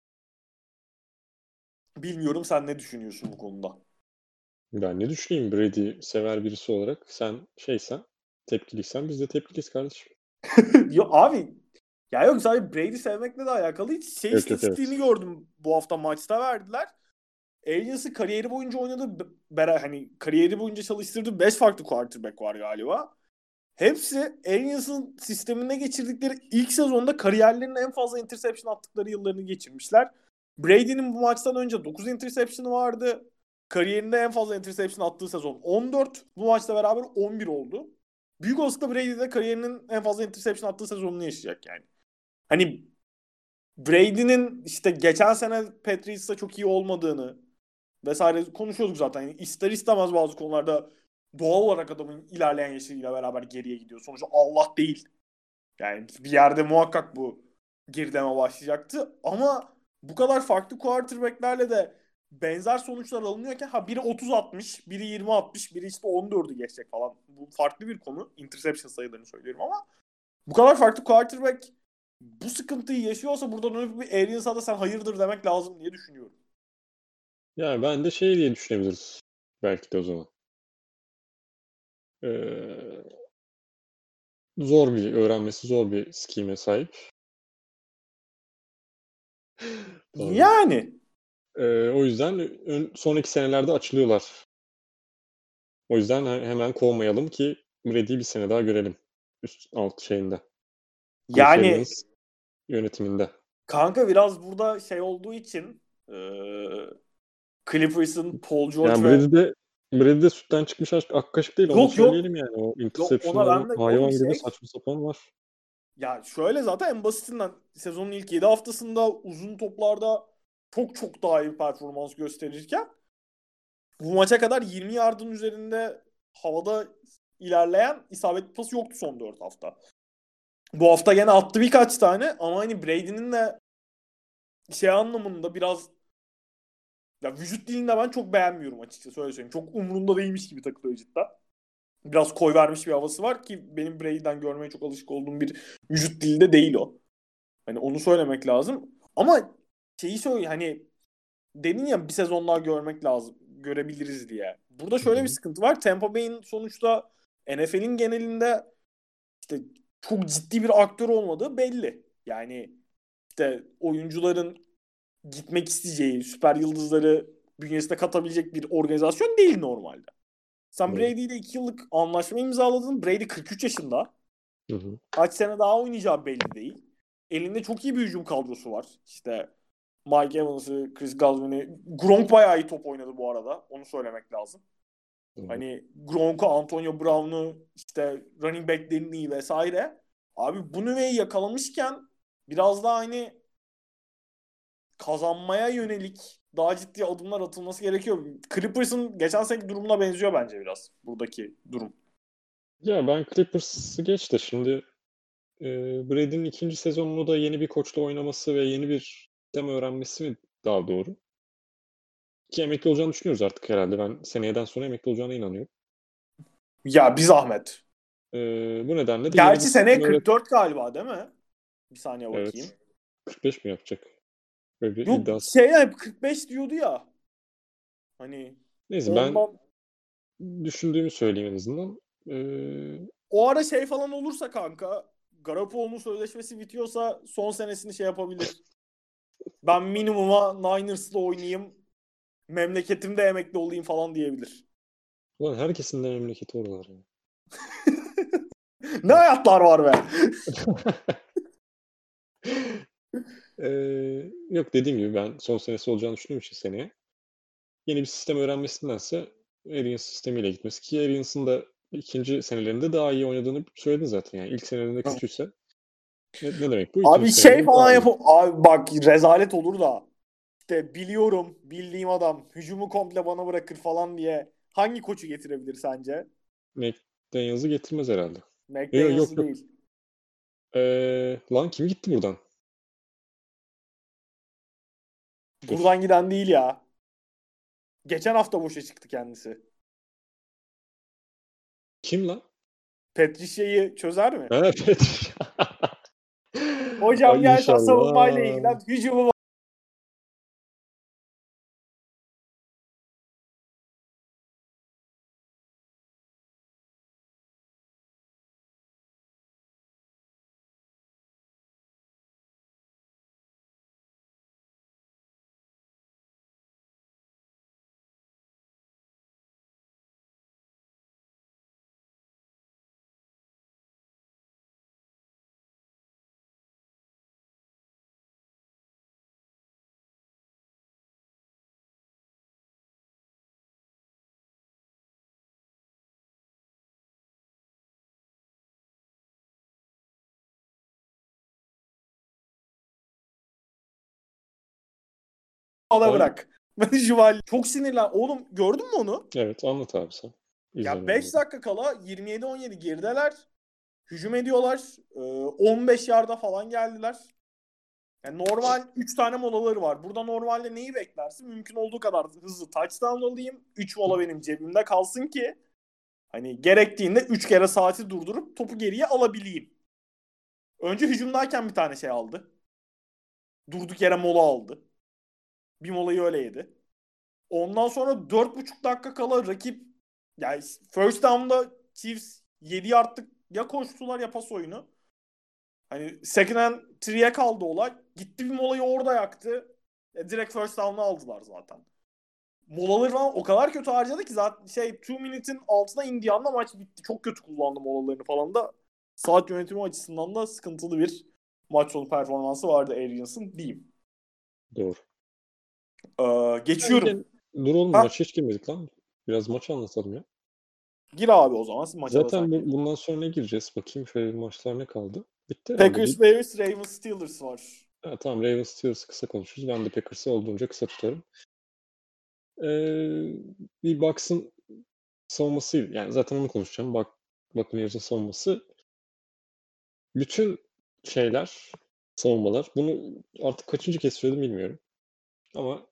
[SPEAKER 1] Bilmiyorum sen ne düşünüyorsun bu konuda?
[SPEAKER 2] Ben ne düşüneyim Brady sever birisi olarak. Sen şeysen, tepkiliysen biz de tepkiliyiz kardeşim.
[SPEAKER 1] Ya abi ya yok sadece Brady sevmekle de alakalı hiç şey
[SPEAKER 2] Yok yok evet.
[SPEAKER 1] istatistiğini gördüm bu hafta maçta verdiler. Aliens'ı kariyeri boyunca oynadı hani kariyeri boyunca çalıştırdığı 5 farklı quarterback var galiba. Hepsi Aliens'ın sistemine geçirdikleri ilk sezonda kariyerlerinin en fazla interception attıkları yıllarını geçirmişler. Brady'nin bu maçtan önce 9 interception'ı vardı. Kariyerinde en fazla interception attığı sezon 14. Bu maçla beraber 11 oldu. Büyük olasılıkla Brady de kariyerinin en fazla interception attığı sezonunu yaşayacak yani. Hani Brady'nin işte geçen sene Patriots'ta çok iyi olmadığını vesaire konuşuyorduk zaten. Yani ister istemez bazı konularda doğal olarak adamın ilerleyen yaşıyla beraber geriye gidiyor. Sonuçta Allah değil. Yani bir yerde muhakkak bu gerileme başlayacaktı. Ama bu kadar farklı quarterback'lerle de benzer sonuçlar alınıyorken biri 30-60, biri 20-60, biri işte 14'ü geçecek falan. Bu farklı bir konu. Interception sayılarını söylüyorum ama bu kadar farklı quarterback bu sıkıntıyı yaşıyorsa buradan dönüp bir Arians'a da sen hayırdır demek lazım diye düşünüyorum.
[SPEAKER 2] Yani ben de şey diye düşünebiliriz. Belki de o zaman. Ee, öğrenmesi zor bir scheme'e sahip. Pardon.
[SPEAKER 1] Yani
[SPEAKER 2] O yüzden sonraki senelerde açılıyorlar. O yüzden hemen kovmayalım ki Brady'yi bir sene daha görelim. Üst alt şeyinde. Bruce
[SPEAKER 1] yani
[SPEAKER 2] Arians yönetiminde.
[SPEAKER 1] kanka biraz burada şey olduğu için Clippers'ın Paul George
[SPEAKER 2] Yani
[SPEAKER 1] ve
[SPEAKER 2] Brady'de sütten çıkmış ak kaşık değil. Onu da
[SPEAKER 1] yok yok
[SPEAKER 2] söyleyelim yani. O
[SPEAKER 1] yok ona
[SPEAKER 2] interception'lar
[SPEAKER 1] ben de oğlum
[SPEAKER 2] hayvan gibi
[SPEAKER 1] şey
[SPEAKER 2] saçma sapan var.
[SPEAKER 1] ya şöyle zaten en basitinden sezonun ilk 7 haftasında uzun toplarda çok çok daha iyi bir performans gösterirken bu maça kadar 20 yardın üzerinde havada ilerleyen isabetli pası yoktu son 4 hafta. Bu hafta gene attı birkaç tane ama hani Brady'nin de şey anlamında biraz, ya vücut dilinde ben çok beğenmiyorum açıkçası, öyle söyleyeyim. Çok umurunda değilmiş gibi takılıyor cidden. Biraz koy vermiş bir havası var ki benim Brady'den görmeye çok alışık olduğum bir vücut dilde değil o. Hani onu söylemek lazım. Ama şeyi söyle, hani dedin ya bir sezon daha görmek lazım. Görebiliriz diye. Burada
[SPEAKER 2] Hı
[SPEAKER 1] şöyle bir
[SPEAKER 2] hı.
[SPEAKER 1] sıkıntı var. Tampa Bay'in sonuçta NFL'in genelinde işte çok ciddi bir aktör olmadığı belli. Yani işte oyuncuların gitmek isteyeceği, süper yıldızları bünyesine katabilecek bir organizasyon değil normalde. Sen
[SPEAKER 2] Doğru.
[SPEAKER 1] Brady ile 2 yıllık anlaşma imzaladın. Brady 43 yaşında.
[SPEAKER 2] Hı hı.
[SPEAKER 1] Kaç sene daha oynayacağı belli değil. Elinde çok iyi bir hücum kadrosu var. İşte Mike Evans'ı, Chris Godwin'i. Gronk bayağı iyi top oynadı bu arada. Onu söylemek lazım.
[SPEAKER 2] Doğru.
[SPEAKER 1] Hani Gronk'u, Antonio Brown'u, işte running back'lerini iyi vesaire. Abi bu nüveyi yakalamışken biraz daha hani kazanmaya yönelik daha ciddi adımlar atılması gerekiyor. Clippers'ın geçen seneki durumuna benziyor bence biraz buradaki durum.
[SPEAKER 2] Ya ben Clippers'ı geç de şimdi Brady'nin ikinci sezonunu da yeni bir koçla oynaması ve yeni bir sistem öğrenmesi mi daha doğru? Ki emekli olacağını düşünüyoruz artık herhalde. Ben seneyeden sonra emekli olacağına inanıyorum.
[SPEAKER 1] Ya bir zahmet.
[SPEAKER 2] Bu nedenle de yeni bir
[SPEAKER 1] Gerçi
[SPEAKER 2] sistem
[SPEAKER 1] seneye 44 galiba değil mi? Bir saniye bakayım.
[SPEAKER 2] Evet. 45 mi yapacak? Böyle bir
[SPEAKER 1] Yok
[SPEAKER 2] iddiası.
[SPEAKER 1] şey hep 45 diyordu ya. Hani
[SPEAKER 2] Neyse ben
[SPEAKER 1] ondan
[SPEAKER 2] düşündüğümü söyleyeyim en azından.
[SPEAKER 1] o ara şey falan olursa kanka, Garoppolo'nun sözleşmesi bitiyorsa son senesini şey yapabilir. Ben minimuma Niners'la oynayayım. Memleketimde emekli olayım falan diyebilir.
[SPEAKER 2] Ulan herkesin de memleketi oralar ya.
[SPEAKER 1] Ne hayatlar var be.
[SPEAKER 2] Yok dediğim gibi ben son senesi olacağını düşündüğüm için seneye. Yeni bir sistem öğrenmesindense Arians sistemiyle gitmesi ki Arians'ın da ikinci senelerinde daha iyi oynadığını söyledin zaten. Yani ilk senelerinde kötüyse ne demek bu? İkinci
[SPEAKER 1] Abi şey
[SPEAKER 2] senelerinde
[SPEAKER 1] falan
[SPEAKER 2] daha iyi.
[SPEAKER 1] yap. Abi bak rezalet olur da. İşte biliyorum, bildiğim adam hücumu komple bana bırakır falan diye hangi koçu getirebilir sence?
[SPEAKER 2] McDaniels'ı getirmez herhalde. Yok yok
[SPEAKER 1] McDaniels'ı
[SPEAKER 2] yok.
[SPEAKER 1] değil.
[SPEAKER 2] Lan kim gitti buradan? Dur.
[SPEAKER 1] Buradan giden değil ya. Geçen hafta boşa çıktı kendisi.
[SPEAKER 2] Kim lan?
[SPEAKER 1] Patricia'yı çözer mi?
[SPEAKER 2] Ha, Petr.
[SPEAKER 1] Hocam
[SPEAKER 2] Ay
[SPEAKER 1] gel sen savunmayla
[SPEAKER 2] inşallah.
[SPEAKER 1] ilgilen. Hücumu bana
[SPEAKER 2] Ay.
[SPEAKER 1] bırak. Ben Juvali çok sinirlen. Oğlum gördün mü onu?
[SPEAKER 2] Evet anlat abi sen.
[SPEAKER 1] Ya
[SPEAKER 2] İzlemedim
[SPEAKER 1] 5
[SPEAKER 2] dedim.
[SPEAKER 1] dakika kala 27-17 gerideler. Hücum ediyorlar. 15 yarda falan geldiler. Yani normal 3 tane molaları var. Burada normalde neyi beklersin? Mümkün olduğu kadar hızlı touchdown alayım. 3 mola benim cebimde kalsın ki hani gerektiğinde 3 kere saati durdurup topu geriye alabileyim. Önce hücumdayken bir tane şey aldı. Durduk yere mola aldı. Bir molayı öyle yedi. Ondan sonra 4,5 dakika kala rakip, yani first down'da Chiefs 7 artık ya koştular ya pas oyunu. Hani second and three'ye kaldı olay. Gitti bir molayı orada yaktı. Direkt first down'u aldılar zaten. Molaları falan o kadar kötü harcadı ki zaten şey 2 minute'in altına indiği anda maç bitti. Çok kötü kullandı molalarını falan da. Saat yönetimi açısından da sıkıntılı bir maç sonu performansı vardı Arians'ın diyeyim.
[SPEAKER 2] Doğru.
[SPEAKER 1] Geçiyorum.
[SPEAKER 2] Bence dur oğlum
[SPEAKER 1] Ha,
[SPEAKER 2] maça hiç girmedik lan. Biraz maç anlatalım ya.
[SPEAKER 1] gir abi o zaman. Maça da
[SPEAKER 2] Zaten
[SPEAKER 1] sen gir.
[SPEAKER 2] bundan sonra ne gireceğiz? Bakayım şöyle maçlar ne kaldı? Bitti herhalde.
[SPEAKER 1] Packers, Bears, Ravens, Steelers var.
[SPEAKER 2] Ha, tamam Ravens Steelers'ı kısa konuşuruz. Ben de Packers'ı olduğunca kısa tutarım. Ee, bir Bucks'ın savunması yani zaten onu konuşacağım. Buccaneers'ın savunması bütün şeyler, savunmalar, bunu artık kaçıncı kez söyledim bilmiyorum. Ama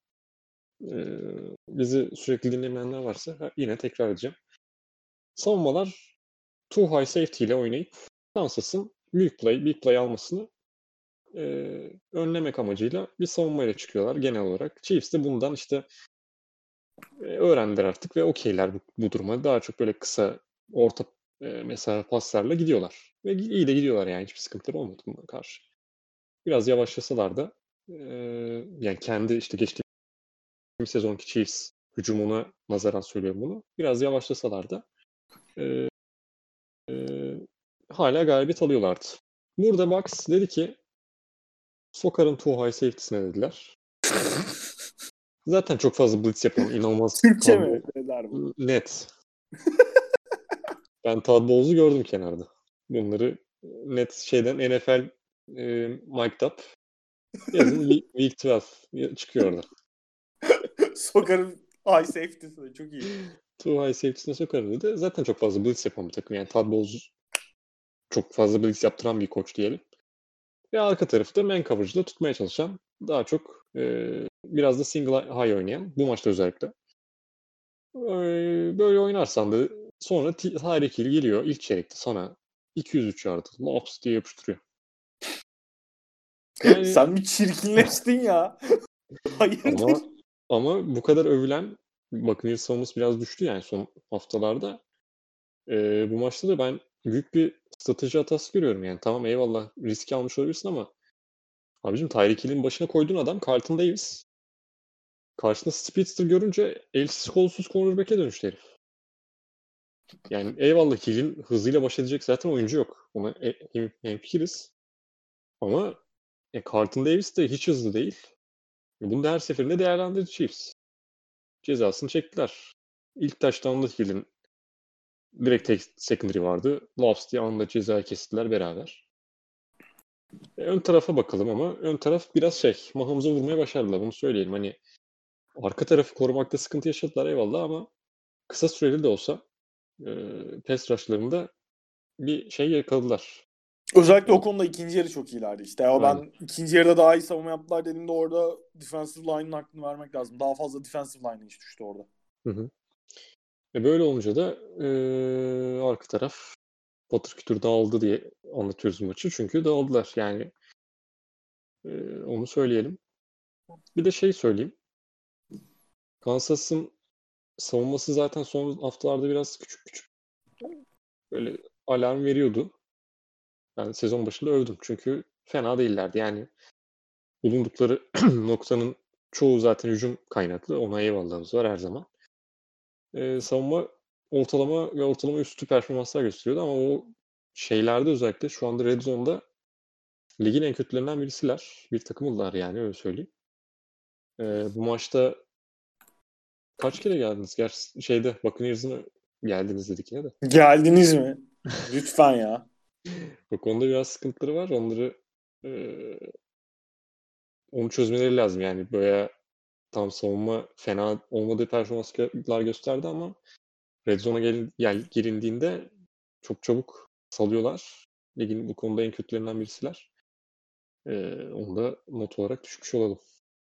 [SPEAKER 2] bizi sürekli dinlemeyenler varsa yine tekrar edeceğim. Savunmalar too high safety ile oynayıp Kansas'ın big play almasını önlemek amacıyla bir savunmayla çıkıyorlar genel olarak. Chiefs de bundan işte öğrendiler artık ve okeyler bu duruma. Daha çok böyle kısa, orta mesafe paslarla gidiyorlar. Ve iyi de gidiyorlar yani hiçbir sıkıntıları olmadı buna karşı. Biraz yavaşlasalar da yani kendi işte geçtiğimiz sezonki Chiefs hücumuna nazaran söylüyorum bunu. Biraz yavaşlasalar da hala galibiyet alıyorlardı. Burada Bucks dedi ki sokarın too high safety'sine dediler. Zaten çok fazla blitz yapan inanılmaz
[SPEAKER 1] Türkçe mi dediler bu?
[SPEAKER 2] net. Ben Todd Bowles'u gördüm kenarda. Bunları net şeyden NFL mic'd up yazın Week 12 çıkıyor orada.
[SPEAKER 1] Sokar'ın high safety'si çok iyi.
[SPEAKER 2] Too high safety'sine sokarım dedi. Zaten çok fazla blitz yapan bir takım. Yani Todd Bowles çok fazla blitz yaptıran bir koç diyelim. Ve arka tarafı da man coverage'da tutmaya çalışan, daha çok biraz da single high oynayan, bu maçta özellikle. Böyle oynarsan da sonra Tyreek Hill geliyor ilk çeyrekte sana 203 yard lops diye yapıştırıyor. Yani,
[SPEAKER 1] sen bir çirkinleştin ya. Hayırdır?
[SPEAKER 2] ama bu kadar övülen Buccaneers savunması biraz düştü yani son haftalarda. Bu maçta da ben büyük bir strateji hatası görüyorum yani. Tamam eyvallah riski almış olabilirsin ama abicim Tyreek Hill'in başına koyduğun adam Carlton Davis. Karşısında Speedster görünce elsiz kolsuz cornerback'e dönüştü herif. Yani eyvallah Hill'in hızıyla baş edecek zaten oyuncu yok. Ona hemfikiriz. Ama Carlton Davis de hiç hızlı değil. Bunu da her seferinde değerlendirdi Chiefs. Cezasını çektiler. İlk touchdown'da Hill'in direkt secondary vardı. Loves diye anda cezayı kestiler beraber. Ön tarafa bakalım ama ön taraf biraz Mahomes'a vurmaya başardılar. Bunu söyleyelim. Hani arka tarafı korumakta sıkıntı yaşadılar eyvallah ama kısa süreli de olsa pass rush'larında bir şey yakaladılar.
[SPEAKER 1] Özellikle o konuda ikinci yarı çok iyilerdi işte. Ya
[SPEAKER 2] Aynen.
[SPEAKER 1] ben ikinci yarıda daha iyi savunma yaptılar dediğimde orada defensive line'ın hakkını vermek lazım. Daha fazla defensive line iş düştü orada.
[SPEAKER 2] Hı. Böyle olunca da arka taraf patır kütür dağıldı diye anlatıyoruz maçı. Çünkü dağıldılar yani. Onu söyleyelim. Bir de söyleyeyim. Kansas'ın savunması zaten son haftalarda biraz küçük böyle alarm veriyordu. Ben sezon başında övdüm. Çünkü fena değillerdi. Yani bulundukları noktanın çoğu zaten hücum kaynaklı. Ona eyvallahımız var her zaman. Savunma ortalama üstü performanslar gösteriyordu ama o şeylerde özellikle şu anda Red Zone'da ligin en kötülerinden birisiler. Bir takımdılar yani öyle söyleyeyim. Bu maçta kaç kere geldiniz? Gerçi Buccaneers'ın geldiniz dedik yine de.
[SPEAKER 1] Geldiniz mi? Lütfen ya.
[SPEAKER 2] O konuda biraz sıkıntıları var. Onu çözmeleri lazım yani. Böyle tam savunma fena olmadığı performanslar gösterdi ama Red Zone'a girildiğinde çok çabuk salıyorlar. Ligin bu konuda en kötülerinden birisiler. Onu da not olarak düşmüş olalım.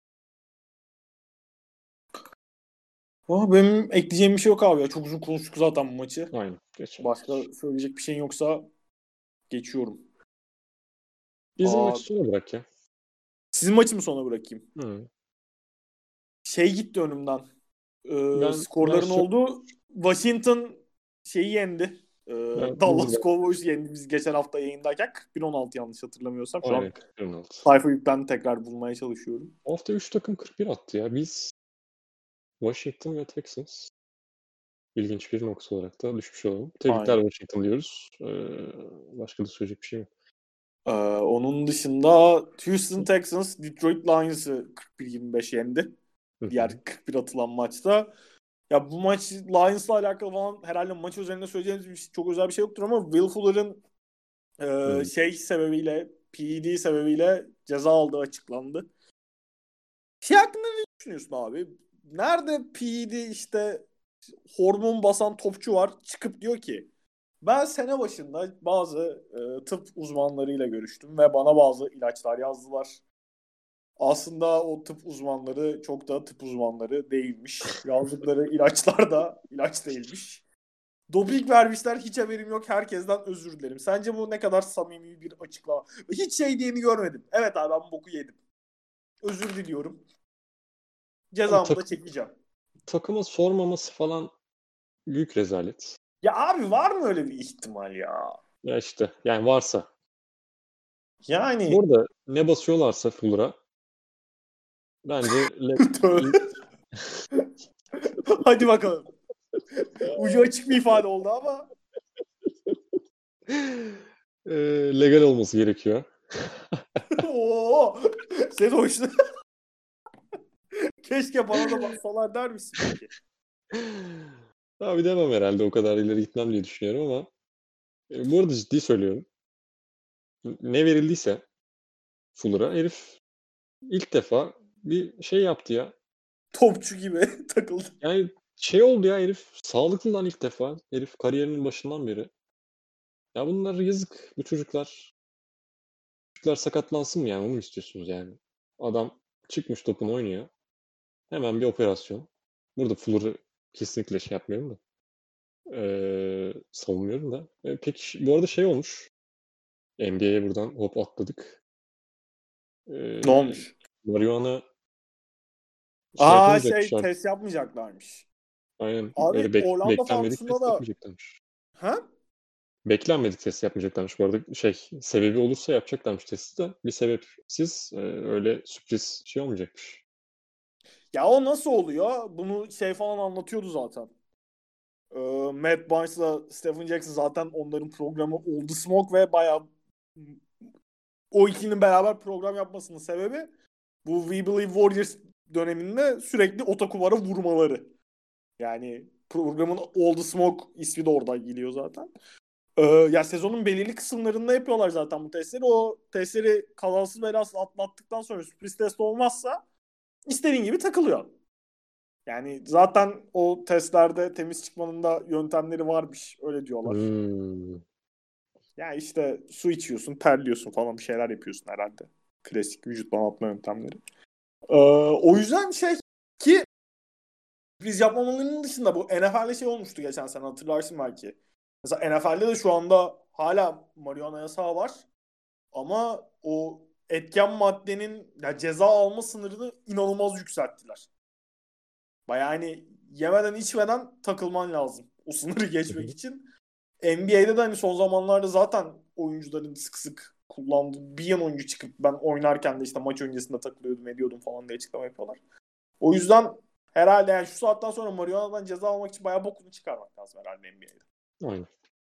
[SPEAKER 1] Benim ekleyeceğim bir şey yok abi ya. Çok uzun konuştuk zaten bu maçı.
[SPEAKER 2] Aynen. Geçelim.
[SPEAKER 1] Başka söyleyecek bir şeyin yoksa geçiyorum.
[SPEAKER 2] Bizim maçı sona bırak ya.
[SPEAKER 1] Sizin maçı mı sona bırakayım?
[SPEAKER 2] Hı.
[SPEAKER 1] Gitti önümden.
[SPEAKER 2] Ben
[SPEAKER 1] Skorların olduğu Washington yendi. Dallas
[SPEAKER 2] burada
[SPEAKER 1] Cowboys yendi biz geçen hafta yayındayken 41-16 yanlış hatırlamıyorsam. Şu an
[SPEAKER 2] aynen 41-16.
[SPEAKER 1] sayfa yükten tekrar bulmaya çalışıyorum.
[SPEAKER 2] Bu hafta 3 takım 41 attı ya. Biz Washington ve Texans. İlginç bir nokta olarak da düşmüş olalım. Tebrikler
[SPEAKER 1] Aynen.
[SPEAKER 2] Washington diyoruz. Başka da söyleyecek bir şey yok.
[SPEAKER 1] Onun dışında Houston Texans Detroit Lions'ı 41-25 yendi. Diğer 41 atılan maçta. Ya bu maç Lions'la alakalı falan herhalde maç üzerinde söyleyeceğimiz çok özel bir şey yoktur ama Will Fuller'ın sebebiyle PED sebebiyle ceza aldığı açıklandı. Hakkında ne düşünüyorsun abi? Nerede PED işte hormon basan topçu var çıkıp diyor ki Ben sene başında bazı tıp uzmanlarıyla görüştüm ve bana bazı ilaçlar yazdılar. Aslında o tıp uzmanları çok da tıp uzmanları değilmiş. Yazdıkları ilaçlar da ilaç değilmiş. Doping vermişler, hiç haberim yok, herkesten özür dilerim. Sence bu ne kadar samimi bir açıklama? Hiç şey diyeni görmedim. Evet abi, ben boku yedim. Özür diliyorum.
[SPEAKER 2] Abi
[SPEAKER 1] Cezamı da çekeceğim.
[SPEAKER 2] takıma sormaması falan büyük rezalet.
[SPEAKER 1] Ya abi, var mı öyle bir ihtimal ya?
[SPEAKER 2] Ya işte yani varsa. Bu
[SPEAKER 1] Yani
[SPEAKER 2] arada ne basıyorlarsa Fuller'a bence
[SPEAKER 1] hadi bakalım. Ucu açık bir ifade oldu ama
[SPEAKER 2] legal olması gerekiyor.
[SPEAKER 1] Oo, sen hoşuna. Keşke bana da bassalar der misin peki?
[SPEAKER 2] Abi demem herhalde, o kadar ileri gitmem diye düşünüyorum ama bu arada ciddi söylüyorum. Ne verildiyse Fuller'a herif ilk defa bir şey yaptı ya.
[SPEAKER 1] Topçu gibi takıldı.
[SPEAKER 2] Yani şey oldu ya, herif sağlıklı lan ilk defa. Herif kariyerinin başından beri. Ya bunlar yazık, bu çocuklar. Çocuklar sakatlansın mı yani, onu mu istiyorsunuz yani? Adam çıkmış, topunu oynuyor. Hemen bir operasyon. Burada Fuller'ı kesinlikle şey yapmıyorum da. Savunmuyorum da. Peki bu arada şey olmuş. NBA'ye buradan hop atladık.
[SPEAKER 1] Ne
[SPEAKER 2] Ee,
[SPEAKER 1] olmuş?
[SPEAKER 2] Marijuana şey
[SPEAKER 1] Aa, şey,
[SPEAKER 2] yapamayacakmışlar.
[SPEAKER 1] test yapmayacaklarmış.
[SPEAKER 2] Aynen.
[SPEAKER 1] Abi
[SPEAKER 2] Öyle
[SPEAKER 1] Orlando
[SPEAKER 2] beklenmedik
[SPEAKER 1] Fox'unda
[SPEAKER 2] test
[SPEAKER 1] da
[SPEAKER 2] yapmayacaklarmış.
[SPEAKER 1] ha?
[SPEAKER 2] Beklenmedik test yapmayacaklarmış bu arada. Şey, sebebi olursa yapacaklarmış testi de. Bir sebepsiz öyle sürpriz şey olmayacakmış.
[SPEAKER 1] Ya o nasıl oluyor? Bunu şey falan anlatıyordu zaten. Matt Barnes'la Stephen Jackson zaten onların programı All the Smoke ve bayağı o ikilinin beraber program yapmasının sebebi bu We Believe Warriors döneminde sürekli Otakuvara vurmaları. Yani programın All the Smoke ismi de oradan geliyor zaten. Ya sezonun belirli kısımlarında yapıyorlar zaten bu testleri. O testleri kazasız belasız atlattıktan sonra sürpriz test olmazsa istediğin gibi takılıyor. Yani zaten o testlerde temiz çıkmanın da yöntemleri varmış. Öyle diyorlar.
[SPEAKER 2] Hmm.
[SPEAKER 1] Yani işte su içiyorsun, terliyorsun falan, bir şeyler yapıyorsun herhalde. Klasik vücut donatma yöntemleri. O yüzden şey ki sürpriz yapmamalarının dışında bu NFL'de şey olmuştu geçen sene, hatırlarsın belki. Mesela NFL'de de şu anda hala marihuana yasağı var. Ama o etken maddenin ya ceza alma sınırını inanılmaz yükselttiler. Baya hani yemeden içmeden takılman lazım o sınırı geçmek için. NBA'de de hani son zamanlarda zaten oyuncuların sık sık kullandığı bir yan oyuncu çıkıp ben oynarken de işte maç öncesinde takılıyordum ediyordum falan diye açıklama yapıyorlar. O yüzden herhalde yani şu saatten sonra marihuana'dan ceza almak için bayağı bokunu çıkarmak lazım herhalde NBA'de.
[SPEAKER 2] Aynen.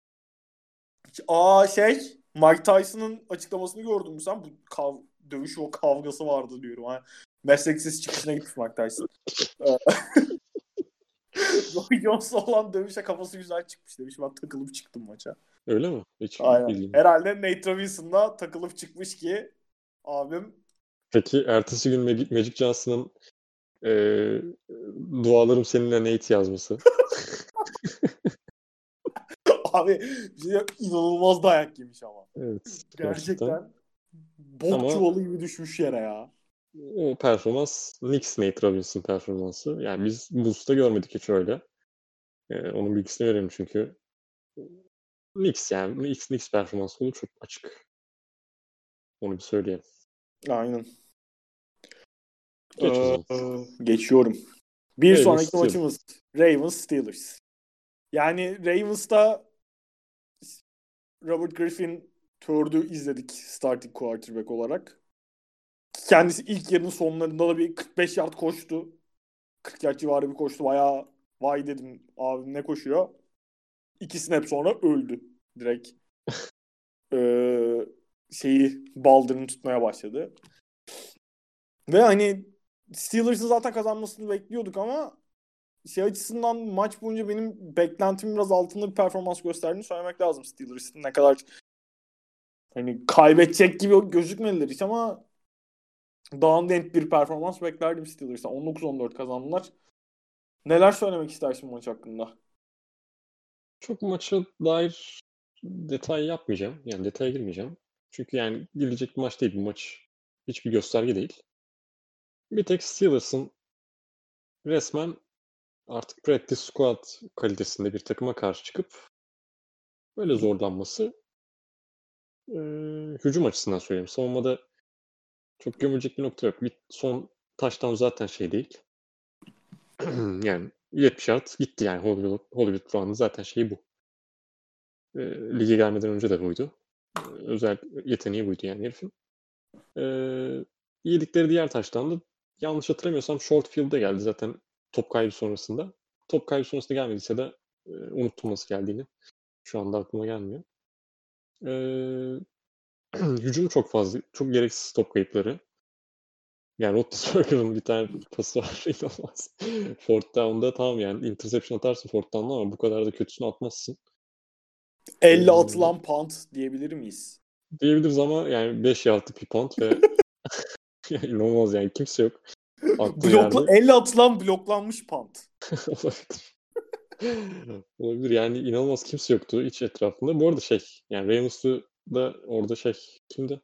[SPEAKER 1] Şey, Mike Tyson'ın açıklamasını gördün mü sen? Bu dövüş o kavgası vardı diyorum. Ha. Mesleksiz çıkışına gitmiş Mike Tyson. Roy Jones'la olan dövüşe kafası güzel çıkmış demiş. Ben takılıp çıktım maça.
[SPEAKER 2] Öyle mi? Hiç
[SPEAKER 1] Aynen.
[SPEAKER 2] bilgim.
[SPEAKER 1] Herhalde Nate Robinson'la takılıp çıkmış ki abim
[SPEAKER 2] Peki ertesi gün Magic Johnson'ın eee dualarım seninle Nate yazması.
[SPEAKER 1] abi inanılmaz dayak yemiş ama.
[SPEAKER 2] Evet, gerçekten.
[SPEAKER 1] Gerçekten bok
[SPEAKER 2] Ama
[SPEAKER 1] çuvalı gibi düşmüş yere ya.
[SPEAKER 2] o performans Knicks Nate Robinson performansı. Yani biz Bulls'ta görmedik hiç öyle. Onun bilgisini verelim çünkü. Knicks yani. Knicks performansı olur, çok açık. Onu bir söyleyeyim.
[SPEAKER 1] Aynen.
[SPEAKER 2] Geç o zaman.
[SPEAKER 1] Geçiyorum. Bir
[SPEAKER 2] Ravens
[SPEAKER 1] sonraki
[SPEAKER 2] Steelers.
[SPEAKER 1] maçımız Ravens Steelers. Yani Ravens'ta Robert Griffin III'dü izledik starting quarterback olarak. Kendisi ilk yarının sonlarında da bir 45 yard koştu. 40 yard civarı bir koştu. Bayağı vay dedim, abi ne koşuyor. 2 snap sonra öldü. Direkt şeyi, baldırını tutmaya başladı. Ve hani Steelers'ın zaten kazanmasını bekliyorduk ama şey açısından maç boyunca benim beklentimin biraz altında bir performans gösterdiğini söylemek lazım Steelers'ın. Ne kadar hani kaybedecek gibi gözükmediler hiç ama daha net bir performans beklerdim Steelers'tan. 19-14 kazandılar. Neler söylemek istersin maç hakkında?
[SPEAKER 2] Çok maça dair detay yapmayacağım. Yani detaya girmeyeceğim. Çünkü yani girilecek bir maç değil bu maç. Hiçbir gösterge değil. Bir tek Steelers'ın resmen artık practice squad kalitesinde bir takıma karşı çıkıp böyle zorlanması hücum açısından söyleyeyim. Savunmada çok gömülecek bir nokta yok. Bir son touchdown zaten şey değil. Yani 70 yard gitti yani Hollywood puanı zaten şey bu. Lige gelmeden önce de buydu. Özel yeteneği buydu yani herifin. Yedikleri diğer touchdown'da yanlış hatırlamıyorsam short field'de geldi zaten top kaybı sonrasında. Top kaybı sonrasında gelmediyse de unuttum nasıl geldiğini. Şu anda aklıma gelmiyor. Hücum çok fazla. Çok gereksiz top kayıpları. Yani Roethlisberger'ın bir tane pası var. İnanılmaz. Fourth down'da tamam yani interception atarsın fourth down'da ama bu kadar da kötüsünü atmazsın.
[SPEAKER 1] Elle atılan punt diyebilir miyiz?
[SPEAKER 2] Diyebiliriz ama yani 5 yardlık bir punt ve inanılmaz yani kimse yok. Attığı yerde.
[SPEAKER 1] Elle atılan bloklanmış punt.
[SPEAKER 2] Olabilir. Olabilir yani inanılmaz kimse yoktu hiç etrafında. Bu arada yani Ravens'ı da orada kimdi?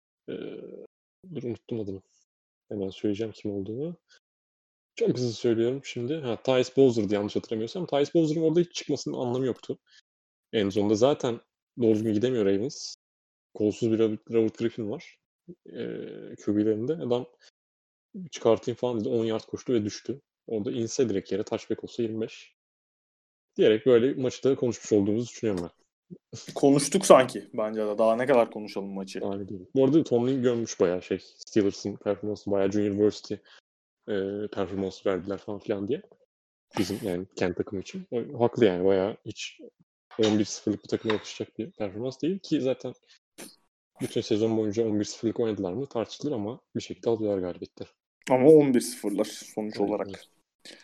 [SPEAKER 2] Dur unuttum adını. Hemen söyleyeceğim kim olduğunu. Çok hızlı söylüyorum şimdi. Tyus Bowser'dı yanlış hatırlamıyorsam. Tyus Bowser'ın orada hiç çıkmasının anlamı yoktu. En sonunda zaten doğru düzgün gidemiyor Ravens. Kolsuz bir Robert Griffin var. QB'lerinde. Adam çıkartayım falan dedi. 10 yard koştu ve düştü. Orada inse direkt yere touchback olsa 25. Diyerek böyle maçı da konuşmuş olduğumuzu düşünüyorum ben.
[SPEAKER 1] Konuştuk sanki bence de. Daha ne kadar konuşalım maçı.
[SPEAKER 2] Öyle değil. Bu arada Tomlin gömmüş bayağı Steelers'ın performansı bayağı Junior Varsity performansı verdiler falan filan diye. Bizim yani kendi takımı için. Haklı yani bayağı hiç 11-0'lık bir takıma yakışacak bir performans değil ki zaten bütün sezon boyunca 11-0'lık oynadılar mı tartışılır ama bir şekilde aldılar galibiyetler.
[SPEAKER 1] Ama 11-0'lar sonuç
[SPEAKER 2] Aynen,
[SPEAKER 1] olarak.
[SPEAKER 2] evet.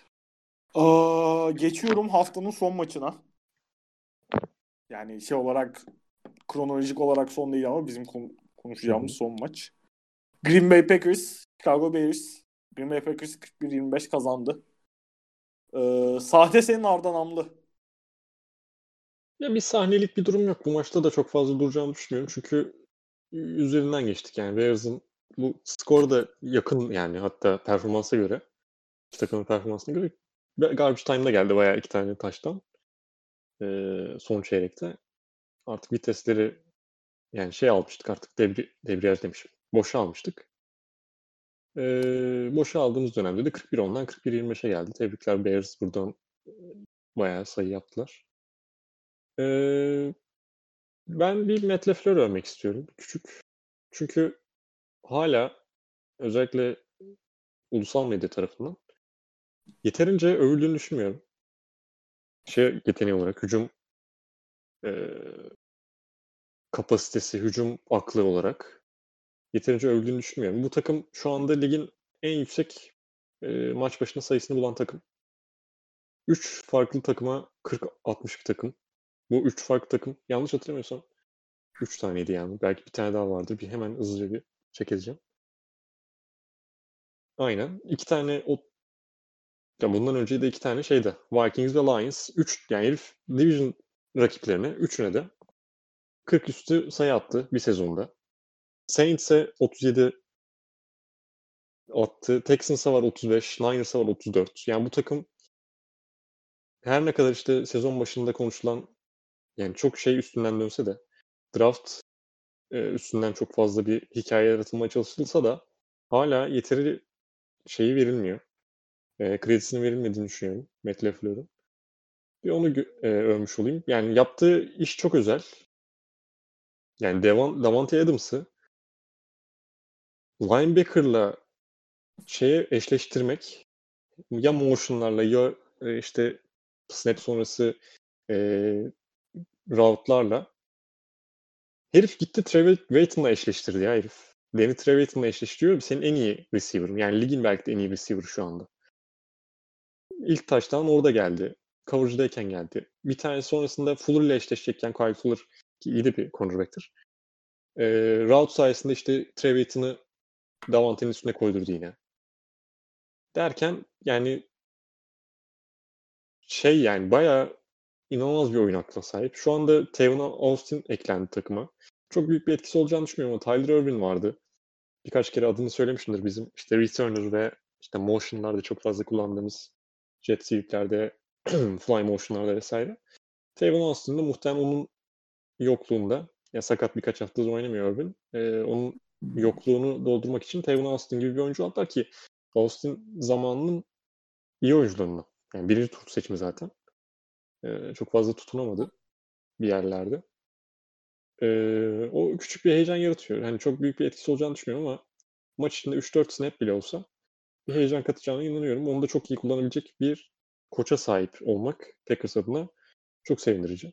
[SPEAKER 1] Geçiyorum haftanın son maçına. Yani olarak kronolojik olarak son değil ama bizim konuşacağımız son maç. Green Bay Packers, Chicago Bears. Green Bay Packers 41-25 kazandı. Sahte senin Arda Namlı.
[SPEAKER 2] Ya bir sahnelik bir durum yok. Bu maçta da çok fazla duracağımı düşünmüyorum. Çünkü üzerinden geçtik yani. Bears'ın bu skoru da yakın yani hatta performansa göre. İki takımın performansına göre. Garbage time'da geldi bayağı 2 tane taştan. Son çeyrekte. Artık vitesleri yani almıştık artık debriyaj demişim. Boşa almıştık. Boşa aldığımız dönemde de 41-10'dan 41-25'e geldi. Tebrikler Bears buradan bayağı sayı yaptılar. Ben bir Matt LaFleur övmek istiyorum. Küçük. Çünkü hala özellikle ulusal medya tarafından yeterince övüldüğünü düşünmüyorum. Yeteneği olarak hücum kapasitesi, hücum aklı olarak yeterince övüldüğünü düşünmüyorum. Bu takım şu anda ligin en yüksek maç başına sayısını bulan takım. 3 farklı takıma 40-60 bir takım. Bu 3 farklı takım yanlış hatırlamıyorsam 3 taneydi yani. Belki bir tane daha vardır. Bir hemen hızlıca bir check edeceğim. Aynen. 2 tane ya bundan önce de 2 tane Vikings ve Lions. 3 yani herif division rakiplerine 3'üne de 40 üstü sayı attı bir sezonda. Saints'e 37 attı. Texans'a var 35. Niners'a var 34. Yani bu takım her ne kadar işte sezon başında konuşulan yani çok üstünden dönse de draft üstünden çok fazla bir hikaye yaratılmaya çalışılsa da hala yeteri verilmiyor. Kredisinin verilmediğini düşünüyorum Matt LaFleur'un. Bir onu övmüş olayım. Yani yaptığı iş çok özel. Yani Davante Adams'ı linebacker'la eşleştirmek ya motion'larla ya işte snap sonrası e, route'larla herif gitti Trevathan'la eşleştirdi ya herif. Danny Trevathan'la eşleştiriyor. Senin en iyi receiver'ın. Yani ligin belki de en iyi receiver'ı şu anda. İlk taştan orada geldi. Coverage'dayken geldi. Bir tane sonrasında Fuller ile eşleşecekken Kyle Fuller ki iyi de bir cornerback'tir. Route sayesinde işte Trevathan'ı Davante'nin üstüne koydurdu yine. Derken yani yani bayağı inanılmaz bir oyun aklına sahip. Şu anda Tavon Austin eklendi takıma. Çok büyük bir etkisi olacağını düşünmüyorum ama Tyler Irvin vardı. Birkaç kere adını söylemişimdir bizim. İşte returner ve işte motion'larda çok fazla kullandığımız jet sweep'lerde, fly motion'larda vesaire. Tavon Austin'de muhtemelen onun yokluğunda, ya sakat birkaç haftadır oynamıyor Irvin. Onun yokluğunu doldurmak için Tavon Austin gibi bir oyuncu aldılar ki Austin zamanının iyi oyuncularından. Yani birinci tur seçimi zaten. Çok fazla tutunamadı bir yerlerde. O küçük bir heyecan yaratıyor. Yani çok büyük bir etkisi olacağını düşünmüyorum ama maç içinde 3-4 snap bile olsa bir heyecan katacağına inanıyorum. Onu da çok iyi kullanabilecek bir koça sahip olmak Packers adına çok sevindirici.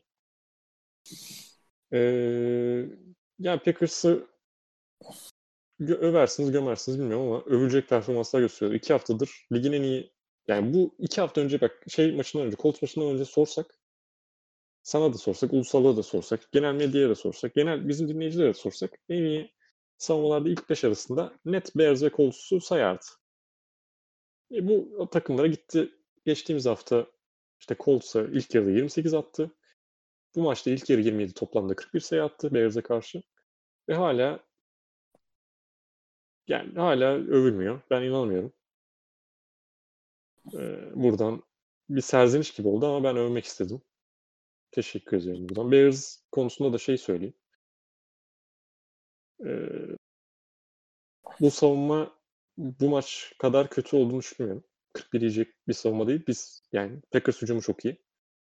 [SPEAKER 2] Yani Packers'ı översiniz gömersiniz bilmiyorum ama övülecek performanslar gösteriyor. 2 haftadır ligin en iyi, yani bu 2 hafta önce bak maçından önce, Colts maçından önce sorsak, sana da sorsak, ulusalda da sorsak, genel medyaya da sorsak, genel bizim dinleyicilere de sorsak en iyi savunmalarda ilk 5 arasında net Bears ve Colts'u sayardı. Bu o takımlara gitti. Geçtiğimiz hafta işte Colts'a ilk yarıda 28 attı. Bu maçta ilk yarı 27, toplamda 41 sayı attı Bears'e karşı. Ve hala övülmüyor. Ben inanmıyorum. Buradan bir serzeniş gibi oldu ama ben övmek istedim. Teşekkür ediyorum buradan. Bears konusunda da söyleyeyim. Bu savunma bu maç kadar kötü olduğunu düşünmüyorum. 41 yiyecek bir savunma değil. Yani Packers hücumu çok iyi.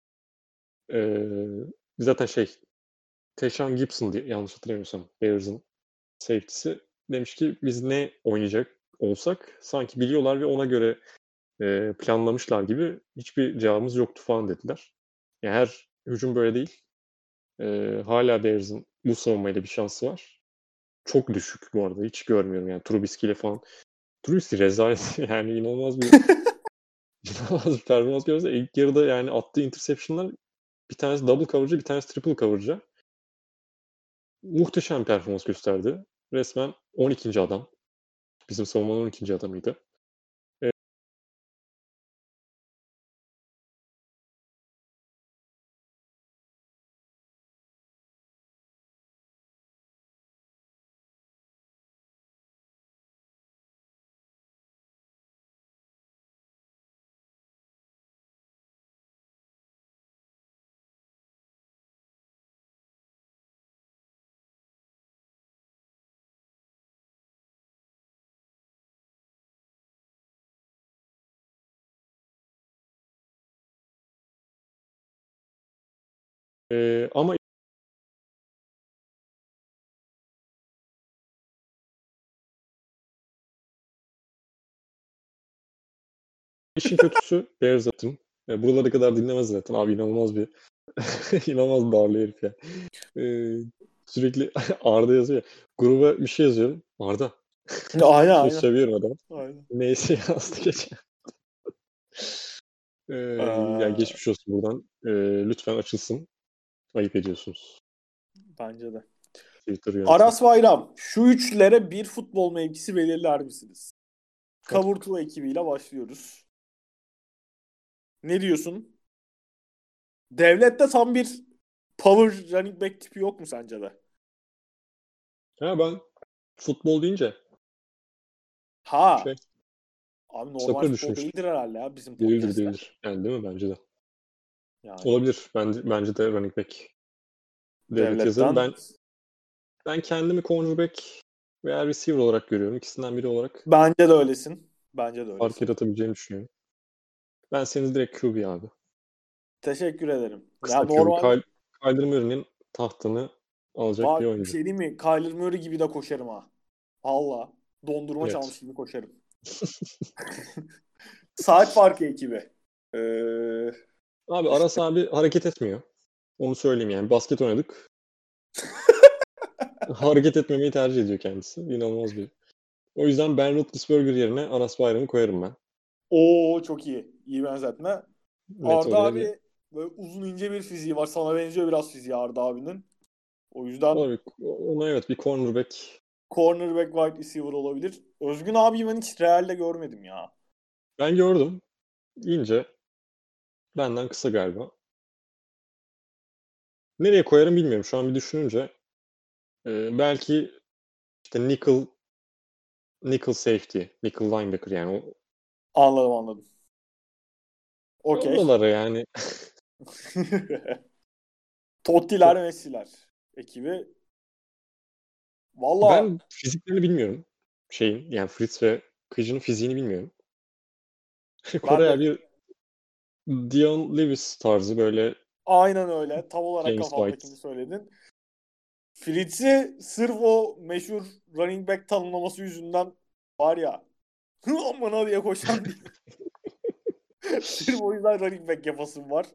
[SPEAKER 2] Zaten Tayshaun Gibson diye, yanlış hatırlamıyorsam Bears'ın safety'si demiş ki biz ne oynayacak olsak sanki biliyorlar ve ona göre planlamışlar gibi hiçbir cevabımız yoktu falan dediler. Yani her hücum böyle değil. Hala Bears'ın bu savunmayla bir şansı var. Çok düşük bu arada. Hiç görmüyorum yani Trubisky ile falan. Trubisky rezalet yani inanılmaz bir performans görüyorsa ilk yarıda yani attığı interception'lar bir tanesi double coverage'a bir tanesi triple coverage'a muhteşem performans gösterdi. Resmen 12. adam. Bizim savunmanın 12. adamıydı. Ama işin kötüsü Bears atım. Buralara kadar dinlemez zaten. Abi inanılmaz bir inanılmaz darlı herif ya. Sürekli Arda yazıyor. Gruba bir şey yazıyorum. Arda.
[SPEAKER 1] Aynen
[SPEAKER 2] Sonra
[SPEAKER 1] aynen.
[SPEAKER 2] sövüyorum adamı.
[SPEAKER 1] Aynen.
[SPEAKER 2] Neyse yazdı geçen. Yani
[SPEAKER 1] Ee,
[SPEAKER 2] geçmiş olsun buradan. Lütfen açılsın. Ayıp ediyorsunuz.
[SPEAKER 1] bence de.
[SPEAKER 2] Twitter yönetimi.
[SPEAKER 1] Aras Bayram, şu üçlere bir futbol mevkisi belirler misiniz?
[SPEAKER 2] Hadi
[SPEAKER 1] Cover
[SPEAKER 2] bakalım.
[SPEAKER 1] 2 ekibiyle başlıyoruz. Ne diyorsun? Devlette tam bir power running back tipi yok mu sence de?
[SPEAKER 2] Ben futbol deyince
[SPEAKER 1] Ha,
[SPEAKER 2] şey
[SPEAKER 1] abi normal
[SPEAKER 2] soccer
[SPEAKER 1] futbol
[SPEAKER 2] düşünmüştüm.
[SPEAKER 1] değildir herhalde ya bizim
[SPEAKER 2] Değildir
[SPEAKER 1] podcastler.
[SPEAKER 2] değildir. Yani değil mi? Bence de.
[SPEAKER 1] Yani
[SPEAKER 2] Olabilir. Bence de running back devlet yazarım.
[SPEAKER 1] devletten
[SPEAKER 2] Ben kendimi cornerback veya receiver olarak görüyorum. İkisinden biri olarak
[SPEAKER 1] bence de öylesin. Bence de
[SPEAKER 2] fark
[SPEAKER 1] öylesin.
[SPEAKER 2] yaratabileceğini düşünüyorum. Ben seni direkt QB abi.
[SPEAKER 1] Teşekkür ederim. Ya
[SPEAKER 2] Kısa QB.
[SPEAKER 1] normal
[SPEAKER 2] Kyler Murray'nin tahtını alacak bir
[SPEAKER 1] bak bir
[SPEAKER 2] oyuncu.
[SPEAKER 1] şey diyeyim mi? Kyler Murray gibi de koşarım ha. Valla. Dondurma
[SPEAKER 2] Evet.
[SPEAKER 1] çalmış gibi koşarım. Saat farkı ekibi. Ee,
[SPEAKER 2] Abi Aras
[SPEAKER 1] düşün.
[SPEAKER 2] abi hareket etmiyor. Onu söyleyeyim yani. Basket oynadık. Hareket etmemeyi tercih ediyor kendisi. İnanılmaz bir. O yüzden Ben Roethlisberger yerine Aras Bayram'ı koyarım ben.
[SPEAKER 1] Oo çok iyi. İyi benzetme.
[SPEAKER 2] Net
[SPEAKER 1] Arda
[SPEAKER 2] oraya bir
[SPEAKER 1] abi böyle uzun ince bir fiziği var. Sana benziyor biraz fiziği Arda abinin. O yüzden
[SPEAKER 2] olabilir. Ona evet bir cornerback.
[SPEAKER 1] cornerback wide receiver olabilir. Özgün abi ben hiç realde görmedim ya.
[SPEAKER 2] Ben gördüm. İnce. Benden kısa galiba. Nereye koyarım bilmiyorum. Şu an bir düşününce belki işte nickel safety, nickel linebacker yani
[SPEAKER 1] Anladım. Okey.
[SPEAKER 2] oralara yani.
[SPEAKER 1] Tottiler, Messi'ler ekibi. Valla
[SPEAKER 2] Ben fiziklerini bilmiyorum. Yani Fritz ve Kıcı'nın fiziğini bilmiyorum.
[SPEAKER 1] ben
[SPEAKER 2] Kore
[SPEAKER 1] de
[SPEAKER 2] bir Dion Lewis tarzı böyle
[SPEAKER 1] aynen öyle. Tam olarak
[SPEAKER 2] James White.
[SPEAKER 1] kafamdakini söyledin. Fritz'i sırf o meşhur running back tanımlaması yüzünden var ya amına diye koşan diye. Sırf o yüzden running back yapasım var.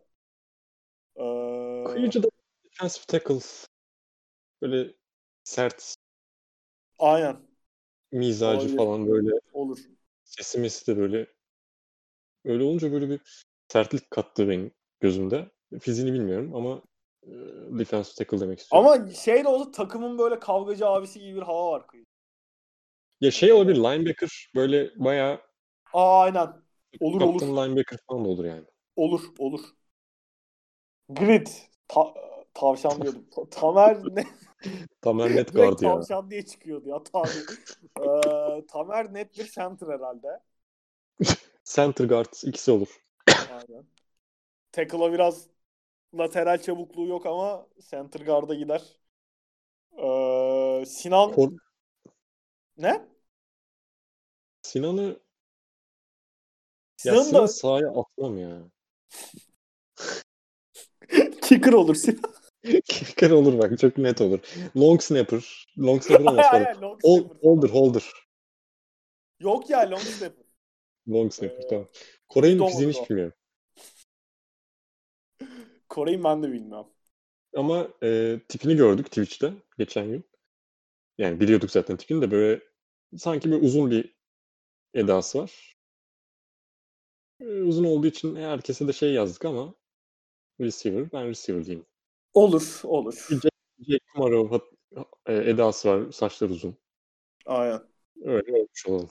[SPEAKER 1] Ee,
[SPEAKER 2] Kıyıcı da defensive tackle. Böyle sert
[SPEAKER 1] aynen.
[SPEAKER 2] mizacı
[SPEAKER 1] Olabilir.
[SPEAKER 2] falan böyle
[SPEAKER 1] Olur.
[SPEAKER 2] sesi mesi de böyle öyle olunca böyle bir sertlik kattı benim gözümde. Fiziğini bilmiyorum ama e, defensive tackle demek istiyorum.
[SPEAKER 1] Ama şey de olsa takımın böyle kavgacı abisi gibi bir hava var.
[SPEAKER 2] Ya şey olabilir linebacker böyle bayağı
[SPEAKER 1] Aynen. Olur.
[SPEAKER 2] kaptan linebacker falan da olur yani.
[SPEAKER 1] Olur. Grit. Tavşan diyordum. Tamer ne?
[SPEAKER 2] Tamer net
[SPEAKER 1] Direkt
[SPEAKER 2] guard ya.
[SPEAKER 1] tavşan diye çıkıyordu ya Tamer. Tamer net bir center herhalde.
[SPEAKER 2] Center guard ikisi olur.
[SPEAKER 1] Aynen. Tackle'a biraz lateral çabukluğu yok ama center guard'a gider. Sinan
[SPEAKER 2] Kor-
[SPEAKER 1] ne?
[SPEAKER 2] Sinan'ı ya
[SPEAKER 1] Sinan
[SPEAKER 2] Sinan
[SPEAKER 1] da
[SPEAKER 2] sahaya atmam ya.
[SPEAKER 1] kicker olur Sinan.
[SPEAKER 2] Kicker olur bak çok net olur. Long snapper. Long snapper olmaz pardon.
[SPEAKER 1] Aynen long snapper falan.
[SPEAKER 2] Holder.
[SPEAKER 1] Yok ya long snapper.
[SPEAKER 2] Long snapper
[SPEAKER 1] Ee,
[SPEAKER 2] tamam. Kore'nin
[SPEAKER 1] Udom
[SPEAKER 2] fiziğini
[SPEAKER 1] olur
[SPEAKER 2] hiç
[SPEAKER 1] o.
[SPEAKER 2] bilmiyorum.
[SPEAKER 1] Kore'yi ben de bilmiyorum.
[SPEAKER 2] Ama tipini gördük Twitch'te geçen gün. Yani biliyorduk zaten tipini de böyle sanki böyle uzun bir edası var. Uzun olduğu için herkese de şey yazdık ama receiver. Ben receiver diyeyim.
[SPEAKER 1] Olur.
[SPEAKER 2] Bir Jake Kumaro edası var. Saçlar uzun.
[SPEAKER 1] Aynen.
[SPEAKER 2] Öyle olmuş olalım.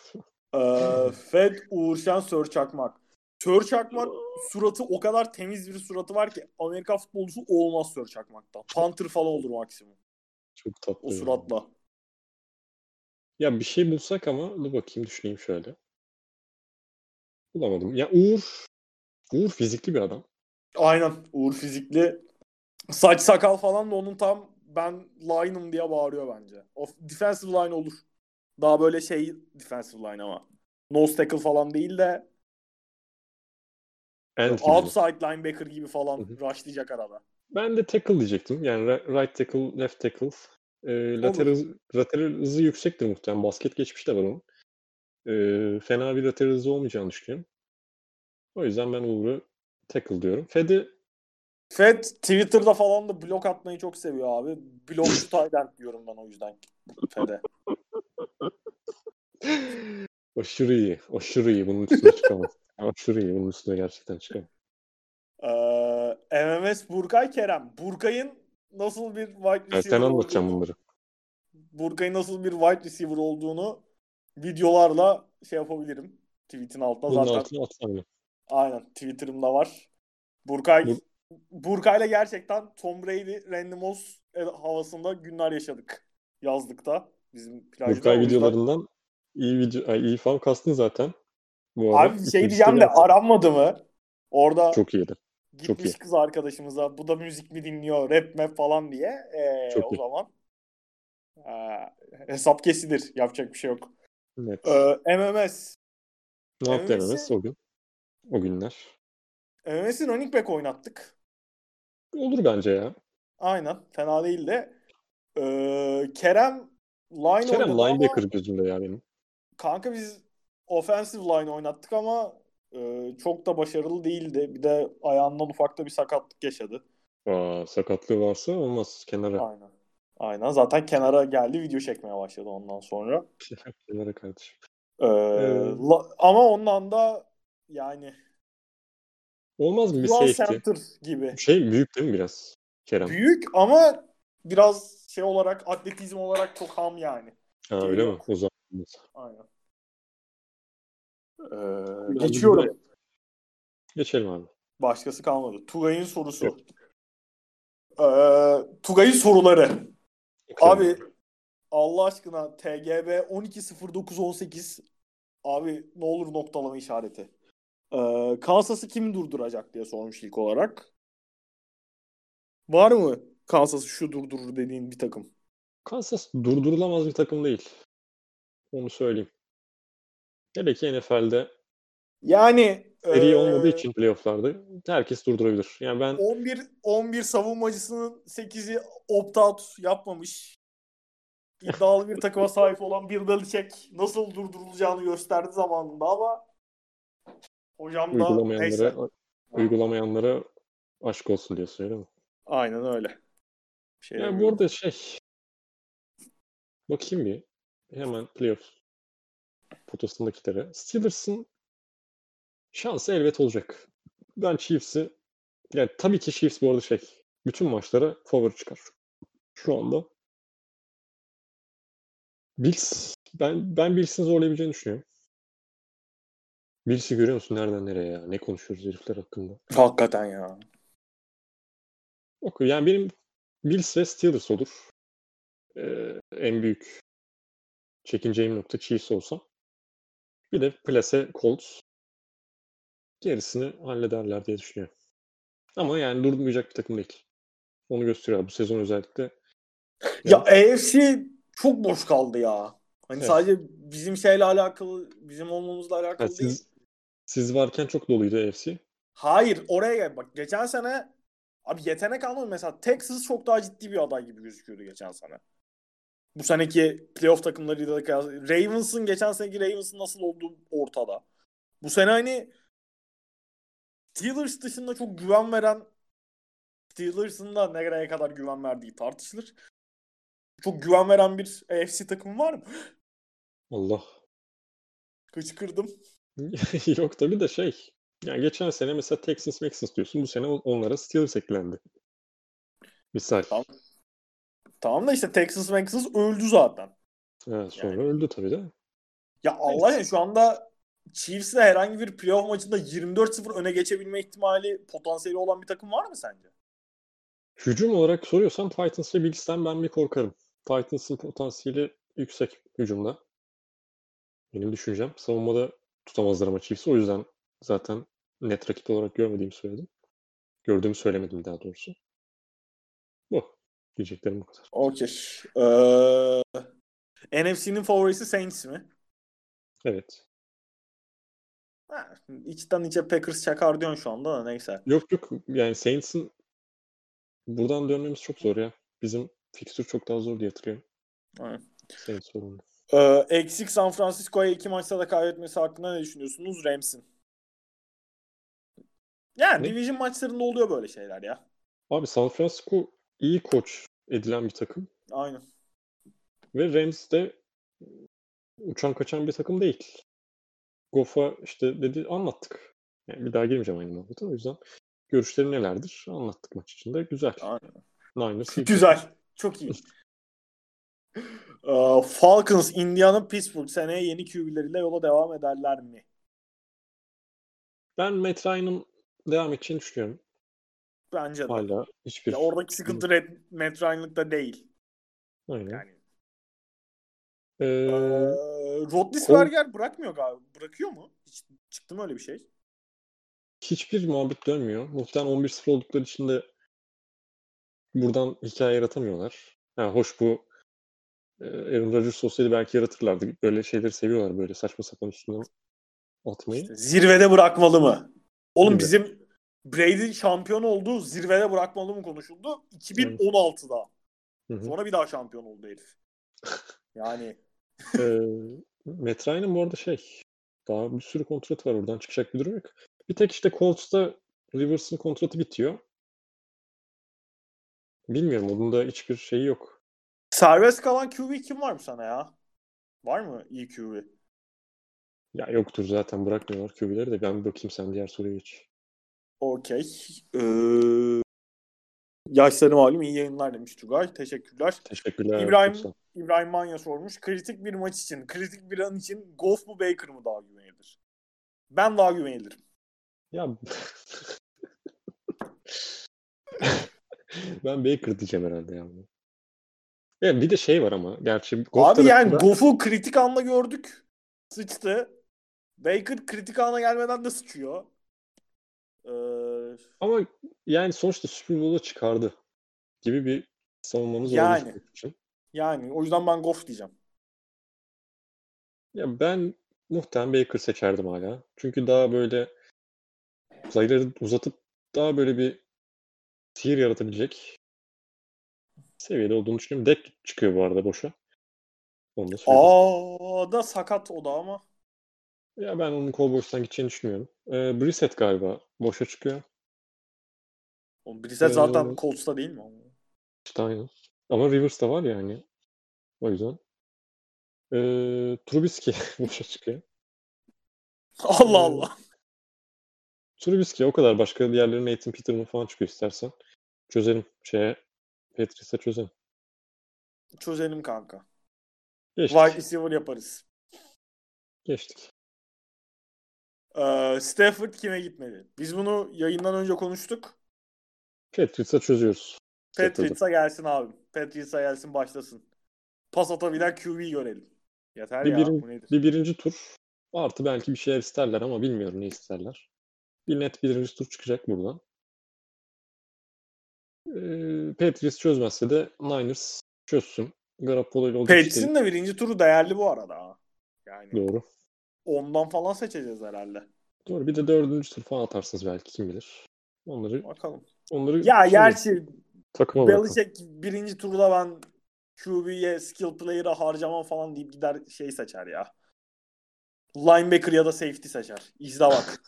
[SPEAKER 1] Fed Uğurşen Sör Çakmak. Sör Çakmak suratı o kadar temiz bir suratı var ki Amerika futbolcusu olmaz Sör Çakmak'tan. Panther falan olur maksimum.
[SPEAKER 2] Çok
[SPEAKER 1] O
[SPEAKER 2] tatlı ya.
[SPEAKER 1] suratla.
[SPEAKER 2] Ya bir şey bulsak ama dur bakayım düşüneyim şöyle. Bulamadım. Ya Uğur fizikli bir adam.
[SPEAKER 1] Aynen. Uğur fizikli. Saç sakal falan da onun tam ben line'ım diye bağırıyor bence. O defensive line olur. Daha böyle şey defensive line ama. Nose tackle falan değil de
[SPEAKER 2] End gibi mi?
[SPEAKER 1] outside linebacker gibi
[SPEAKER 2] Hı
[SPEAKER 1] falan
[SPEAKER 2] hı.
[SPEAKER 1] rushlayacak arada.
[SPEAKER 2] Ben de tackle diyecektim. Yani right tackle, left tackle.
[SPEAKER 1] Olur.
[SPEAKER 2] Lateral hızı yüksektir muhtemelen. Basket geçmişi de var onun. Fena bir lateral hızı olmayacağını düşünüyorum. O yüzden ben Uğur'u tackle diyorum. Fed'i
[SPEAKER 1] Fed Twitter'da falan da blok atmayı çok seviyor abi. Blokçu tight end diyorum ben o yüzden Fed'e.
[SPEAKER 2] aşırı iyi. Aşırı iyi. Bunun üstüne çıkamaz. Aşırı iyi. Bunun üstüne gerçekten çıkamaz.
[SPEAKER 1] MMS Burkay Kerem. Burkay'ın nasıl bir wide
[SPEAKER 2] Yani sen
[SPEAKER 1] receiver
[SPEAKER 2] anlatacaksın
[SPEAKER 1] olduğunu
[SPEAKER 2] bunları.
[SPEAKER 1] Burkay'ın nasıl bir wide receiver olduğunu videolarla şey yapabilirim. Tweet'in altına
[SPEAKER 2] Bunun
[SPEAKER 1] zaten
[SPEAKER 2] altına atsam mı?
[SPEAKER 1] aynen Twitter'ımda var. Burkay'la gerçekten Tom Brady, Randy Moss havasında günler yaşadık yazlıkta bizim plajda.
[SPEAKER 2] Burkay
[SPEAKER 1] O yüzden
[SPEAKER 2] videolarından iyi fan kastın zaten. Bu ara
[SPEAKER 1] abi şey
[SPEAKER 2] ikincisi de
[SPEAKER 1] diyeceğim de
[SPEAKER 2] gelsin.
[SPEAKER 1] aranmadı mı? Orada
[SPEAKER 2] Çok iyiydi. Çok iyi.
[SPEAKER 1] gitmiş kız arkadaşımıza bu da müzik mi dinliyor, rap mi falan diye.
[SPEAKER 2] Çok
[SPEAKER 1] O
[SPEAKER 2] iyi.
[SPEAKER 1] zaman hesap kesilir. Yapacak bir şey yok.
[SPEAKER 2] Net.
[SPEAKER 1] MMS.
[SPEAKER 2] Ne yaptı MMS
[SPEAKER 1] MMS'i
[SPEAKER 2] o gün? O günler.
[SPEAKER 1] MMS'i running back oynattık.
[SPEAKER 2] Olur bence ya.
[SPEAKER 1] Aynen. Fena değil de. Kerem line
[SPEAKER 2] Kerem
[SPEAKER 1] oynadı
[SPEAKER 2] linebacker
[SPEAKER 1] ama
[SPEAKER 2] gözümde ya benim.
[SPEAKER 1] kanka biz offensive line oynattık ama çok da başarılı değildi. Bir de ayağından ufakta bir sakatlık yaşadı.
[SPEAKER 2] Sakatlığı varsa olmaz. Kenara.
[SPEAKER 1] Aynen. Zaten kenara geldi video çekmeye başladı ondan sonra.
[SPEAKER 2] Kenara kardeşim.
[SPEAKER 1] Ee,
[SPEAKER 2] Ee,
[SPEAKER 1] ama ondan da yani
[SPEAKER 2] olmaz mı bir
[SPEAKER 1] dual
[SPEAKER 2] safety?
[SPEAKER 1] center gibi.
[SPEAKER 2] Şey büyük değil mi biraz? Kerem.
[SPEAKER 1] Büyük ama biraz şey olarak atletizm olarak çok ham yani.
[SPEAKER 2] Ha öyle mi?
[SPEAKER 1] Geliyor.
[SPEAKER 2] O zaman olmaz.
[SPEAKER 1] Aynen.
[SPEAKER 2] Bence güzel.
[SPEAKER 1] Geçiyorum.
[SPEAKER 2] Geçelim abi.
[SPEAKER 1] Başkası kalmadı. Tugay'ın
[SPEAKER 2] Yok.
[SPEAKER 1] sorusu. Tugay'ın soruları.
[SPEAKER 2] Okuyalım.
[SPEAKER 1] Abi Allah aşkına TGB 12.09.18 abi ne olur noktalama işareti. Kansas'ı kim durduracak diye sormuş ilk olarak. Var mı Kansas'ı şu durdurur dediğin bir takım?
[SPEAKER 2] Kansas durdurulamaz bir takım değil. Onu söyleyeyim. Hele ki NFL'de
[SPEAKER 1] Yani
[SPEAKER 2] seri olmadığı için playoff'larda herkes durdurabilir. Yani ben
[SPEAKER 1] 11 savunmacısının 8'i opt-out yapmamış. İddialı bir takıma sahip olan bir Belichick nasıl durdurulacağını gösterdi zamanında ama hocam da neyse.
[SPEAKER 2] uygulamayanlara aşk olsun diye söylüyorum.
[SPEAKER 1] Aynen öyle. Bir şey
[SPEAKER 2] Yani bu
[SPEAKER 1] demiyorum.
[SPEAKER 2] arada bakayım bir hemen playoff potasındakilere. Steelers'ın şansı elbet olacak. Ben Chiefs'i yani tabii ki Chiefs bu arada bütün maçlara favori çıkar. Şu anda. Ben Bills'in zorlayabileceğini düşünüyorum. Bills'i görüyor musun? Nereden nereye ya? Ne konuşuyoruz herifler hakkında?
[SPEAKER 1] Hakikaten ya.
[SPEAKER 2] Yani benim Bills ve Steelers olur. En büyük çekineceğim nokta Chiefs olsa. Bir de plase Colts. Gerisini hallederler diye düşünüyorum. Ama yani durdurmayacak bir takım değil. Onu gösteriyor bu sezon özellikle.
[SPEAKER 1] Ya
[SPEAKER 2] Yani,
[SPEAKER 1] AFC çok boş kaldı ya. Hani
[SPEAKER 2] evet.
[SPEAKER 1] sadece bizim şeyle alakalı, bizim olmamızla
[SPEAKER 2] Yani
[SPEAKER 1] alakalı değil.
[SPEAKER 2] siz varken çok doluydu AFC.
[SPEAKER 1] Hayır, oraya gel. Bak geçen sene abi yetenek almadı. Mesela Texas çok daha ciddi bir aday gibi gözüküyordu geçen sene. Bu seneki playoff takımlarıyla da Ravens'ın geçen seneki Ravens'ın nasıl olduğu ortada. Bu sene hani Steelers dışında çok güven veren, Steelers'ın da nereye kadar güven verdiği tartışılır. Çok güven veren bir AFC takım var mı?
[SPEAKER 2] Allah.
[SPEAKER 1] Kıçkırdım.
[SPEAKER 2] Yok tabii de yani geçen sene mesela Texans diyorsun. Bu sene onlara Steelers eklendi. Misal.
[SPEAKER 1] Tamam, tamam da işte Texas öldü zaten.
[SPEAKER 2] Sonra
[SPEAKER 1] Yani.
[SPEAKER 2] öldü tabii de.
[SPEAKER 1] Ya Allah
[SPEAKER 2] Neyse.
[SPEAKER 1] aşkına şu anda Chiefs'le herhangi bir playoff maçında 24-0 öne geçebilme ihtimali potansiyeli olan bir takım var mı sence?
[SPEAKER 2] Hücum olarak soruyorsan Titans ve Bills'ten ben bir korkarım. Titans'ın potansiyeli yüksek hücumda. Benim düşüncem. Savunmada tutamazlar ama Chiefs'i. O yüzden zaten net rakip olarak görmediğimi söyledim. Gördüğümü söylemedim daha doğrusu. Bu. Diyeceklerim bu kadar.
[SPEAKER 1] Okey. NFC'nin favorisi Saints mi?
[SPEAKER 2] Evet.
[SPEAKER 1] Ha, içten içe Packers çakar diyorsun şu anda da neyse.
[SPEAKER 2] Yok yok. Yani Saints'in buradan dönmemiz çok zor ya. Bizim fikstür çok daha zor diye hatırlıyorum.
[SPEAKER 1] Evet.
[SPEAKER 2] Saints sorunu.
[SPEAKER 1] Eksik San Francisco'ya 2 maçta da kaybetmesi hakkında ne düşünüyorsunuz Rams'in? Yani
[SPEAKER 2] Ne?
[SPEAKER 1] division maçlarında oluyor böyle şeyler ya.
[SPEAKER 2] Abi San Francisco iyi koç edilen bir takım.
[SPEAKER 1] Aynen.
[SPEAKER 2] Ve Rams de uçan kaçan bir takım değil. Goff'a işte anlattık. Yani bir daha girmeyeceğim aynı muhabbete. O yüzden görüşleri nelerdir anlattık maç içinde. Güzel.
[SPEAKER 1] Aynen.
[SPEAKER 2] Niners iyi bir takım.
[SPEAKER 1] Güzel. Çok iyi. Falcons, Indiana, Pittsburgh seneye yeni QB'leriyle yola devam ederler mi?
[SPEAKER 2] Ben Matt Ryan'ın devam edeceğini düşünüyorum.
[SPEAKER 1] Bence de.
[SPEAKER 2] Hala
[SPEAKER 1] Ya
[SPEAKER 2] hiçbir...
[SPEAKER 1] oradaki sıkıntı Matt Ryan'lıkta değil.
[SPEAKER 2] Aynen.
[SPEAKER 1] Yani.
[SPEAKER 2] Ee, Col
[SPEAKER 1] Roethlisberger bırakmıyor galiba. Bırakıyor mu? Hiç çıktı mı öyle bir şey?
[SPEAKER 2] hiçbir muhabbet dönmüyor. Muhtemelen 11-0 oldukları için de buradan hikaye yaratamıyorlar. Hoş bu Aaron Rodgers olsaydı belki yaratırlardı. Böyle şeyleri seviyorlar böyle saçma sapan üstünden atmayı.
[SPEAKER 1] İşte zirvede bırakmalı mı? Oğlum
[SPEAKER 2] Gibi.
[SPEAKER 1] bizim Brady şampiyon oldu. Zirvede bırakmalı mı konuşuldu?
[SPEAKER 2] Yani,
[SPEAKER 1] 2016'da.
[SPEAKER 2] hı hı.
[SPEAKER 1] Sonra bir daha şampiyon oldu herif. Yani.
[SPEAKER 2] Matt Ryan'ın bu arada daha bir sürü kontratı var. Oradan çıkacak bir durum yok. Bir tek işte Colts'ta Rivers'ın kontratı bitiyor. Bilmiyorum. Onun da hiçbir şeyi yok.
[SPEAKER 1] Serbest kalan QB kim var mı sana ya? Var mı iyi QB?
[SPEAKER 2] Ya yoktur zaten bırakmıyorlar QB'leri de. Ben bir bakayım sen diğer soruya geç.
[SPEAKER 1] Okey. Yaşları malum iyi yayınlar demiş Tugay. Teşekkürler.
[SPEAKER 2] Teşekkürler. Çok
[SPEAKER 1] İbrahim
[SPEAKER 2] sağ ol.
[SPEAKER 1] İbrahim Manya sormuş. Kritik bir maç için, kritik bir an için Goff mu Baker mı daha güvenilir? Ben daha güvenilirim.
[SPEAKER 2] Ya Ben Baker diyeceğim herhalde ya. Ya bir de şey var ama gerçi Goff
[SPEAKER 1] Abi yani
[SPEAKER 2] tarafında
[SPEAKER 1] Goff'u kritik anla gördük. Sıçtı. Baker kritik ana gelmeden de sıçıyor.
[SPEAKER 2] ama yani sonuçta Super Bowl'a çıkardı gibi bir savunmamız oldu
[SPEAKER 1] Yani
[SPEAKER 2] Goff için.
[SPEAKER 1] yani o yüzden ben Goff diyeceğim.
[SPEAKER 2] Ya ben muhtemelen Baker seçerdim hala. Çünkü daha böyle sayıları uzatıp daha böyle bir sihir yaratabilecek seviyede olduğunu düşünüyorum. Dak çıkıyor bu arada boşa. Onu da söyleyeyim.
[SPEAKER 1] Da sakat o da ama.
[SPEAKER 2] Ya ben onun Cowboys'tan gideceğini düşünmüyorum. Brissett galiba boşa çıkıyor.
[SPEAKER 1] O Brissett zaten
[SPEAKER 2] Ee,
[SPEAKER 1] Colts'ta değil mi?
[SPEAKER 2] işte aynen. Ama Rivers da var yani. O yüzden. Trubisky boşa çıkıyor.
[SPEAKER 1] Allah
[SPEAKER 2] Ee,
[SPEAKER 1] Allah.
[SPEAKER 2] Trubisky o kadar. Başka diğerleri Nathan Peterman falan çıkıyor istersen. Çözelim. Patriots'a çözelim.
[SPEAKER 1] Çözelim kanka. Wide
[SPEAKER 2] Geçtik.
[SPEAKER 1] receiver yaparız.
[SPEAKER 2] Geçtik.
[SPEAKER 1] Stafford kime gitmedi? Biz bunu yayından önce konuştuk.
[SPEAKER 2] Patriots'a çözüyoruz. Stafford'ı.
[SPEAKER 1] Patriots'a gelsin abi. Patriots'a gelsin başlasın. Pas atabilen QB görelim. Yeter ya. Bu nedir?
[SPEAKER 2] Bir birinci tur artı belki bir şeyler isterler ama bilmiyorum ne isterler. Bir net birinci tur çıkacak buradan. Patriots çözmezse de Niners çözsün. Garoppolo ile olacak iş değil.
[SPEAKER 1] Patriots'ın da birinci turu değerli bu arada. Ha. Yani
[SPEAKER 2] Doğru.
[SPEAKER 1] ondan falan seçeceğiz herhalde.
[SPEAKER 2] Doğru. Bir de dördüncü tur falan atarsınız belki kim bilir.
[SPEAKER 1] Bakalım.
[SPEAKER 2] Onları
[SPEAKER 1] Ya
[SPEAKER 2] şey
[SPEAKER 1] gerçi
[SPEAKER 2] takıma bırakalım.
[SPEAKER 1] Belichick birinci turda ben QB'ye skill player'a harcamam falan deyip gider şey seçer ya. Linebacker ya da safety seçer. İzle bak.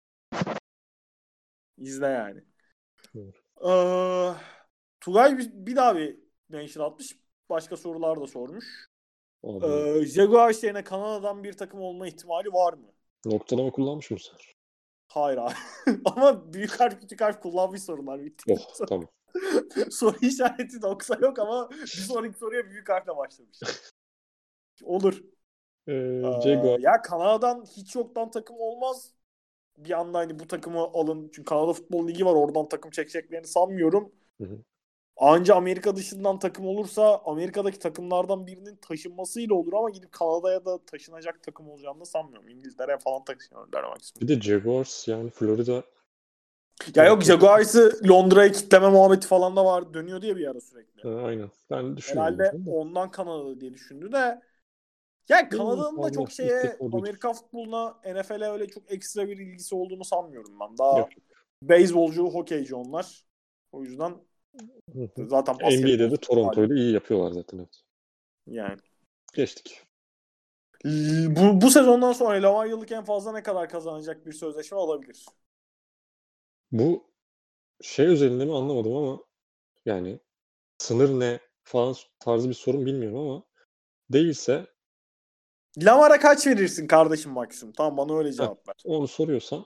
[SPEAKER 1] İzle yani.
[SPEAKER 2] Doğru.
[SPEAKER 1] Tugay bir daha bir mention atmış. Başka sorular da sormuş.
[SPEAKER 2] Abi
[SPEAKER 1] Jaguars yerine Kanada'dan bir takım olma ihtimali var mı?
[SPEAKER 2] noktalama kullanmış mısın?
[SPEAKER 1] Hayır abi. Ama büyük harf küçük harf kullanmış sorular bittikten
[SPEAKER 2] Oh
[SPEAKER 1] sonra.
[SPEAKER 2] tamam.
[SPEAKER 1] Soru işareti noksa yok ama bir sonraki soruya büyük harfle başlamış. Olur.
[SPEAKER 2] Jaguar.
[SPEAKER 1] Ya Kanada'dan hiç yoktan takım olmaz. Bir anda hani bu takımı alın. Çünkü Kanada Futbol Ligi var. Oradan takım çekeceklerini sanmıyorum.
[SPEAKER 2] Hı hı.
[SPEAKER 1] Anca Amerika dışından takım olursa Amerika'daki takımlardan birinin taşınmasıyla olur ama gidip Kanada'ya da taşınacak takım olacağını da sanmıyorum. İngiltere'ye falan taşınırlar maksimum.
[SPEAKER 2] Bir de Jaguars yani Florida
[SPEAKER 1] Ya yok
[SPEAKER 2] takip.
[SPEAKER 1] Jaguars'ı Londra'ya kitleme muhabbeti falan da var. Dönüyor diye bir ara sürekli.
[SPEAKER 2] Aynen. Ben düşünmüyorum o
[SPEAKER 1] Herhalde
[SPEAKER 2] yüzden de.
[SPEAKER 1] ondan Kanada diye düşündü de. Ya
[SPEAKER 2] İyi,
[SPEAKER 1] Kanada'nın da
[SPEAKER 2] fazla
[SPEAKER 1] çok
[SPEAKER 2] ilk
[SPEAKER 1] şeye
[SPEAKER 2] defa duydum.
[SPEAKER 1] Amerika futboluna NFL'e öyle çok ekstra bir ilgisi olduğunu sanmıyorum ben. Daha
[SPEAKER 2] Yok.
[SPEAKER 1] beyzbolcu, hokeyci onlar. O yüzden
[SPEAKER 2] Hı hı.
[SPEAKER 1] zaten
[SPEAKER 2] NBA'de
[SPEAKER 1] basketbol
[SPEAKER 2] de
[SPEAKER 1] malum.
[SPEAKER 2] Toronto'yla iyi yapıyorlar zaten. Evet.
[SPEAKER 1] Yani.
[SPEAKER 2] Geçtik.
[SPEAKER 1] Bu sezondan sonra Lamar yıllık en fazla ne kadar kazanacak bir sözleşme olabilir?
[SPEAKER 2] Bu şey özelinde mi anlamadım ama yani sınır ne falan tarzı bir sorun bilmiyorum ama değilse
[SPEAKER 1] Lamar'a kaç verirsin kardeşim maksimum? Tamam bana öyle cevap ver.
[SPEAKER 2] onu soruyorsan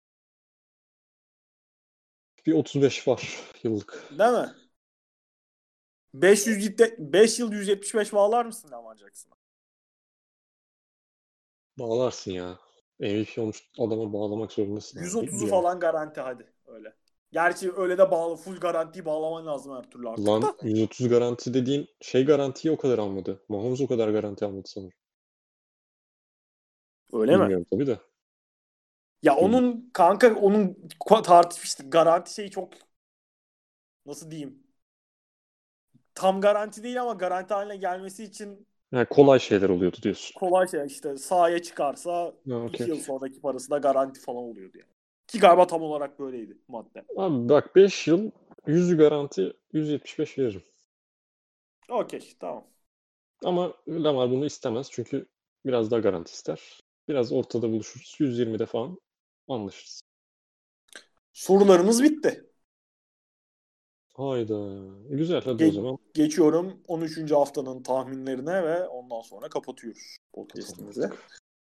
[SPEAKER 2] bir 35 var yıllık.
[SPEAKER 1] Değil mi? 5 yıl 175 bağlar mısın Lamar Jackson'a?
[SPEAKER 2] Bağlarsın ya. MVP olmuş adama bağlamak zorundasın abi. Bir
[SPEAKER 1] 130'u
[SPEAKER 2] yer.
[SPEAKER 1] falan garanti hadi öyle. Gerçi öyle de full garantiyi bağlaman lazım her türlü artık
[SPEAKER 2] Lan
[SPEAKER 1] da.
[SPEAKER 2] 130 garanti dediğin şey garantiyi o kadar almadı. Mahomes o kadar garanti almadı sanırım.
[SPEAKER 1] Öyle mi?
[SPEAKER 2] Bilmiyorum tabii de.
[SPEAKER 1] Ya
[SPEAKER 2] Bil-
[SPEAKER 1] onun kanka tartışmıştık. Garanti şeyi çok nasıl diyeyim? Tam garanti değil ama garanti haline gelmesi için
[SPEAKER 2] Yani kolay şeyler oluyordu diyorsun.
[SPEAKER 1] kolay şey işte sahaya çıkarsa
[SPEAKER 2] Ha,
[SPEAKER 1] 2
[SPEAKER 2] okey,
[SPEAKER 1] yıl
[SPEAKER 2] okey.
[SPEAKER 1] sonraki parası da garanti falan oluyordu yani. Ki galiba tam olarak böyleydi madde.
[SPEAKER 2] Abi bak 5 yıl 100 garanti 175 veririm.
[SPEAKER 1] Okey tamam.
[SPEAKER 2] Ama Lamar bunu istemez çünkü biraz daha garanti ister. Biraz ortada buluşuruz. 120'de falan anlaşırız.
[SPEAKER 1] Sorularımız bitti.
[SPEAKER 2] Hayda. Güzel hadi o zaman
[SPEAKER 1] Geçiyorum 13. haftanın tahminlerine ve ondan sonra kapatıyoruz
[SPEAKER 2] kapatalım
[SPEAKER 1] podcast'imizi.
[SPEAKER 2] artık.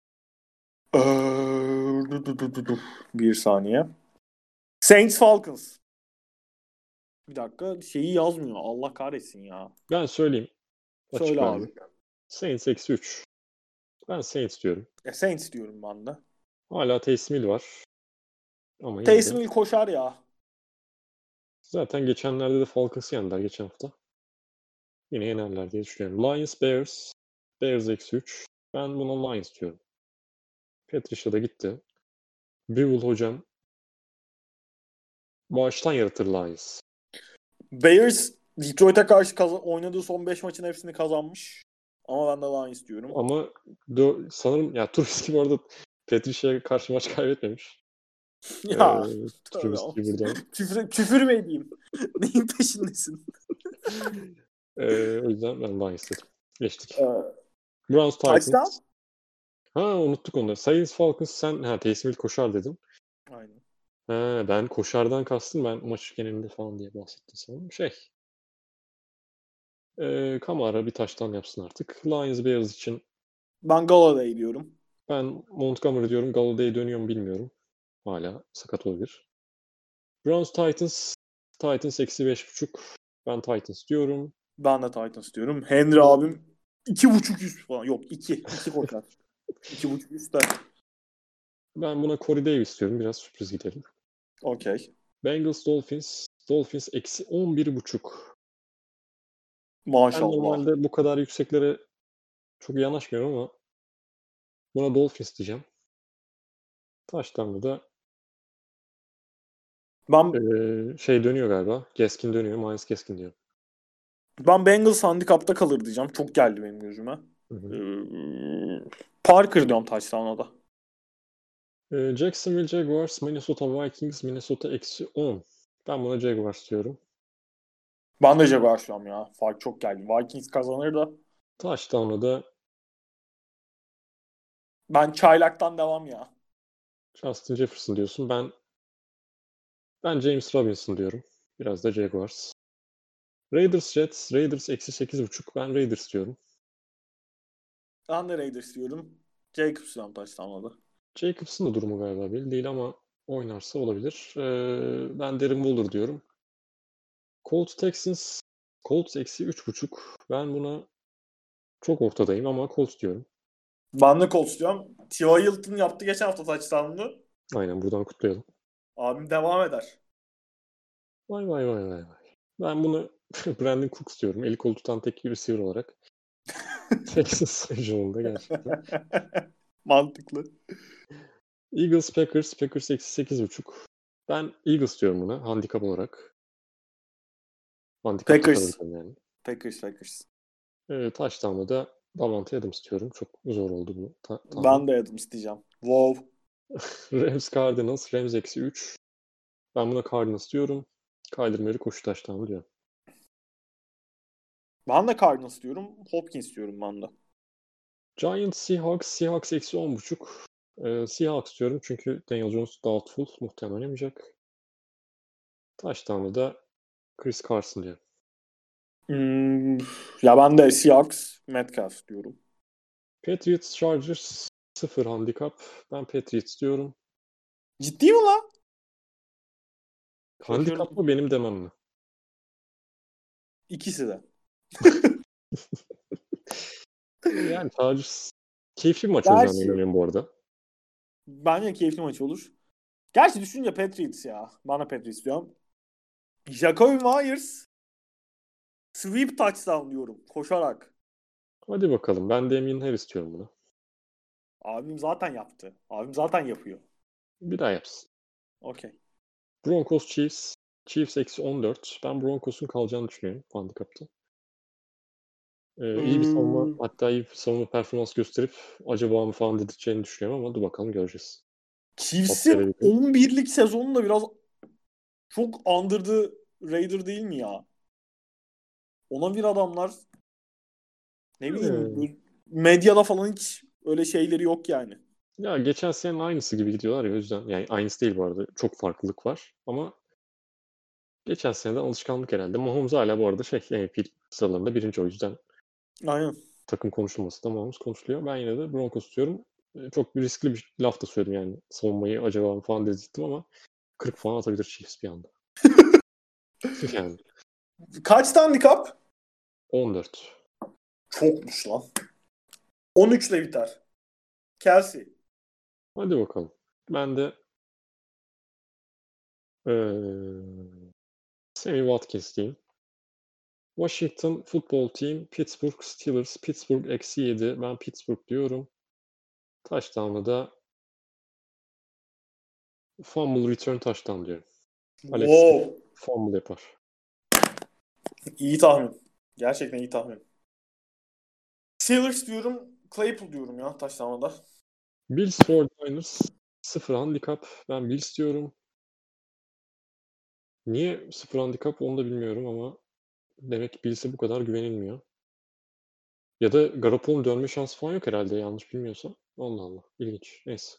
[SPEAKER 1] Bir saniye. Saints Falcons. Bir dakika şeyi yazmıyor. Allah kahretsin ya.
[SPEAKER 2] Ben söyleyeyim. Açık
[SPEAKER 1] Söyle abi.
[SPEAKER 2] verdim. Saints eksi 3. Ben Saints diyorum.
[SPEAKER 1] Saints diyorum ben de.
[SPEAKER 2] Hala Taysom Hill var. Ama yine
[SPEAKER 1] Taysom
[SPEAKER 2] de
[SPEAKER 1] Hill koşar ya.
[SPEAKER 2] Zaten geçenlerde de Falcons'ı yendiler geçen hafta. Yine yenerler diye düşünüyorum. Lions, Bears. Bears -3. Ben buna Lions diyorum. Patricia da gitti. Bivol hocam baştan yaratır Lions.
[SPEAKER 1] Bears Detroit'e karşı oynadığı son 5 maçın hepsini kazanmış. Ama ben de Lions diyorum.
[SPEAKER 2] Ama sanırım ya Trubisky bu arada Patricia'ya karşı maç kaybetmemiş.
[SPEAKER 1] Ya
[SPEAKER 2] Trubisky burada.
[SPEAKER 1] küfür mü edeyim? Neyin peşindesin?
[SPEAKER 2] O yüzden ben Lions dedim. Geçtik.
[SPEAKER 1] Ee,
[SPEAKER 2] Browns Titans.
[SPEAKER 1] Touchdown?
[SPEAKER 2] Ha unuttuk onları. Saints Falcons sen Taysom Hill koşar dedim.
[SPEAKER 1] Aynen.
[SPEAKER 2] Ben koşardan kastım. Ben maç genelinde falan diye bahsettim sanırım. Kamara bir taştan yapsın artık. Lions Bears için
[SPEAKER 1] Ben Galladay diyorum.
[SPEAKER 2] ben Montgomery diyorum. Galladay dönüyor mu bilmiyorum. Hala sakat olabilir. Browns Titans. Titans -5.5. Ben Titans diyorum.
[SPEAKER 1] Ben de Titans diyorum. Henry abim 2.5 üst falan. Yok 2. 2 koşar. 2.5 üstte.
[SPEAKER 2] Ben buna Corey Davis diyorum. Biraz sürpriz gidelim.
[SPEAKER 1] Okey.
[SPEAKER 2] Bengals Dolphins. Dolphins -11.5. Ben
[SPEAKER 1] Maşallah.
[SPEAKER 2] normalde bu kadar yükseklere çok yanaşmıyorum ama buna Dolphins diyeceğim. Taştanlı da
[SPEAKER 1] Ben
[SPEAKER 2] dönüyor galiba. Gaskin dönüyor. Miles Gaskin diyor.
[SPEAKER 1] Bengals handikapta kalır diyeceğim. Çok geldi benim gözüme.
[SPEAKER 2] Hı hı.
[SPEAKER 1] Parker diyorum touchdown'a da.
[SPEAKER 2] Jacksonville Jaguars, Minnesota Vikings, Minnesota -10. Ben buna Jaguars diyorum.
[SPEAKER 1] Ben de Jaguars diyorum ya. Fark çok geldi. Vikings kazanır da.
[SPEAKER 2] Touchdown'la da
[SPEAKER 1] Ben çaylaktan devam ya.
[SPEAKER 2] Justin Jefferson diyorsun. Ben James Robinson diyorum. Biraz da Jaguars. Raiders Jets. Raiders -8.5. Ben Raiders diyorum.
[SPEAKER 1] Ben de Raiders diyorum. Jacobs diyorum touchdown'a da.
[SPEAKER 2] Jacobs'ın da durumu galiba belli değil ama oynarsa olabilir. Ben Darren Waller diyorum. Colts Texans. Colts -3.5. Ben buna çok ortadayım ama Colts diyorum.
[SPEAKER 1] Ben de Colts diyorum. T.Y. Hilton yaptı geçen hafta touchdown'unu.
[SPEAKER 2] Aynen buradan kutlayalım.
[SPEAKER 1] Abim devam eder.
[SPEAKER 2] Vay vay vay vay vay. Ben bunu Brandon Cooks diyorum. Eli kolu tutan tek receiver olarak. Texas oyunculuğunda gerçekten.
[SPEAKER 1] Mantıklı.
[SPEAKER 2] Eagles Packers. Packers -8.5. Ben Eagles diyorum buna handikap olarak. Handikapta
[SPEAKER 1] Packers.
[SPEAKER 2] kalırken yani.
[SPEAKER 1] Packers.
[SPEAKER 2] Touchdown'da da Davante Adams diyorum. Çok zor oldu bu tahmin.
[SPEAKER 1] Ben de Adams diyeceğim. Wow.
[SPEAKER 2] Rams Cardinals. Rams -3. Ben buna Cardinals diyorum. Kyler Murray koşu touchdown'u diyor.
[SPEAKER 1] Ben de Cardinals diyorum. Hopkins diyorum ben de.
[SPEAKER 2] Giants Seahawks. Seahawks -10.5. Seahawks diyorum çünkü Daniel Jones doubtful. Muhtemelen oynamayacak. Touchdown'da da Chris Carson diyor.
[SPEAKER 1] Ya ben de Seahawks, Metcalf diyorum.
[SPEAKER 2] Patriots Chargers 0 handikap. Ben Patriots diyorum.
[SPEAKER 1] Ciddi mi lan?
[SPEAKER 2] Handikap
[SPEAKER 1] Şaşırdım.
[SPEAKER 2] mı benim demem mi?
[SPEAKER 1] İkisi de.
[SPEAKER 2] Yani Chargers keyifli bir maç olacağını
[SPEAKER 1] Gerçi
[SPEAKER 2] inanıyorum bu arada.
[SPEAKER 1] bence keyifli maç olur. Gerçi düşünce Patriots ya. Bana Patriots diyorum. Jacoby Myers sweep touchdown diyorum. Koşarak.
[SPEAKER 2] Hadi bakalım. Ben Damien Harris diyorum buna.
[SPEAKER 1] Abim zaten yaptı. Abim zaten yapıyor.
[SPEAKER 2] Bir daha yapsın.
[SPEAKER 1] Okey.
[SPEAKER 2] Broncos Chiefs. Chiefs -14. Ben Broncos'un kalacağını düşünüyorum handikapta. İyi bir savunma, hatta iyi bir savunma performans gösterip acaba mı falan dedirteceğini düşünüyorum ama dur bakalım göreceğiz. Haftaya
[SPEAKER 1] Chiefs'in
[SPEAKER 2] bir gün.
[SPEAKER 1] 11'lik sezonu da biraz çok andırdı Raider değil mi ya? Ona bir adamlar ne bileyim medyada falan hiç öyle şeyleri yok yani.
[SPEAKER 2] Ya geçen senenin aynısı gibi gidiyorlar ya o yüzden. Yani aynısı değil bu arada. Çok farklılık var ama geçen seneden alışkanlık herhalde. Mahomes hala bu arada MVP sıralarında birinci o yüzden
[SPEAKER 1] Aynen.
[SPEAKER 2] takım konuşulması da Mahomes konuşuluyor. Ben yine de Broncos diyorum. Çok bir riskli bir laf da söyledim yani. Savunmayı acaba mı falan dedirttim ama 40 falan atabilir Chiefs bir anda. Yani
[SPEAKER 1] Kaç handikap?
[SPEAKER 2] 14.
[SPEAKER 1] Çokmuş lan. 13 ile biter. Kelsey.
[SPEAKER 2] Hadi bakalım. Ben de Sammy Watkins diyeyim. Washington Football Team, Pittsburgh Steelers. Pittsburgh -7. Ben Pittsburgh diyorum. Touchdown'la da fumble return touchdown diyorum. Alex Smith
[SPEAKER 1] Wow.
[SPEAKER 2] fumble yapar.
[SPEAKER 1] İyi tahmin. Gerçekten iyi tahmin. Steelers diyorum. Claypool diyorum ya taşlamada.
[SPEAKER 2] Bills 49ers 0 handikap. Ben Bills diyorum. Niye 0 handikap onu da bilmiyorum ama demek ki Bills'e bu kadar güvenilmiyor. Ya da Garoppolo'nun dönme şansı falan yok herhalde yanlış bilmiyorsam. Allah Allah. İlginç. Neyse.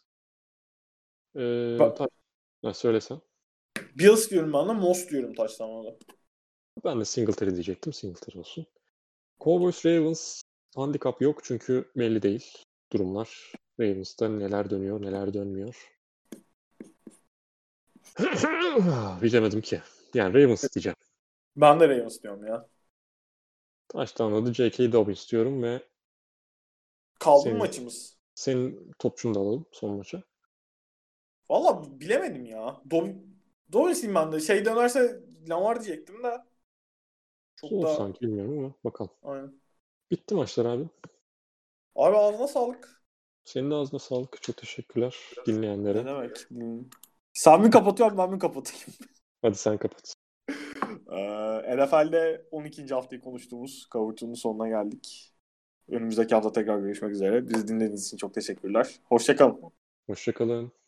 [SPEAKER 2] Söylesen.
[SPEAKER 1] Bills diyorum ben de. Moss diyorum taşlamada.
[SPEAKER 2] Ben de Singletary diyecektim. Singletary olsun. Cowboys Ravens handikap yok çünkü belli değil durumlar. Ravens'ta neler dönüyor neler dönmüyor. Bilemedim ki. Yani Ravens diyeceğim.
[SPEAKER 1] Ben de Ravens diyorum ya.
[SPEAKER 2] Touchdown'da da J.K. Dobbins diyorum ve
[SPEAKER 1] Kaldı mı maçımız?
[SPEAKER 2] senin topçunu da alalım son maça.
[SPEAKER 1] Valla bilemedim ya. Dobbins'im ben de. Şey dönerse Lamar diyecektim de. Çok
[SPEAKER 2] Zor
[SPEAKER 1] da...
[SPEAKER 2] sanki bilmiyorum ama bakalım.
[SPEAKER 1] Aynen.
[SPEAKER 2] Bitti maçlar abi.
[SPEAKER 1] Abi ağzına sağlık.
[SPEAKER 2] Senin de ağzına sağlık. Çok teşekkürler
[SPEAKER 1] Ne
[SPEAKER 2] dinleyenlere.
[SPEAKER 1] demek? Sen mi kapatıyorsun ben mi kapatayım?
[SPEAKER 2] Hadi sen kapat.
[SPEAKER 1] NFL'de 12. haftayı konuştuğumuz Covertoon'un sonuna geldik. Önümüzdeki hafta tekrar görüşmek üzere. Bizi dinlediğiniz için çok teşekkürler. Hoşça kalın.
[SPEAKER 2] Hoşça kalın.